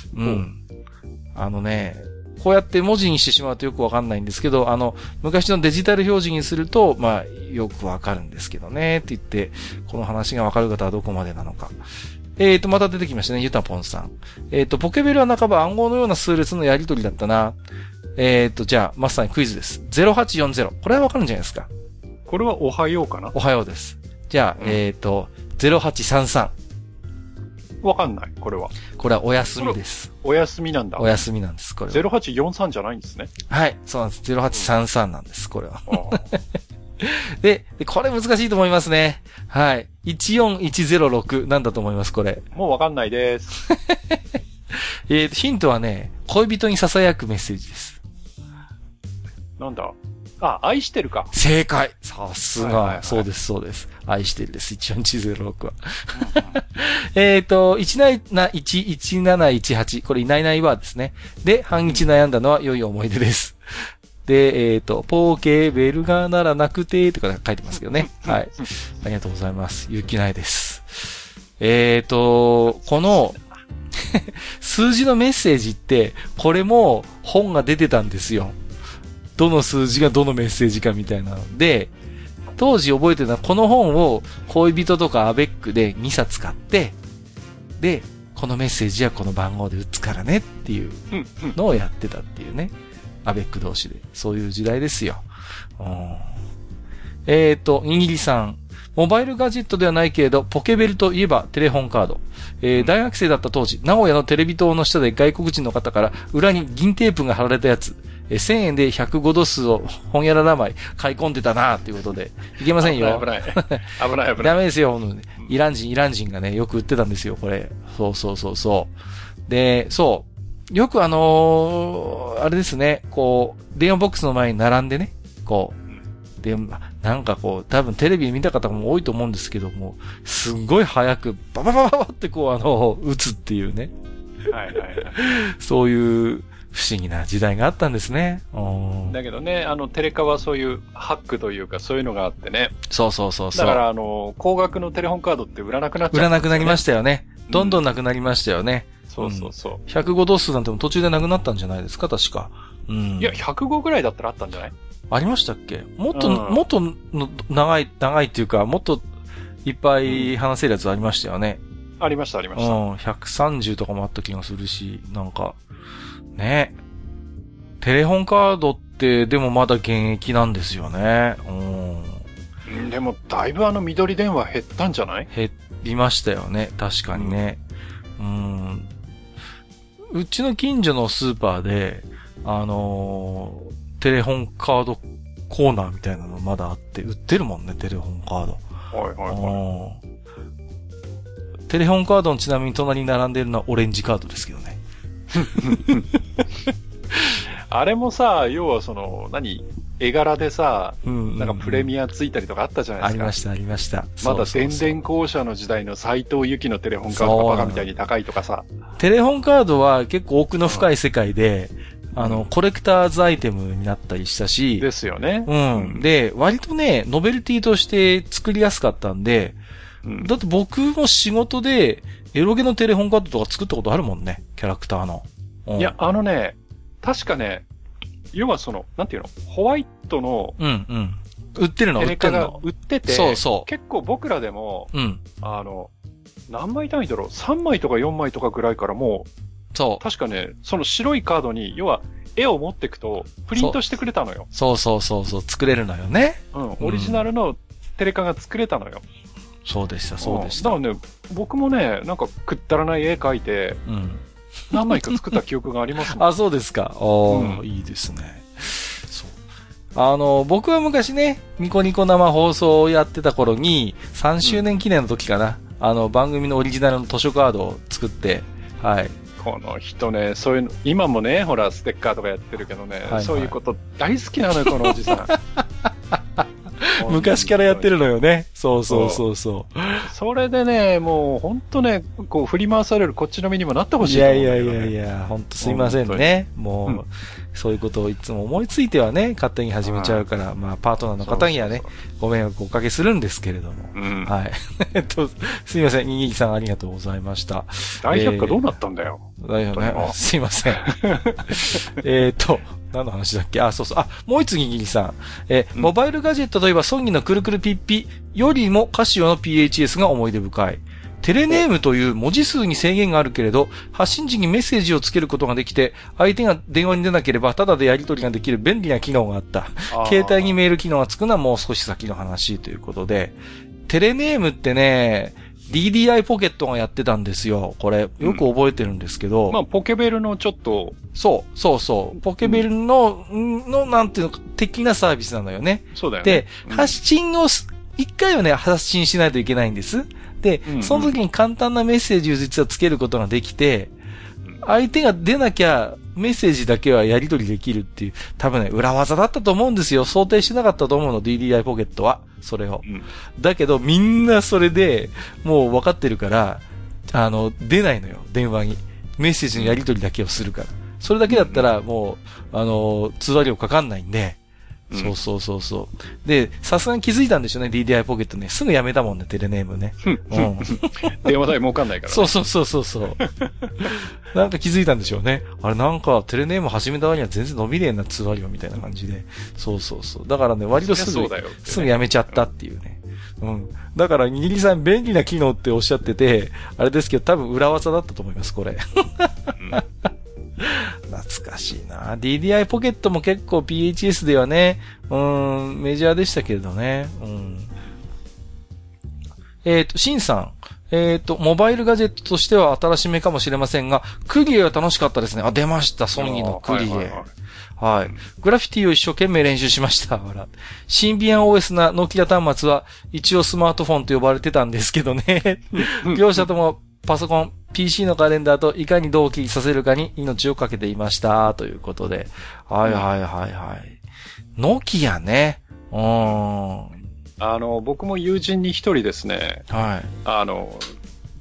こうやって文字にしてしまうとよくわかんないんですけど、昔のデジタル表示にすると、まあ、よくわかるんですけどね、って言って、この話がわかる方はどこまでなのか。また出てきましたね、ゆたぽんさん。ポケベルは半ば暗号のような数列のやりとりだったな。じゃあ、まさにクイズです。0840。これはわかるんじゃないですか。 これはおはようかな？ おはようです。じゃあ、0833。 わかんない、これは。 これはお休みです。 お休みなんだ。 お休みなんです、これは。 0843じゃないんですね。 はい、そうなんです。0833なんです、これは。で、これ難しいと思いますね。はい。14106なんだと思います、これ。 もうわかんないです。 ヒントはね、恋人に囁くメッセージです。 なんだ？愛してるか。 正解。さすが。そうです、そうです。愛してるです。14106は。1718。これいないいないはですね。で、半日悩んだのは良い思い出です。で、ポーケーベルガーならなくて、とか書いてますけどね。はい。ありがとうございます。勇気ないです。この、数字のメッセージって、これも本が出てたんですよ。どの数字がどのメッセージかみたいなので、当時覚えてるのはこの本を恋人とかアベックで2冊買って、で、このメッセージはこの番号で打つからねっていうのをやってたっていうね。アベック同士で。そういう時代ですよ。にぎりさん。モバイルガジェットではないけれど、ポケベルといえばテレホンカード。大学生だった当時、名古屋のテレビ塔の下で外国人の方から裏に銀テープが貼られたやつ。1000円で105度数を本やら名前買い込んでたなということで。いけませんよ。 危ない。危ない。 ダメですよ。イラン人がね、よく売ってたんですよ、これ。そう。で、よくあれですね、こう、電話ボックスの前に並んでね、こう、で、なんかこう、多分テレビ見た方も多いと思うんですけども、すんごい早く、バババババってこう打つっていうね。 はい。 そういう、 不思議な時代があったんですね。 だけどね、テレカはそういうハックというかそういうのがあってね。 そうそうそうそう。 だから高額のテレホンカードって売らなくなっちゃった、 売らなくなりましたよね。どんどんなくなりましたよね。 そうそうそう。 105度数なんても途中でなくなったんじゃないですか、確か。 いや、105ぐらいだったらあったんじゃない？ ありましたっけ？もっとの長いっていうか、もっといっぱい話せるやつありましたよね。 ありました、ありました。 130とかもあった気がするし、なんか、ね。テレホンカードってでもまだ現役なんですよね。 でも、だいぶ緑電話減ったんじゃない？ 減りましたよね。確かにね。うちの近所のスーパーで、テレホンカードコーナーみたいなのまだあって、売ってるもんね、テレホンカード。 はいはいはい。 テレホンカードのちなみに隣に並んでるのはオレンジカードですけどね。 あれもさ、要は絵柄でさ、なんかプレミアついたりとかあったじゃないですか。 ありました、ありました。 まだ電電公社の時代の斎藤由貴のテレホンカードがバカみたいに高いとかさ。 テレホンカードは結構奥の深い世界で、コレクターズアイテムになったりしたし。 ですよね。 で、割とね、ノベルティとして作りやすかったんで、だって僕も仕事でエロゲのテレホンカードとか作ったことあるもんね、キャラクターの。 いや、確かね、要はなんていうの、ホワイトの、 売ってるの、 テレカが売ってて、 そうそう。 結構僕らでも、何枚単位だろう、3枚とか4枚とかぐらいからもう、 そう。 確かね、その白いカードに、要は、絵を持っていくと、プリントしてくれたのよ。 そう、作れるのよね。 オリジナルのテレカが作れたのよ。 そうでした、そうでした。 だからね、僕もね、なんかくったらない絵描いて、何枚か作った記憶がありますもん。 あ、そうですか。いいですね。そう。僕は昔ね、ニコニコ生放送をやってた頃に、3周年記念の時かな。番組のオリジナルの図書カードを作って、はい。 この人ね、そういうの、今もね、ほら、ステッカーとかやってるけどね、そういうこと大好きなのよ、このおじさん。 昔からやってるのよね。そう。それでね、もうほんとね、こう振り回されるこっちの身にもなってほしいと思うんだけどね。いや、ほんとすいませんね。もう、そういうことをいつも思いついてはね、勝手に始めちゃうから、まあ、パートナーの方にはね、ご迷惑をおかけするんですけれども。はい。すいません、にぎりさんありがとうございました。 大百科どうなったんだよ。 すいません。何の話だっけ？そうそう。もう一つにぎりさん。モバイルガジェットといえばソニーのくるくるピッピよりもカシオの PHS が思い出深い。テレネームという文字数に制限があるけれど、発信時にメッセージをつけることができて、相手が電話に出なければタダでやり取りができる便利な機能があった。携帯にメール機能がつくのはもう少し先の話ということで、テレネームってね、DDI ポケットがやってたんですよ。これ、よく覚えてるんですけど。 まあ、ポケベルのちょっと。 そう。ポケベルの、なんていうの、的なサービスなのよね。 そうだよね。で、発信を、一回はね、発信しないといけないんです。で、その時に簡単なメッセージを実はつけることができて、相手が出なきゃ、メッセージだけはやり取りできるっていう、多分ね、裏技だったと思うんですよ。想定してなかったと思うの、DDI ポケットは。それを。だけど、みんなそれで、もう分かってるから、出ないのよ、電話に。メッセージのやり取りだけをするから。それだけだったら、もう、通話料かかんないんで、そう。で、さすがに気づいたんでしょうね、DDI ポケットね。すぐやめたもんね、テレネームね。 電話代儲かんないから、 ね。そう。なんか気づいたんでしょうね。あれなんかテレネーム始めた割には全然伸びねえな、通話料みたいな感じで。そう。だからね、割とすぐやめちゃったっていうね。だから、にぎりさん便利な機能っておっしゃってて、あれですけど多分裏技だったと思います、これ。懐かしいな。DDI ポケットも結構 PHS ではね、メジャーでしたけれどね。シンさん。モバイルガジェットとしては新しめかもしれませんが、クリエは楽しかったですね。出ました、ソニーのクリエ。はい。グラフィティを一生懸命練習しました。シンビアン OS なノキア端末は一応スマートフォンと呼ばれてたんですけどね。両者ともパソコン、PC のカレンダーといかに同期させるかに命をかけていました。ということで。はい。ノキアね。 僕も友人に一人ですね。 はい。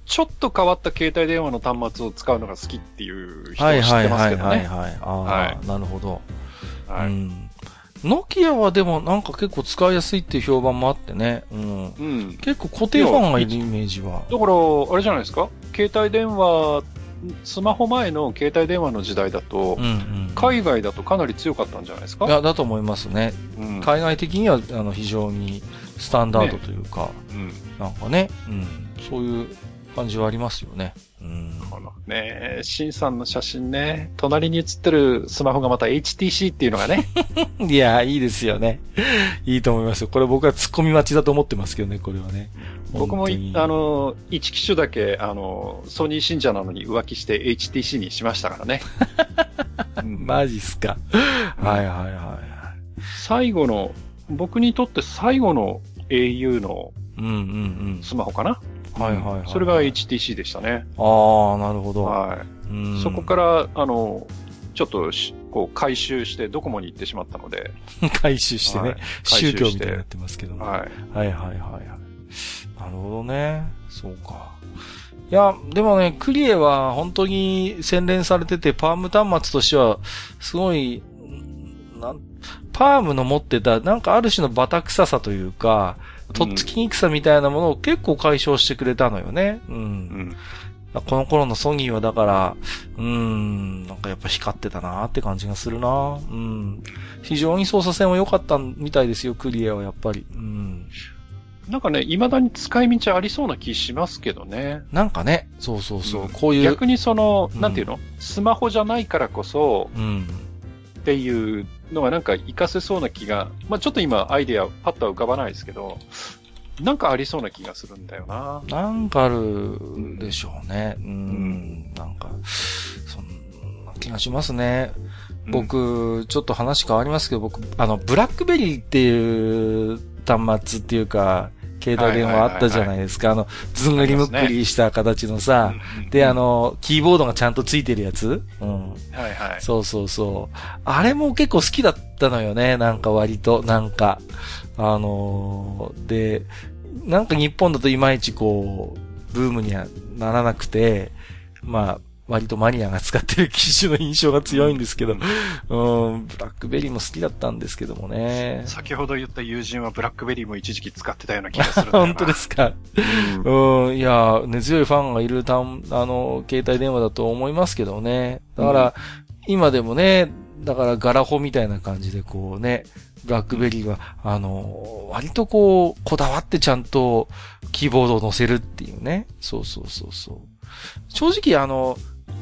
ちょっと変わった携帯電話の端末を使うのが好きっていう人を知ってますけどね。 はい。はい。なるほど。 はい。 ノキアはでもなんか結構使いやすいっていう評判もあってね。結構固定ファンがいるイメージは。 だから、あれじゃないですか？携帯電話、スマホ前の携帯電話の時代だと、海外だとかなり強かったんじゃないですか？ いや、だと思いますね。海外的には非常にスタンダードというか、なんかね、そういう感じはありますよね。 このね、シンさんの写真ね、隣に写ってるスマホがまた HTC っていうのがね。 いや、いいですよね。いいと思いますよ。これ僕は突っ込み待ちだと思ってますけどね、これはね。 僕も一機種だけ、ソニー信者なのに浮気して HTC にしましたからね。 マジっすか。はい。 最後の、僕にとって最後の au のスマホかな。はい。それが HTC でしたね。 ああ、なるほど。 はい。そこから、ちょっと、こう、回収してドコモに行ってしまったので。 回収してね。宗教みたいになってますけども。 はい。 なるほどね。そうか。いや、でもね、クリエは本当に洗練されてて、パーム端末としては、すごい、パームの持ってた、なんかある種のバタ臭さというか、とっつきにくさみたいなものを結構解消してくれたのよね。この頃のソニーはだから、なんかやっぱ光ってたなーって感じがするな。非常に操作性も良かったみたいですよ、クリエはやっぱり。 なんかね、未だに使い道ありそうな気しますけどね。 なんかね、そう、こういう。 逆になんていうの？スマホじゃないからこそ、っていうのがなんか活かせそうな気が、まあちょっと今アイデアパッとは浮かばないですけど、なんかありそうな気がするんだよな。 なんかあるでしょうね。なんか、そんな気がしますね。僕、ちょっと話変わりますけど、僕、ブラックベリーっていう端末っていうか、携帯電話あったじゃないですか。ずんぐりむっくりした形のさ、で、キーボードがちゃんとついてるやつそう。あれも結構好きだったのよね、なんか割と、なんか。で、なんか日本だといまいちこう、ブームにはならなくて、まあ、割とマニアが使ってる機種の印象が強いんですけど、ブラックベリーも好きだったんですけどもね。 先ほど言った友人はブラックベリーも一時期使ってたような気がするんだよな。 本当ですか。いや、根強いファンがいる携帯電話だと思いますけどね。だから、今でもね、だからガラホみたいな感じでこうね、ブラックベリーは、割とこう、こだわってちゃんとキーボードを載せるっていうね。そう。正直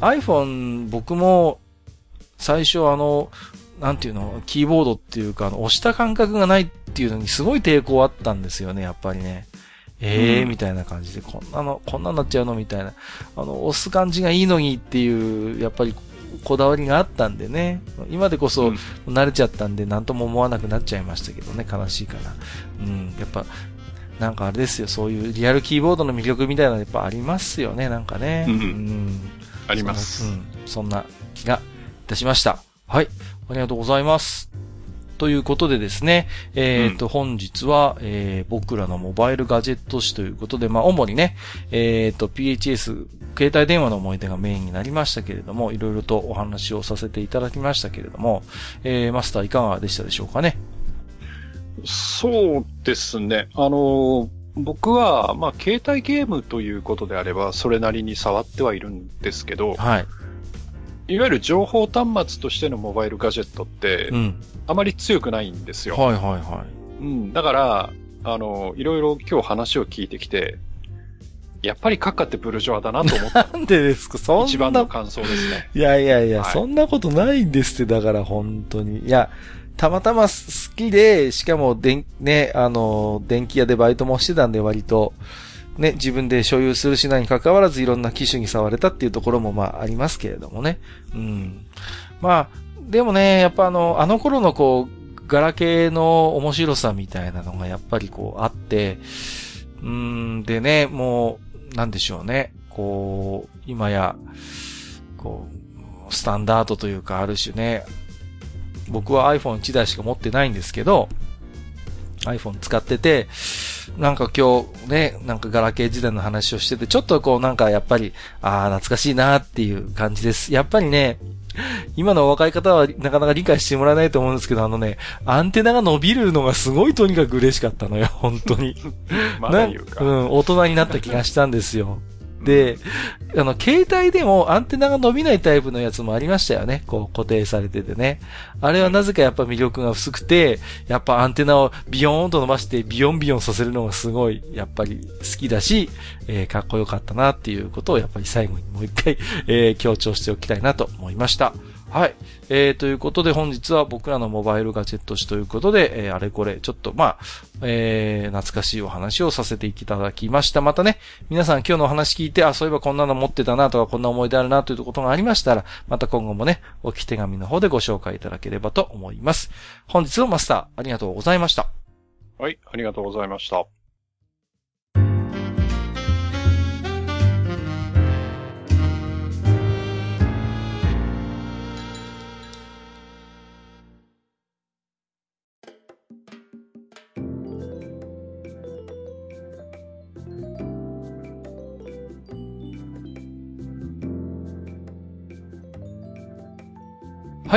iPhone 僕も最初なんていうの、キーボードっていうか押した感覚がないっていうのにすごい抵抗あったんですよね、やっぱりね。みたいな感じで、こんなんなっちゃうのみたいな。押す感じがいいのにっていう、やっぱりこだわりがあったんでね。今でこそ慣れちゃったんで何とも思わなくなっちゃいましたけどね、悲しいかな。やっぱ、なんかあれですよ、そういうリアルキーボードの魅力みたいなのやっぱありますよね、なんかね。 あります。 そんな気がいたしました。はい。ありがとうございます。ということでですね、本日は、僕らのモバイルガジェット誌ということで、まあ、主にね、PHS、携帯電話の思い出がメインになりましたけれども、いろいろとお話をさせていただきましたけれども、マスターいかがでしたでしょうかね。 そうですね。僕は、まあ、携帯ゲームということであれば、それなりに触ってはいるんですけど、 はい。 いわゆる情報端末としてのモバイルガジェットって、あまり強くないんですよ。だから、いろいろ今日話を聞いてきて、やっぱりカッカってブルジョアだなと思った。 なんでですか？そんな。 一番の感想ですね。 いや、そんなことないんですって、だから本当に。いや、たまたま好きで、しかも電気屋でバイトもしてたんで割と、ね、自分で所有するしないに関わらずいろんな機種に触れたっていうところもまあありますけれどもね。まあ、でもね、やっぱあの頃のこう、ガラケーの面白さみたいなのがやっぱりこうあって、でね、もう、なんでしょうね。こう、今や、こう、スタンダードというかある種ね、僕は iPhone 1台しか持ってないんですけど、iPhone 使ってて、 なんか今日ね、なんかガラケー時代の話をしてて、ちょっとこうなんかやっぱり、懐かしいなっていう感じです。やっぱりね、今の若い方はなかなか理解してもらえないと思うんですけど、アンテナが伸びるのがすごいとにかく嬉しかったのよ、本当に。 まだ言うか。 大人になった気がしたんですよ。で、携帯でもアンテナが伸びないタイプのやつもありましたよね。こう固定されててね。あれはなぜかやっぱ魅力が薄くて、やっぱアンテナをビヨーンと伸ばしてビヨンビヨンさせるのがすごい、やっぱり好きだし、かっこよかったなっていうことをやっぱり最後にもう一回、強調しておきたいなと思いました。はい。ということで本日は僕らのモバイルガジェット誌ということで、あれこれ、ちょっと懐かしいお話をさせていただきました。またね、皆さん今日のお話聞いて、そういえばこんなの持ってたなとか、こんな思い出あるなということがありましたら、また今後もね、置き手紙の方でご紹介いただければと思います。本日のマスター、ありがとうございました。 はい、ありがとうございました。 はい、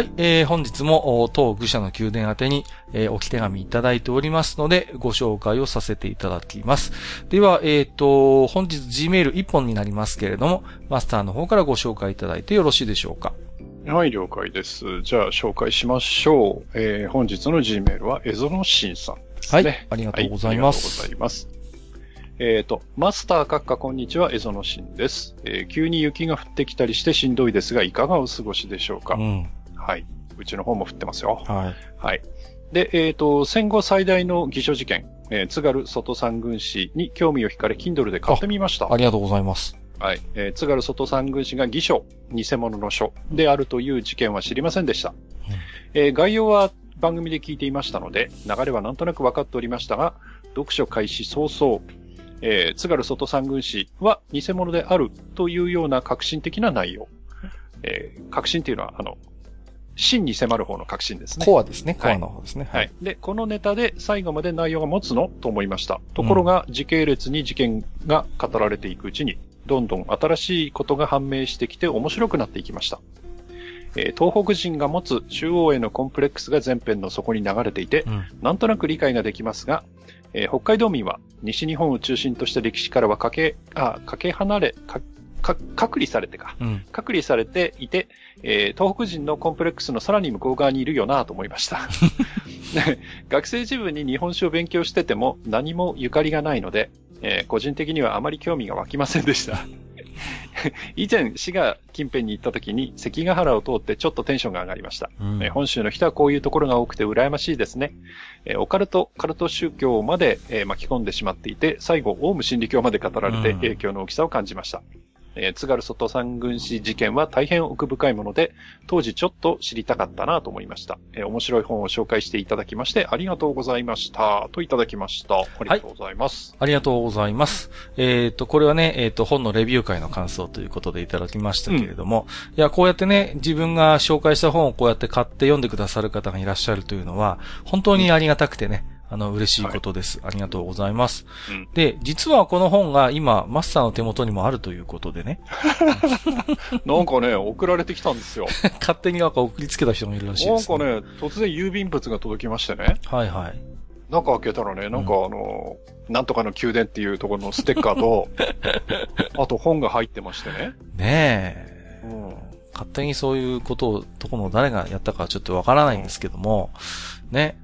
本日も当愚者の宮殿宛てに、置き手紙いただいておりますので、ご紹介をさせていただきます。では、本日 Gmail 1本になりますけれども、マスターの方からご紹介いただいてよろしいでしょうか。 はい、了解です。じゃあ、紹介しましょう。本日の Gmail は、エゾノシンさんですね。 はい、ありがとうございます。 はい、ありがとうございます。マスター閣下こんにちは、エゾノシンです。急に雪が降ってきたりしてしんどいですが、いかがお過ごしでしょうか。はい。うちの方も降ってますよ。 はい。 はい。で、戦後最大の偽書事件、津軽外三軍史に興味を惹かれ、Kindle で買ってみました。 ありがとうございます。 はい。津軽外三軍史が偽書、偽物の書であるという事件は知りませんでした。概要は番組で聞いていましたので、流れはなんとなく分かっておりましたが、読書開始早々、津軽外三軍史は偽物であるというような革新的な内容。革新っていうのは、真に迫る方の革新ですね。 コアですね。コアの方ですね。 はい。で、このネタで最後まで内容が持つのと思いました。ところが、時系列に事件が語られていくうちに、どんどん新しいことが判明してきて面白くなっていきました。東北人が持つ中央へのコンプレックスが前編の底に流れていて、なんとなく理解ができますが、北海道民は西日本を中心とした歴史からはかけ離れ、隔離されて隔離されていて、東北人のコンプレックスのさらに向こう側にいるよなと思いました。学生自分に日本史を勉強してても何もゆかりがないので、個人的にはあまり興味が湧きませんでした。以前、滋賀近辺に行った時に関ヶ原を通ってちょっとテンションが上がりました。本州の人はこういうところが多くて羨ましいですね。オカルト、カルト宗教まで、巻き込んでしまっていて、最後、オウム真理教まで語られて影響の大きさを感じました。津軽外三軍史事件は大変奥深いもので、当時ちょっと知りたかったなと思いました。面白い本を紹介していただきましてありがとうございました。といただきました。ありがとうございます。 はい、ありがとうございます。これはね、本のレビュー会の感想ということでいただきましたけれども、いや、こうやってね、自分が紹介した本をこうやって買って読んでくださる方がいらっしゃるというのは、本当にありがたくてね、嬉しいことです。ありがとうございます。で、実はこの本が今、マスターの手元にもあるということでね。 なんかね、送られてきたんですよ。 勝手になんか送りつけた人もいるらしいです、 ね。なんかね、突然郵便物が届きましてね。 はいはい。 中開けたらね、なんかなんとかの宮殿っていうところのステッカーと、あと本が入ってましてね。 ねえ。勝手にそういうことを、どこの誰がやったかちょっとわからないんですけども、ね。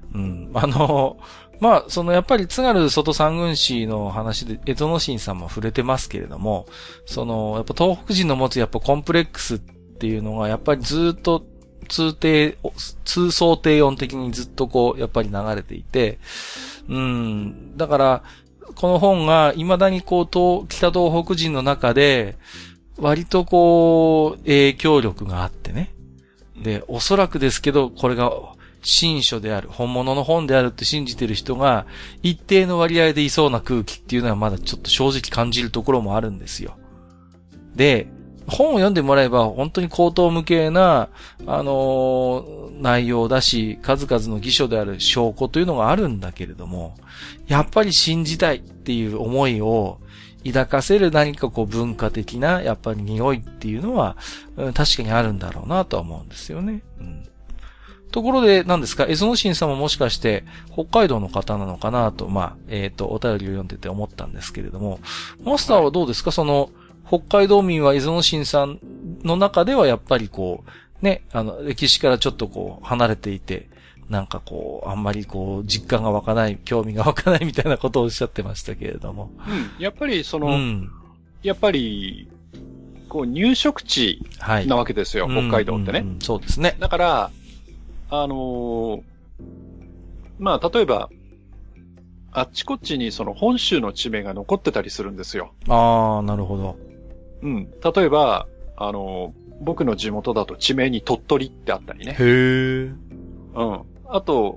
やっぱり津軽外三軍史の話で、エゾノシンさんも触れてますけれども、やっぱ東北人の持つやっぱコンプレックスっていうのが、やっぱりずっと通奏低音的にずっとこう、やっぱり流れていて、だから、この本が未だにこう、北東北人の中で、割とこう、影響力があってね。で、おそらくですけど、これが、新書である、本物の本であるって信じてる人が、一定の割合でいそうな空気っていうのはまだちょっと正直感じるところもあるんですよ。で、 本を読んでもらえば本当に高等無形な、内容だし、数々の義書である証拠というのがあるんだけれども、やっぱり信じたいっていう思いを抱かせる何かこう文化的な、やっぱり匂いっていうのは、確かにあるんだろうなとは思うんですよね。うん、ところで、何ですか、エゾノシンさんももしかして、北海道の方なのかなと、お便りを読んでて思ったんですけれども、マスターはどうですか、その、北海道民はエゾノシンさんの中ではやっぱりこう、ね、歴史からちょっとこう、離れていて、なんかこう、あんまりこう、実感が湧かない、興味が湧かないみたいなことをおっしゃってましたけれども。 やっぱりやっぱり、こう、入植地なわけですよ、北海道ってね。 そうですね。 だから、例えば、あっちこっちにその本州の地名が残ってたりするんですよ。 ああ、なるほど。 例えば、僕の地元だと地名に鳥取ってあったりね。 へえ。 あと、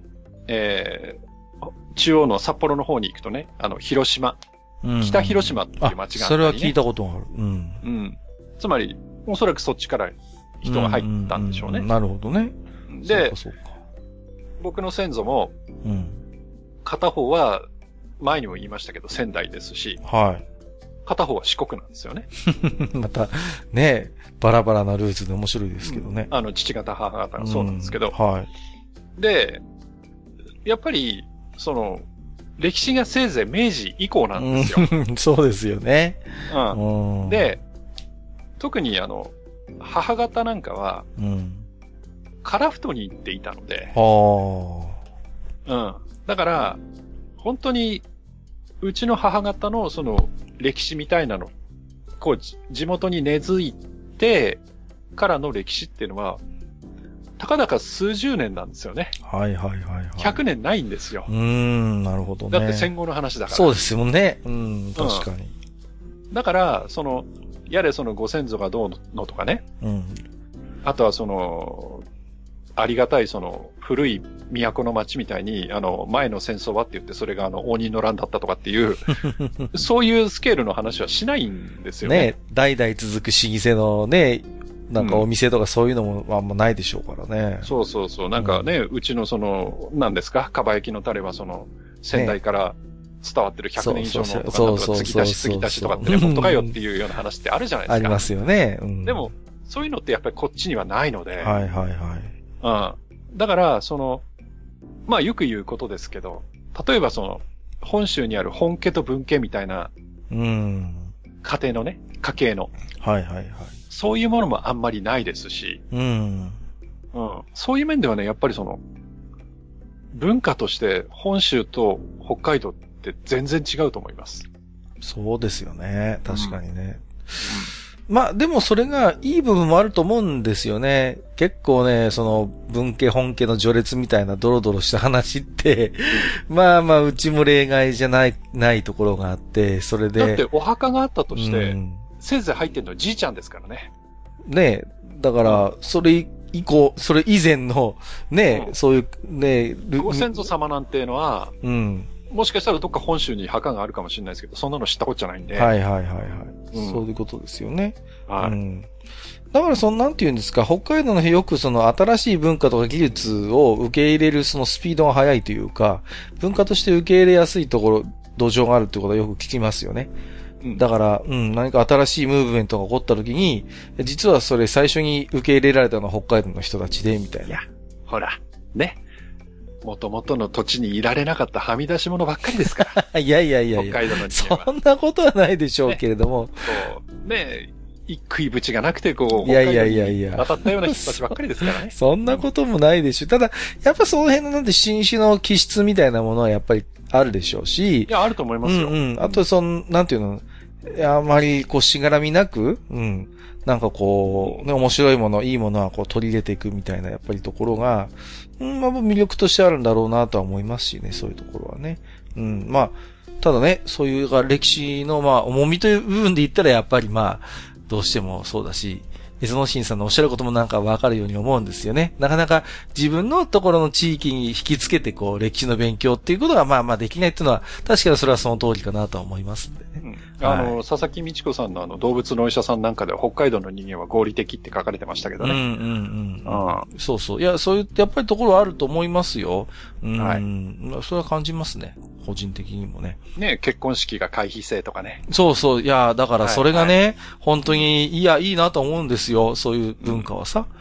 中央の札幌の方に行くとね、広島。北広島っていう町があったり、ね。 それは聞いたことがある。 つまり、おそらくそっちから人が入ったんでしょうね。 なるほどね。 で、僕の先祖も、片方は、前にも言いましたけど、仙台ですし、片方は四国なんですよね。 また、ね、バラバラなルーツで面白いですけどね。 父方、母方がそうなんですけど、で、やっぱり、歴史がせいぜい明治以降なんですよ。 そうですよね。 で、特に母方なんかは、樺太に行っていたので、だから、本当に、うちの母方の歴史みたいなの、こう、地元に根付いてからの歴史っていうのは、たかだか数十年なんですよね。100年ないんですよ。 なるほどね。 だって戦後の話だから。 そうですよね。確かに。 だから、やれご先祖がどうのとかね。あとはありがたい古い都の町みたいに、前の戦争はって言って、それが応仁の乱だったとかっていう、そういうスケールの話はしないんですよね。 ね、代々続く老舗のね、なんかお店とかそういうのもあんまないでしょうからね。 そう。なんかね、うちの何ですか、かば焼きのタレは先代から伝わってる100年以上のとか、なんとか継ぎ足し継ぎ足しとかってね、本当かよっていうような話ってあるじゃないですか。 ありますよね。 でも、そういうのってやっぱりこっちにはないので。だから、よく言うことですけど、例えば本州にある本家と分家みたいな、家庭のね、家系の。そういうものもあんまりないですし、そういう面ではね、やっぱり文化として本州と北海道って全然違うと思います。 そうですよね。確かにね。でもそれがいい部分もあると思うんですよね。結構ね、文家本家の序列みたいなドロドロした話って、うちも例外じゃないところがあって、それで。 だってお墓があったとして、せいぜい入ってるのはじいちゃんですからね。 ねえ、だから、それ以前の、ね、そういう、ね、 ご先祖様なんていうのは、もしかしたらどっか本州に墓があるかもしれないですけど、そんなの知ったことじゃないんで。 そういうことですよね。だからなんていうんですか、北海道のよく新しい文化とか技術を受け入れるスピードが速いというか、文化として受け入れやすい土壌があるってことはよく聞きますよね。だから、何か新しいムーブメントが起こった時に、実はそれ最初に受け入れられたのは北海道の人たちで、みたいな。 いや、ほら、ね。元々の土地にいられなかったはみ出し物ばっかりですから。 いや。 北海道の人間は。そんなことはないでしょうけれども。 食いぶちがなくて、北海道に当たったような人たちばっかりですからね。 そんなこともないでしょう。ただ、やっぱその辺の新種の気質みたいなものはやっぱりあるでしょうし。 いや、あると思いますよ。 あと、なんていうの、あまりしがらみなく、なんか面白いもの、いいものは取り入れていくみたいな、やっぱりところが、魅力としてあるんだろうなとは思いますしね、そういうところはね。ただね、そういう歴史の重みという部分で言ったらやっぱりどうしてもそうだし、 そのしんさんのおっしゃることもなんかわかるように思うんですよね。なかなか自分のところの地域に引きつけてこう歴史の勉強っていうことがまあまあできないっていうのは確かにそれはその通りかなとは思いますんでね。 佐々木美智子さんの動物のお医者さんなんかでは北海道の人間は合理的って書かれてましたけどね。 そうそう。いや、そういうやっぱりところあると思いますよ。はい。それは感じますね。個人的にもね。 ね、結婚式が回避制とかね。 そうそう。いや、だからそれがね、本当に、いいなと思うんですよ。そういう文化はさ。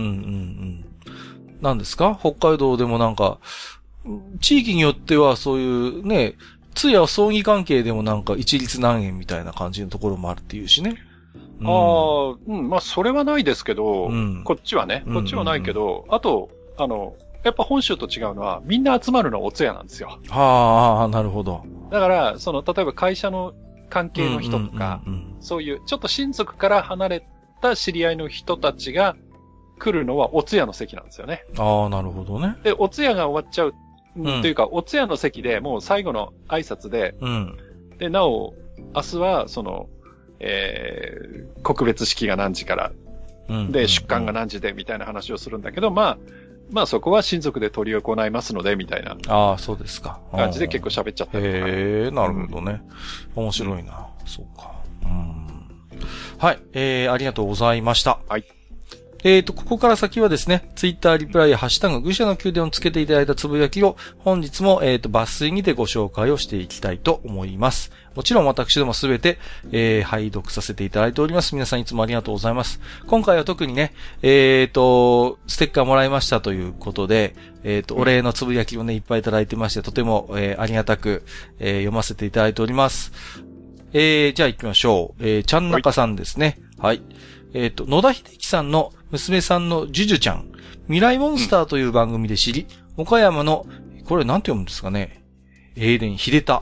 何ですか？北海道でもなんか、地域によってはそういうね、通夜葬儀関係でもなんか一律何円みたいな感じのところもあるっていうしね。 まあ、それはないですけど、こっちはね、こっちはないけど、あと、やっぱ本州と違うのは、みんな集まるのはお通夜なんですよ。 なるほど。 だから、例えば会社の関係の人とか、そういう、ちょっと親族から離れた知り合いの人たちが来るのはお通夜の席なんですよね。 なるほどね。 で、お通夜が終わっちゃう、というか、お通夜の席でもう最後の挨拶で、で、なお、明日は、告別式が何時から、で、出棺が何時で、みたいな話をするんだけど、まあそこは親族で執り行いますので、みたいな。 そうですか。 感じで結構喋っちゃったりとか。 なるほどね。面白いな。そうか。はい。ありがとうございました。 はい。 ここから先はですね、ツイッターリプライやハッシュタグ愚者の宮殿をつけていただいたつぶやきを本日も抜粋にてご紹介をしていきたいと思います。もちろん私どもすべて、拝読させていただいております。皆さんいつもありがとうございます。今回は特にね、ステッカーもらいましたということで、お礼のつぶやきをね、いっぱいいただいてまして、とても、ありがたく、読ませていただいております。じゃあ行きましょう。ちゃんなかさんですね。はい。野田秀樹さんの娘さんのジュジュちゃん、未来モンスターという番組で知り、岡山の、これなんて読むんですかね。秀田。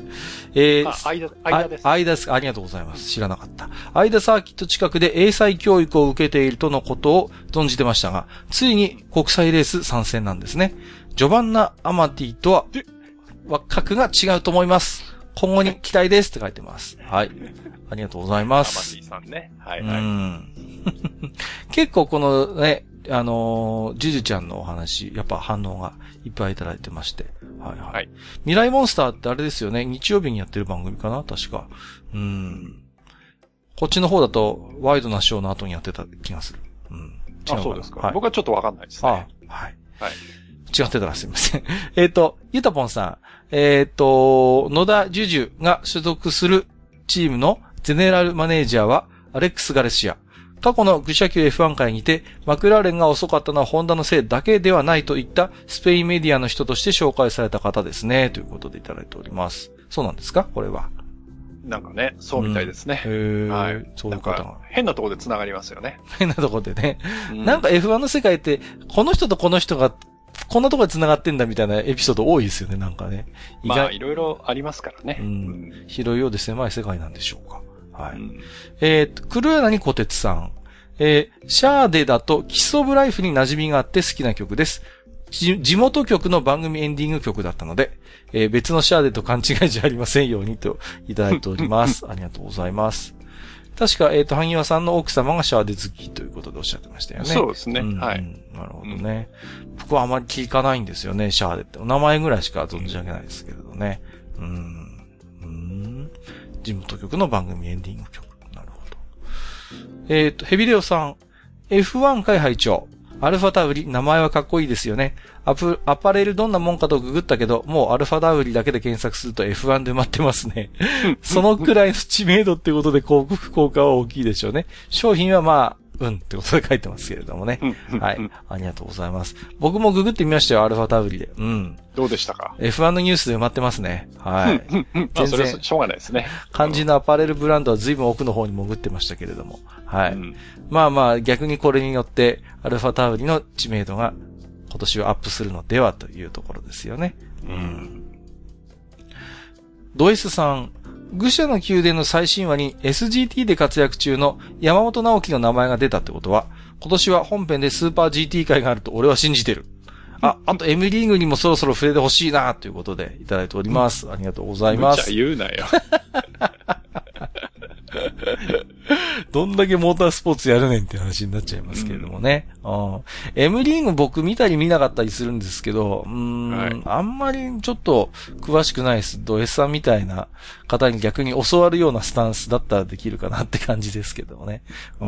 間です。 間です。ありがとうございます。知らなかった。間サーキット近くで英才教育を受けているとのことを存じてましたが、ついに国際レース参戦なんですね。ジョバンナ・アマティとは格が違うと思います。今後に期待ですって書いてます。はい。ありがとうございます。 アマティさんね。はいはい。 結構このね、ジュジュちゃんのお話、やっぱ反応がいっぱいいただいてまして。はいはい。はい、未来モンスターってあれですよね。日曜日にやってる番組かな確か。こっちの方だと、ワイドなショーの後にやってた気がする。 そうですか。はい、僕はちょっとわかんないですね。 はい。 はい。 違ってたらすいません。ゆたぽんさん。野田ジュジュが所属するチームのゼネラルマネージャーは、アレックス・ガレシア。過去の愚者級 F1 会にて、マクラーレンが遅かったのはホンダのせいだけではないといったスペインメディアの人として紹介された方ですね。ということでいただいております。そうなんですかこれは。 なんかね、そうみたいですね。 はい。そういう方が。 変なところで繋がりますよね。 変なところでね。なんか F1 の世界って、この人とこの人が、こんなところで繋がってんだみたいなエピソード多いですよね、なんかね。 まあ、いろいろありますからね。 広いようで狭い世界なんでしょうか。はい。黒柳小鉄さん。シャーデだとキスオブライフに馴染みがあって好きな曲です。地元曲の番組エンディング曲だったので、別のシャーデと勘違いじゃありませんようにといただいております。ありがとうございます。確か、萩和さんの奥様がシャーデ好きということでおっしゃってましたよね。 そうですね。はい。 なるほどね。僕はあまり聞かないんですよね、シャーデって。お名前ぐらいしか存じ上げないですけれどね。地元曲の番組エンディング曲。なるほど。ヘビレオさん。F1 会拝聴。アルファタウリ、名前はかっこいいですよね。アパレルどんなもんかとググったけど、もうアルファタウリだけで検索すると F1 で埋まってますね。そのくらいの知名度ってことで広告効果は大きいでしょうね。商品はまあ、ってことで書いてますけれどもね。はい。ありがとうございます。僕もググってみましたよ、アルファタウリで。 どうでしたか？ F1 のニュースで埋まってますね。はい。 全然それはしょうがないですね。 肝心のアパレルブランドは随分奥の方に潜ってましたけれども。はい。まあまあ、逆にこれによって、アルファタウリの知名度が今年はアップするのではというところですよね。ド S さん。愚者の宮殿の最新話に SGT で活躍中の山本直樹の名前が出たってことは、今年は本編でスーパー GT 会があると俺は信じてる。あと M リーグにもそろそろ触れてほしいなということでいただいております。ありがとうございます。 無茶言うなよ。 どんだけモータースポーツやるねんって話になっちゃいますけれどもね。M リーグ僕見たり見なかったりするんですけど、はい、あんまりちょっと詳しくないです。ド S さんみたいな方に逆に教わるようなスタンスだったらできるかなって感じですけどもね。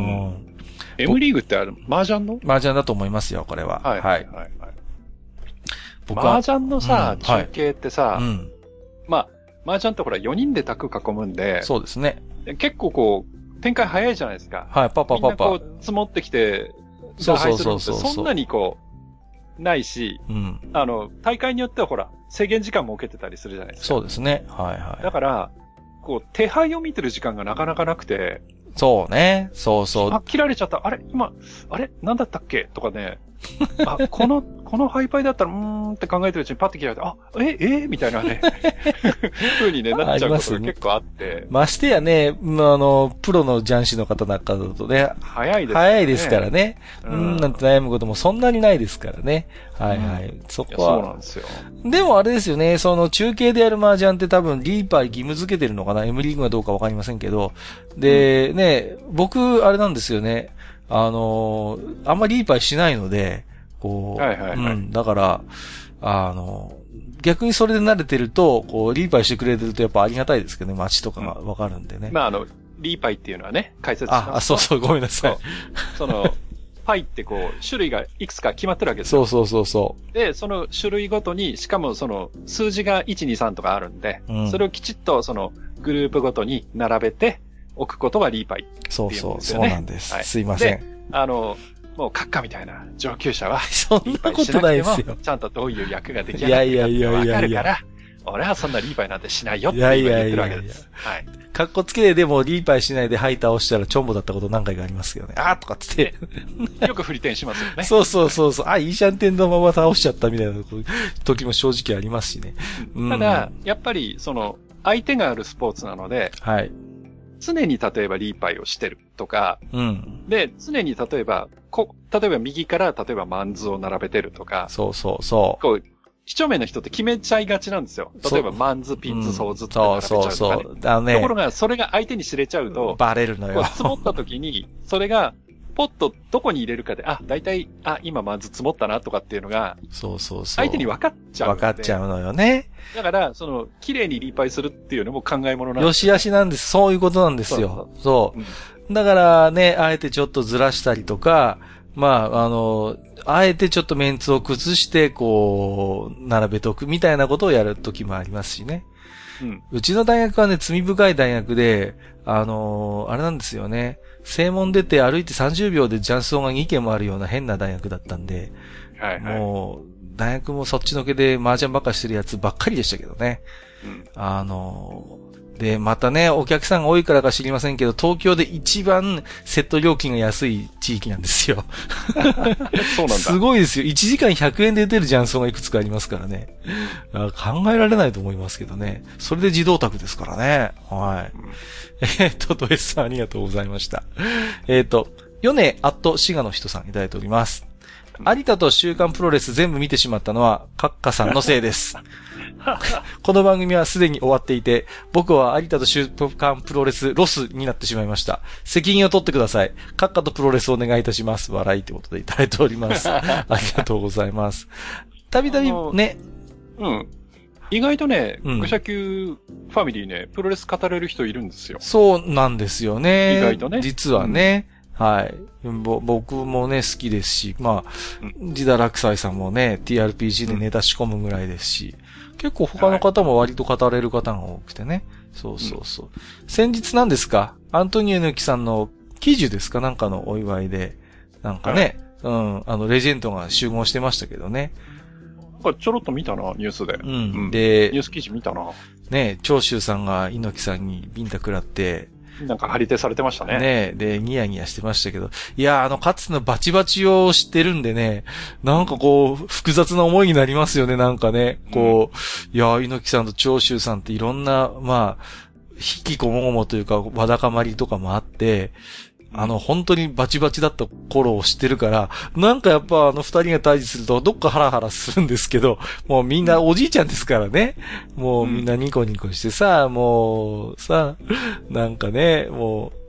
M リーグって麻雀の？ 麻雀だと思いますよ、これは。 はい。はい。はい。麻雀のさ、中継ってさ、まあ、麻雀ってほら4人で卓囲むんで、 そうですね。 結構こう、展開早いじゃないですか。 はい、パパ。 みんなこう、積もってきて、 そう。 そんなにこう、ないし、大会によってはほら、制限時間設けてたりするじゃないですか。 そうですね。はい。 だから、こう、手配を見てる時間がなかなかなくて、 そうね。そう。 切られちゃった。あれなんだったっけとかね。このハイパイだったら、って考えてるうちにパッて切られて、みたいなね、風にね、なっちゃうことが結構あって。 ましてやね、プロの雀士の方なんかだとね、早いですからね。なんて悩むこともそんなにないですからね。はい。そこは。 そうなんですよ。 でもあれですよね、その中継でやる麻雀って多分リーパー義務付けてるのかな ?M リーグはどうかわかりませんけど。で、ね、僕、あれなんですよね。あんまりリーパーしないので、こう、だから、逆にそれで慣れてると、こう、リーパイしてくれてるとやっぱありがたいですけどね、街とかがわかるんでね。 まあリーパイっていうのはね、解説しますと。そう、ごめんなさい。 パイってこう、種類がいくつか決まってるわけですよ。 そう。 で、その種類ごとに、しかもその数字が1、2、3とかあるんで、それをきちっとそのグループごとに並べて置くことがリーパイっていうんですよね。 そうなんです。はい、すいません。 もう閣下みたいな上級者は、 そんなことないですよ。 ちゃんとどういう役ができるかわかるから、俺はそんなリーパイなんてしないよって言ってるわけです。はい。 かっこつけででもリーパイしないでハイターをしたらチョンボだったこと何回かありますけどね。とかつって。 よく振り転しますよね。 そう。いいシャンテンのまま倒しちゃったみたいな時も正直ありますしね。 ただ、やっぱり相手があるスポーツなので、 はい。 常に例えばリーパイをしてるとか、で、常に例えば右から例えばマンズを並べてるとか、 そう。 こう、几帳面の人って決めちゃいがちなんですよ。例えばマンズ、ピンズ、ソーズって並べちゃうとか、ね。そう。ところが、それが相手に知れちゃうと、 バレるのよ。 積もった時に、それが、ポッとどこに入れるかで、だいたい、今マンズ積もったなとかっていうのが、 そう。 相手に分かっちゃう。 分かっちゃうのよね。 だから、綺麗にリーパイするっていうのも考え物なんですよ。 よしあしなんです。そういうことなんですよ。そう。だからね、あえてちょっとずらしたりとか、あえてちょっとメンツを崩して、こう、並べとくみたいなことをやるときもありますしね。うちの大学はね、罪深い大学で、あれなんですよね。正門出て歩いて30秒で雀荘が2軒もあるような変な大学だったんで、もう、大学もそっちのけで麻雀ばっかしてるやつばっかりでしたけどね。で、またね、お客さんが多いからか知りませんけど、東京で一番セット料金が安い地域なんですよ。 そうなんだ。 すごいですよ。1時間100円で打てる雀荘がいくつかありますからね。考えられないと思いますけどね。それで自動卓ですからね。はい。ド S さんありがとうございました。ヨネ滋賀の人さんいただいております。有田と週刊プロレス全部見てしまったのは、カッカさんのせいです。この番組はすでに終わっていて、僕は有田と週刊プロレスロスになってしまいました。責任を取ってください。カッカとプロレスお願いいたします。笑いということでいただいております。ありがとうございます。たびたびね。 意外とね、愚者級ファミリーね、プロレス語れる人いるんですよ。 そうなんですよね。 意外とね。 実はね。はい。僕もね、好きですし、ジダラクサイさんもね、TRPG でネタ仕込むぐらいですし、結構他の方も割と語れる方が多くてね。そう。先日なんですか、アントニオ猪木さんの喜寿ですかなんかのお祝いで、なんかね、レジェンドが集合してましたけどね。 ちょろっと見たな、ニュースで。 で、 ニュース記事見たな。 ね、長州さんが猪木さんにビンタ食らって、 なんか張り手されてましたね。 ねで、ニヤニヤしてましたけど。いや、かつてのバチバチを知ってるんでね、なんかこう、複雑な思いになりますよね、なんかね。こう、いや、猪木さんと長州さんっていろんな、引きこもごもというか、わだかまりとかもあって、本当にバチバチだった頃を知ってるから、なんかやっぱ二人が対峙するとどっかハラハラするんですけど、もうみんなおじいちゃんですからね。もうみんなニコニコしてさ、もうさ、なんかね、もう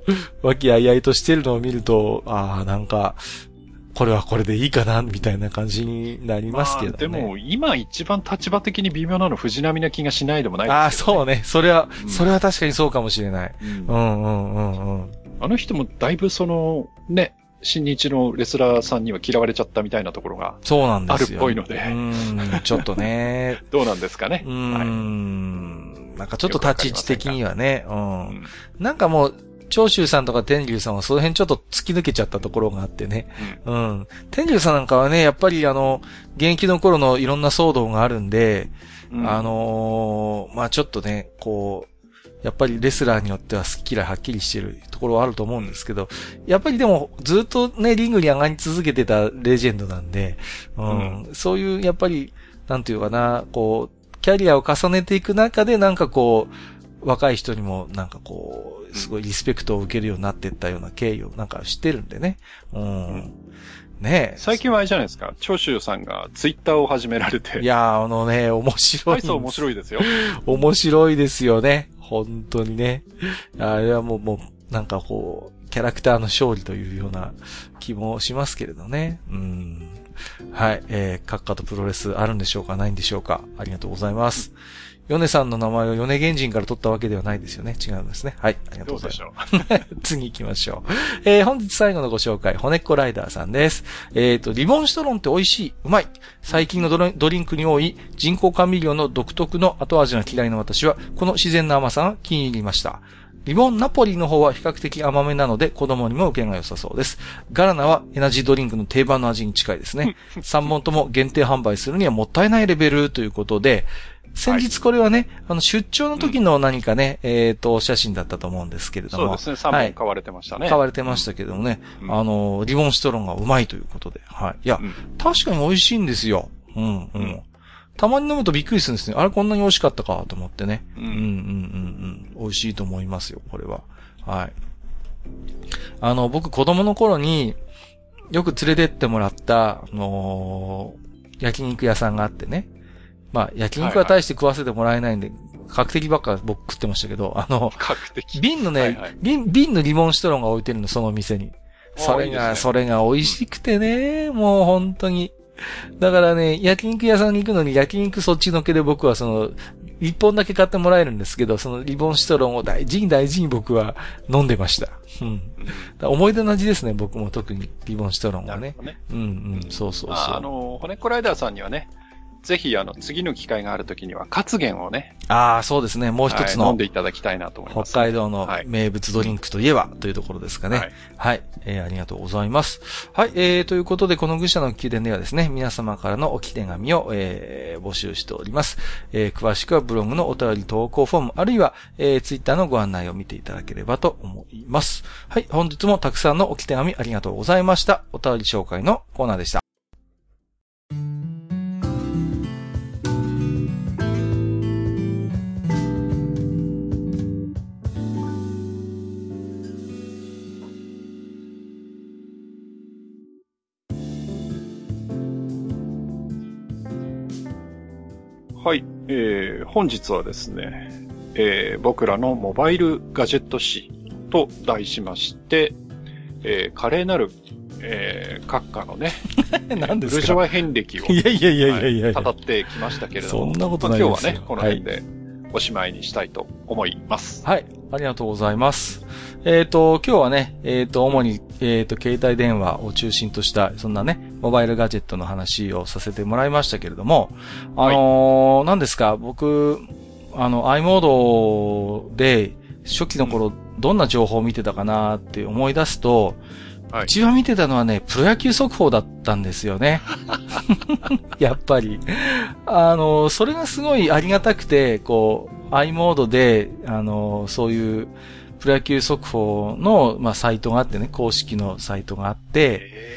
和気あいあいとしてるのを見ると、なんか、これはこれでいいかな、みたいな感じになりますけどね。 でも、今一番立場的に微妙なの藤波な気がしないでもないですけどね。 そうね。それは確かにそうかもしれない。 あの人もだいぶね、新日のレスラーさんには嫌われちゃったみたいなところがそうなんですよ。 あるっぽいので。 ちょっとね。 どうなんですかね。 なんかちょっと立ち位置的にはね。なんかもう、長州さんとか天竜さんはその辺ちょっと突き抜けちゃったところがあってね。天竜さんなんかはね、やっぱり現役の頃のいろんな騒動があるんで、まあちょっとね、こう、やっぱりレスラーによっては好き嫌いはっきりしてるところはあると思うんですけど、やっぱりでもずっとね、リングに上がり続けてたレジェンドなんで、そういうやっぱり、なんていうかな、こう、キャリアを重ねていく中でなんかこう、若い人にもなんかこう、すごいリスペクトを受けるようになっていったような経緯をなんか知ってるんでね。ねえ。 最近はあれじゃないですか。長州さんがツイッターを始められて。 いや面白い。 そう面白いですよ。 面白いですよね。本当にね。あれはもう、なんかこう、キャラクターの勝利というような気もしますけれどね。はい。閣下とプロレスあるんでしょうかないんでしょうかありがとうございます。米さんの名前を米源人から取ったわけではないですよね。違うんですね。はい。ありがとうございます。次行きましょう。本日最後のご紹介、骨っこライダーさんです。リボンシトロンって美味しい、うまい。最近のドリンクに多い人工甘味料の独特の後味が嫌いな私は、この自然な甘さが気に入りました。リボンナポリの方は比較的甘めなので子供にも受けが良さそうです。ガラナはエナジードリンクの定番の味に近いですね。3本とも限定販売するにはもったいないレベルということで、先日これはね、出張の時の何かね、写真だったと思うんですけれども。 そうですね、3本買われてましたね。 買われてましたけどもね、リボンシトロンがうまいということで。はい。いや、確かに美味しいんですよ。たまに飲むとびっくりするんですね。あれこんなに美味しかったかと思ってね。美味しいと思いますよ、これは。はい。僕子供の頃によく連れてってもらった、焼肉屋さんがあってね。まあ、焼肉は大して食わせてもらえないんで、角的ばっか僕食ってましたけど、 角的瓶のね、瓶のリボンシトロンが置いてるの、その店に。それが美味しくてね、もう本当に。だからね、焼肉屋さんに行くのに焼肉そっちのけで僕は一本だけ買ってもらえるんですけど、そのリボンシトロンを大事に僕は飲んでました。思い出の味ですね、僕も特にリボンシトロンはね。そう。 骨っこライダーさんにはね、ぜひ次の機会があるときには活源をね。 そうですね。もう一つの、 飲んでいただきたいなと思います、 北海道の名物ドリンクといえばというところですかね。はい。ありがとうございます。はい。ということで、この愚者の宮殿ではですね、皆様からの置き手紙を、募集しております。詳しくはブログのお便り投稿フォーム、あるいは、ツイッターのご案内を見ていただければと思います。はい。本日もたくさんの置き手紙ありがとうございました。お便り紹介のコーナーでした。 はい、本日はですね、僕らのモバイルガジェット誌と題しまして、華麗なる、閣下のね、 何ですか、 ブルジョワ遍歴を語ってきましたけれども、 そんなことないですよ。 今日はね、この辺でおしまいにしたいと思います。 はい、ありがとうございます。今日はね、主に、携帯電話を中心とした、そんなね、モバイルガジェットの話をさせてもらいましたけれども、何ですか、僕、i モードで、初期の頃、どんな情報を見てたかなって思い出すと、一番見てたのはね、プロ野球速報だったんですよね。やっぱり。それがすごいありがたくて、こう、i モードで、そういう、プロ野球速報の、サイトがあってね、公式のサイトがあって、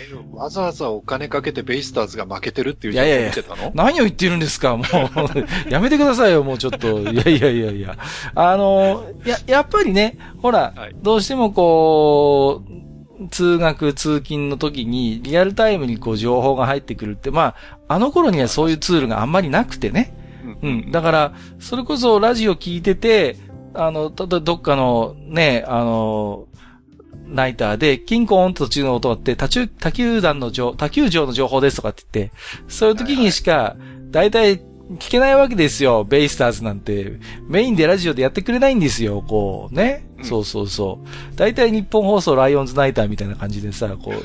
わざわざお金かけてベイスターズが負けてるっていう情報を見てたの？ 何を言ってるんですか、もう。やめてくださいよ、もうちょっと。いや。やっぱりね、ほら、どうしてもこう、通学、通勤の時にリアルタイムにこう情報が入ってくるって、あの頃にはそういうツールがあんまりなくてね。だから、それこそラジオ聞いてて、どっかのね、 ナイターで、キンコーンと途中の音があって、他球場の情報ですとかって言って、そういう時にしか、だいたい聞けないわけですよ。ベイスターズなんて。メインでラジオでやってくれないんですよ。こう、ね。そうそうそう。だいたい日本放送ライオンズナイターみたいな感じでさ、こう。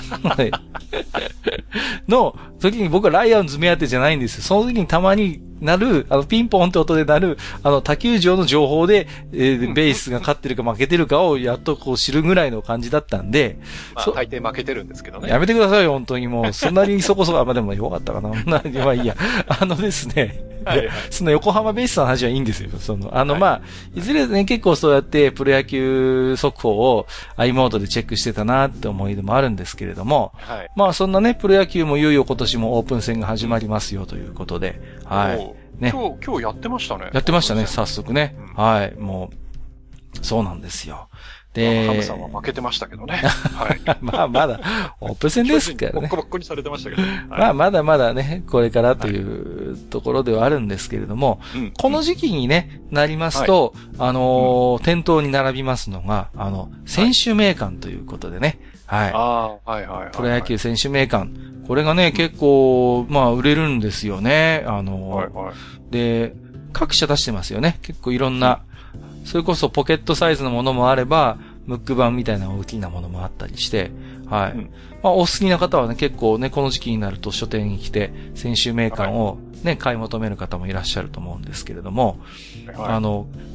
の時に僕はライオンズ目当てじゃないんですよ。その時にたまになる、ピンポンって音でなる、他球場の情報で、ベイスが勝ってるか負けてるかをやっとこう知るぐらいの感じだったんで。 まあ、大抵負けてるんですけどね。 やめてくださいよ、本当にもう。そんなにそこそこ、まあでもよかったかな。まあいいや。ですね。はい、その横浜ベイスターの話はいいんですよ。まあ、いずれね、結構そうやってプロ野球速報を i モードでチェックしてたなって思い出もあるんですけれども、はい、まあそんなね、プロ野球もいよいよ今年もオープン戦が始まりますよということで、はい。 ね。今日やってましたね。 やってましたね、早速ね。はい。もう、そうなんですよ。 で、ハムさんは負けてましたけどね。はい。 まあまだ、オープン戦ですからね。 ボッコボコにされてましたけど、はい。 まあまだまだね、これからというところではあるんですけれども、はい、この時期にね、なりますと、はい、店頭に並びますのが、選手名鑑ということでね。はい。 はいはい。 プロ野球選手名鑑。これがね、結構、まあ売れるんですよね。はいはい。で、各社出してますよね。結構いろんな、それこそポケットサイズのものもあれば、ムック版みたいな大きなものもあったりして、はい。まあ、お好きな方はね、結構ね、この時期になると書店に来て、選手名鑑をね、買い求める方もいらっしゃると思うんですけれども、はい、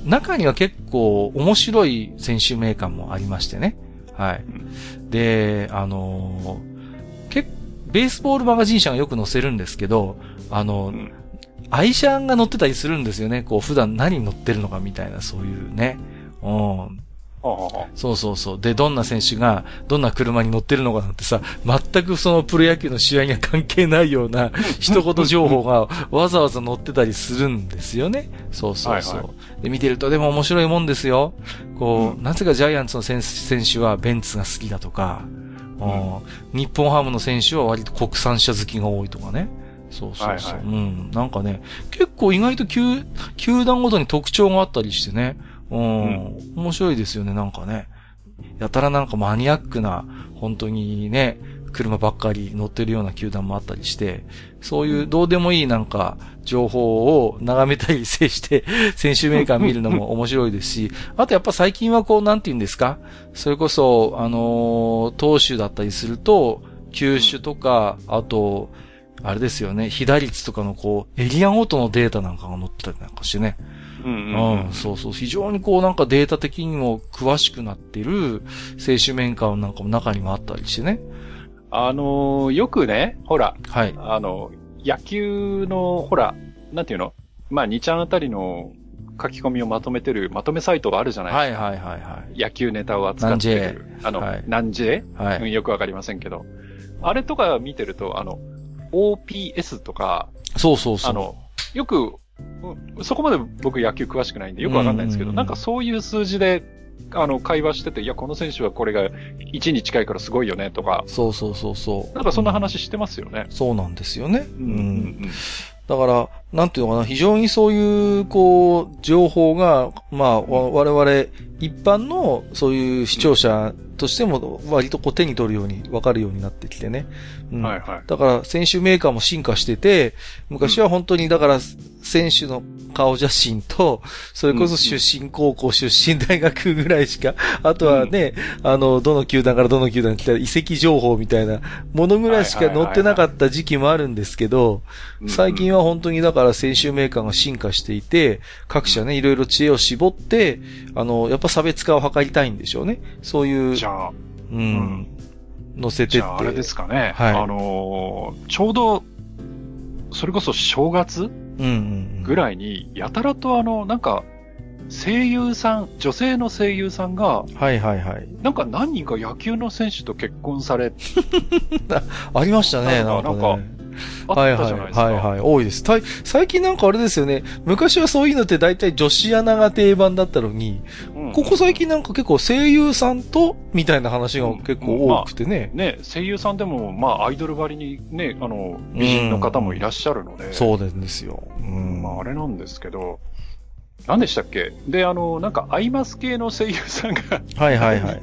中には結構面白い選手名鑑もありましてね、はい。で、ベースボールマガジン社がよく載せるんですけど、愛車が乗ってたりするんですよね。こう、普段何乗ってるのかみたいな、そういうね。そうそうそう。で、どんな選手が、どんな車に乗ってるのかなんてさ、全くそのプロ野球の試合には関係ないような一言情報がわざわざ載ってたりするんですよね。そうそうそう。はいはい、で、見てるとでも面白いもんですよ。こう、なぜかジャイアンツの選手はベンツが好きだとか、日本ハムの選手は割と国産車好きが多いとかね。そうそうそう。はいはい、なんかね、結構意外と球団ごとに特徴があったりしてね。面白いですよね、なんかね。やたらなんかマニアックな、本当にね、車ばっかり乗ってるような球団もあったりして、そういうどうでもいいなんか情報を眺めたりして、選手メーカー見るのも面白いですし、あとやっぱ最近はこう、なんて言うんですか、それこそ、投手だったりすると、球種とか、あと、あれですよね、被打率とかのこう、エリアごとのデータなんかが載ってたりなんかしてね。そうそう。非常にこうなんかデータ的にも詳しくなっている選手面鑑なんかも中にもあったりしてね。 よくね、ほら、 はい。 野球の、ほら、なんていうの？まあ、2ちゃんあたりの書き込みをまとめてる、まとめサイトがあるじゃないですか。はいはいはいはい。野球ネタを扱ってる。何 J？ はい。よくわかりませんけど。あれとか見てると、OPS とか、 そうそうそう。 よく、そこまで僕野球詳しくないんでよくわかんないんですけど、なんかそういう数字で、会話してて、いや、この選手はこれが1に近いからすごいよね、とか。 そうそうそうそう。 なんかそんな話してますよね。 そうなんですよね。だから、なんていうのかな、非常にそういう、こう、情報が、まあ、我々、一般の、そういう視聴者としても、割とこう手に取るように、わかるようになってきてね。はいはい。だから、選手メーカーも進化してて、昔は本当に、だから、選手の顔写真と、それこそ出身高校、出身大学ぐらいしか、あとはね、どの球団からどの球団に来たら移籍情報みたいなものぐらいしか載ってなかった時期もあるんですけど、最近は本当にだから選手メーカーが進化していて、各社ね、いろいろ知恵を絞って、やっぱ差別化を図りたいんでしょうね。そういう、 じゃあ、 載せてって。 じゃああれですかね。はい。ちょうど、それこそ正月ぐらいに、やたらとなんか、声優さん、女性の声優さんが、 はいはいはい。 なんか何人か野球の選手と結婚されありましたね、なんか、ね。 あったじゃないですか。 はいはいはい、多いです。最近なんかあれですよね。昔はそういうのって大体女子アナが定番だったのに、ここ最近なんか結構声優さんと、みたいな話が結構多くてね。 ね、声優さんでも、まあアイドルばりにね、美人の方もいらっしゃるので。 そうなんですよ。 まああれなんですけど、何でしたっけで、なんかアイマス系の声優さんが、 はいはいはい。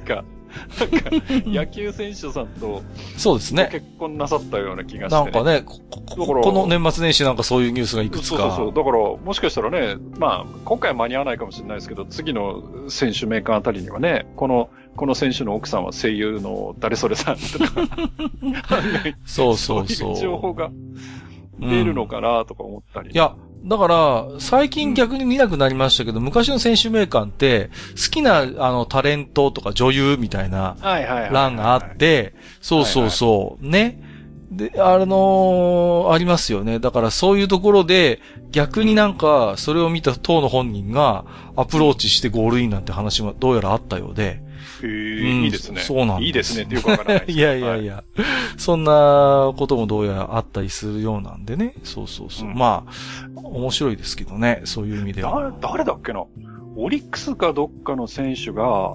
野球選手さんと、 そうですね。 結婚なさったような気がして、ね。 なんかね、この年末年始なんかそういうニュースがいくつか。 そう。だから、もしかしたらね、まあ、今回は間に合わないかもしれないですけど、次の選手名鑑あたりにはね、この選手の奥さんは声優の誰それさんとか、 そう。 そういう情報が出るのかなとか思ったり。 いや、だから、最近逆に見なくなりましたけど、昔の選手名鑑って、好きな、タレントとか女優みたいな、欄があって、そう、ね。で、ありますよね。だからそういうところで、逆になんか、それを見た当の本人が、アプローチしてゴールインなんて話もどうやらあったようで、 いいですね。 そうなんです。 いいですねってよくわからないです。 いや、そんなこともどうやらあったりするようなんでね。そう。まあ、面白いですけどね、そういう意味では。 誰だっけな、オリックスかどっかの選手が、はい。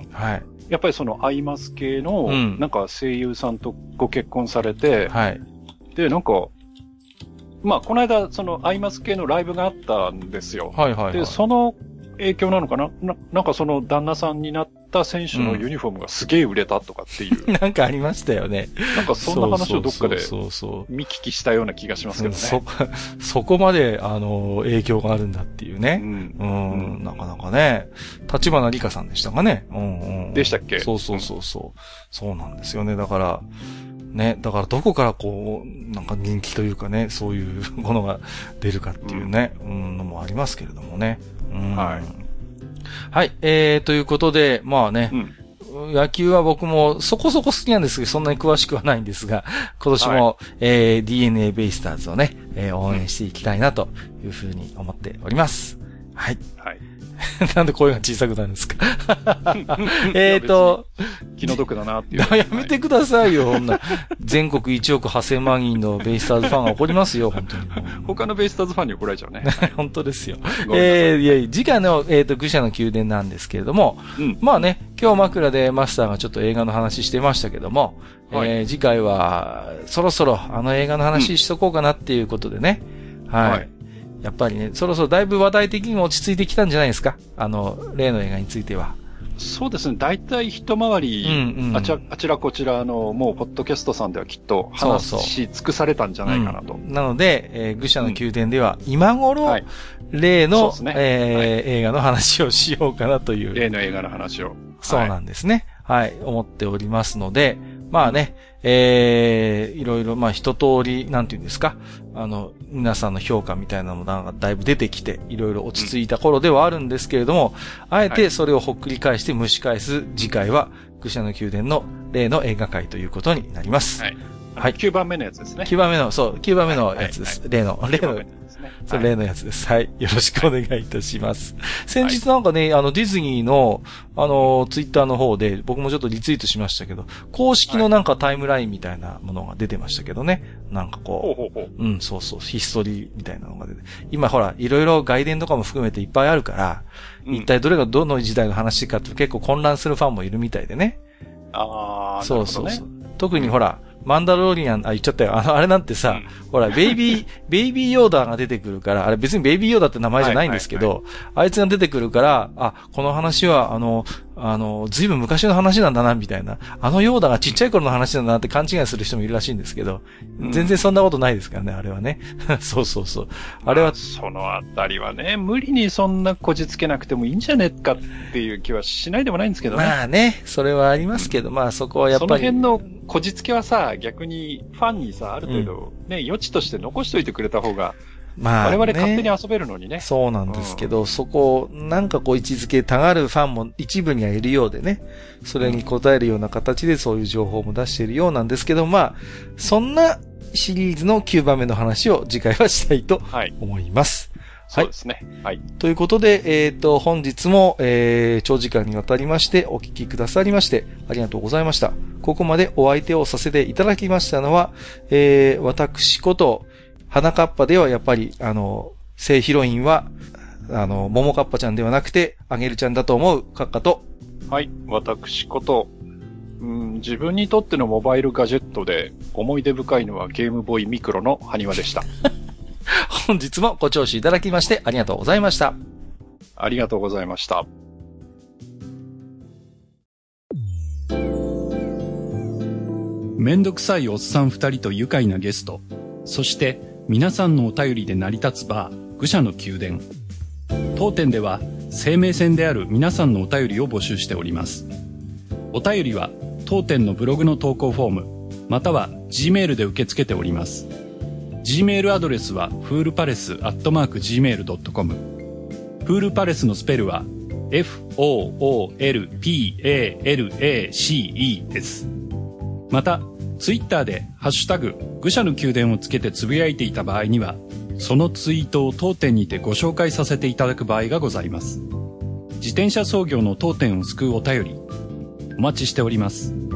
やっぱりそのアイマス系の、なんか声優さんとご結婚されて、はい。で、なんか、まあ、この間、そのアイマス系のライブがあったんですよ。はい。で、その影響なのかな、なんかその旦那さんになった選手のユニフォームがすげえ売れたとかっていう。 なんかありましたよね。 なんかそんな話をどっかで見聞きしたような気がしますけどね。 そこまで、影響があるんだっていうね。なかなかね。立花理香さんでしたかね。 でしたっけ？ そう。そうなんですよね。だからどこからこう、なんか人気というかね、そういうものが出るかっていうね、のもありますけれどもね。はい。ということで、まあね、野球は僕もそこそこ好きなんですけど、そんなに詳しくはないんですが、今年も、DNA ベイスターズをね、応援していきたいなというふうに思っております。はい。なんで声が小さくなるんですか気の毒だなっていう。 やめてくださいよ、ほんな。全国1億8000万人のベイスターズファンが怒りますよ、本当に。 他のベイスターズファンに怒られちゃうね。 本当ですよ。次回の、愚者の宮殿なんですけれども、まあね、今日枕でマスターがちょっと映画の話してましたけども、次回は、そろそろあの映画の話しとこうかなっていうことでね。はい。やっぱりね、そろそろだいぶ話題的にも落ち着いてきたんじゃないですか？例の映画については。 そうですね。大体一回り、あちらこちらもう、ポッドキャストさんではきっと話し尽くされたんじゃないかなと。 なので、愚者の宮殿では、今頃、例の、映画の話をしようかなという。 例の映画の話を。 そうなんですね。はい、思っておりますので、まあね、いろいろ、まあ一通り、なんていうんですか、皆さんの評価みたいなのもだいぶ出てきて、いろいろ落ち着いた頃ではあるんですけれども、あえてそれをほっくり返して蒸し返す次回は、愚者の宮殿の例の映画会ということになります。 はい。9番目のやつですね。 9番目のやつです。例のやつです。はい。よろしくお願いいたします。先日なんかね、ディズニーの、ツイッターの方で、僕もちょっとリツイートしましたけど、公式のなんかタイムラインみたいなものが出てましたけどね。なんかこう、そう、ヒストリーみたいなのが出て。今ほら、いろいろ外伝とかも含めていっぱいあるから、一体どれがどの時代の話かって結構混乱するファンもいるみたいでね。 そう。 特にほら、マンダロリアン、言っちゃったよ。あれなんてさ、ほら、ベイビーヨーダが出てくるから、あれ別にベイビーヨーダって名前じゃないんですけど、あいつが出てくるから、この話は、ずいぶん昔の話なんだな、みたいな。ヨーダがちっちゃい頃の話なんだなって勘違いする人もいるらしいんですけど、全然そんなことないですからね、あれはね。そう。あれは、 そのあたりはね、無理にそんなこじつけなくてもいいんじゃねえかっていう気はしないでもないんですけどね。 まあね、それはありますけど、まあそこはやっぱり。その辺のこじつけはさ、逆にファンにさ、ある程度ね、余地として残しといてくれた方が、まあ、我々勝手に遊べるのにね。 そうなんですけど、そこをなんかこう位置づけたがるファンも一部にはいるようでね、それに応えるような形でそういう情報も出しているようなんですけど、まあ、そんなシリーズの9番目の話を次回はしたいと思います。 そうですね。はい。 ということで、本日も、長時間にわたりましてお聞きくださりましてありがとうございました。ここまでお相手をさせていただきましたのは、私こと、花かっぱではやっぱり、正ヒロインは、桃かっぱちゃんではなくて、あげるちゃんだと思うかっかと。 はい。私こと、自分にとってのモバイルガジェットで思い出深いのはゲームボーイミクロの埴輪でした。 本日もご聴取いただきましてありがとうございました。 ありがとうございました。 めんどくさいおっさん2人と愉快なゲスト、そして皆さんのお便りで成り立つバー、愚者の宮殿。当店では生命線である皆さんのお便りを募集しております。お便りは当店のブログの投稿フォーム、または Gmail で受け付けております。Gmail アドレスは foolpalace@gmail.com。 フールパレスのスペルは FOOLPALACE です。また、ツイッターでハッシュタグ愚者の宮殿をつけてつぶやいていた場合には、そのツイートを当店にてご紹介させていただく場合がございます。自転車操業の当店を救うお便り、お待ちしております。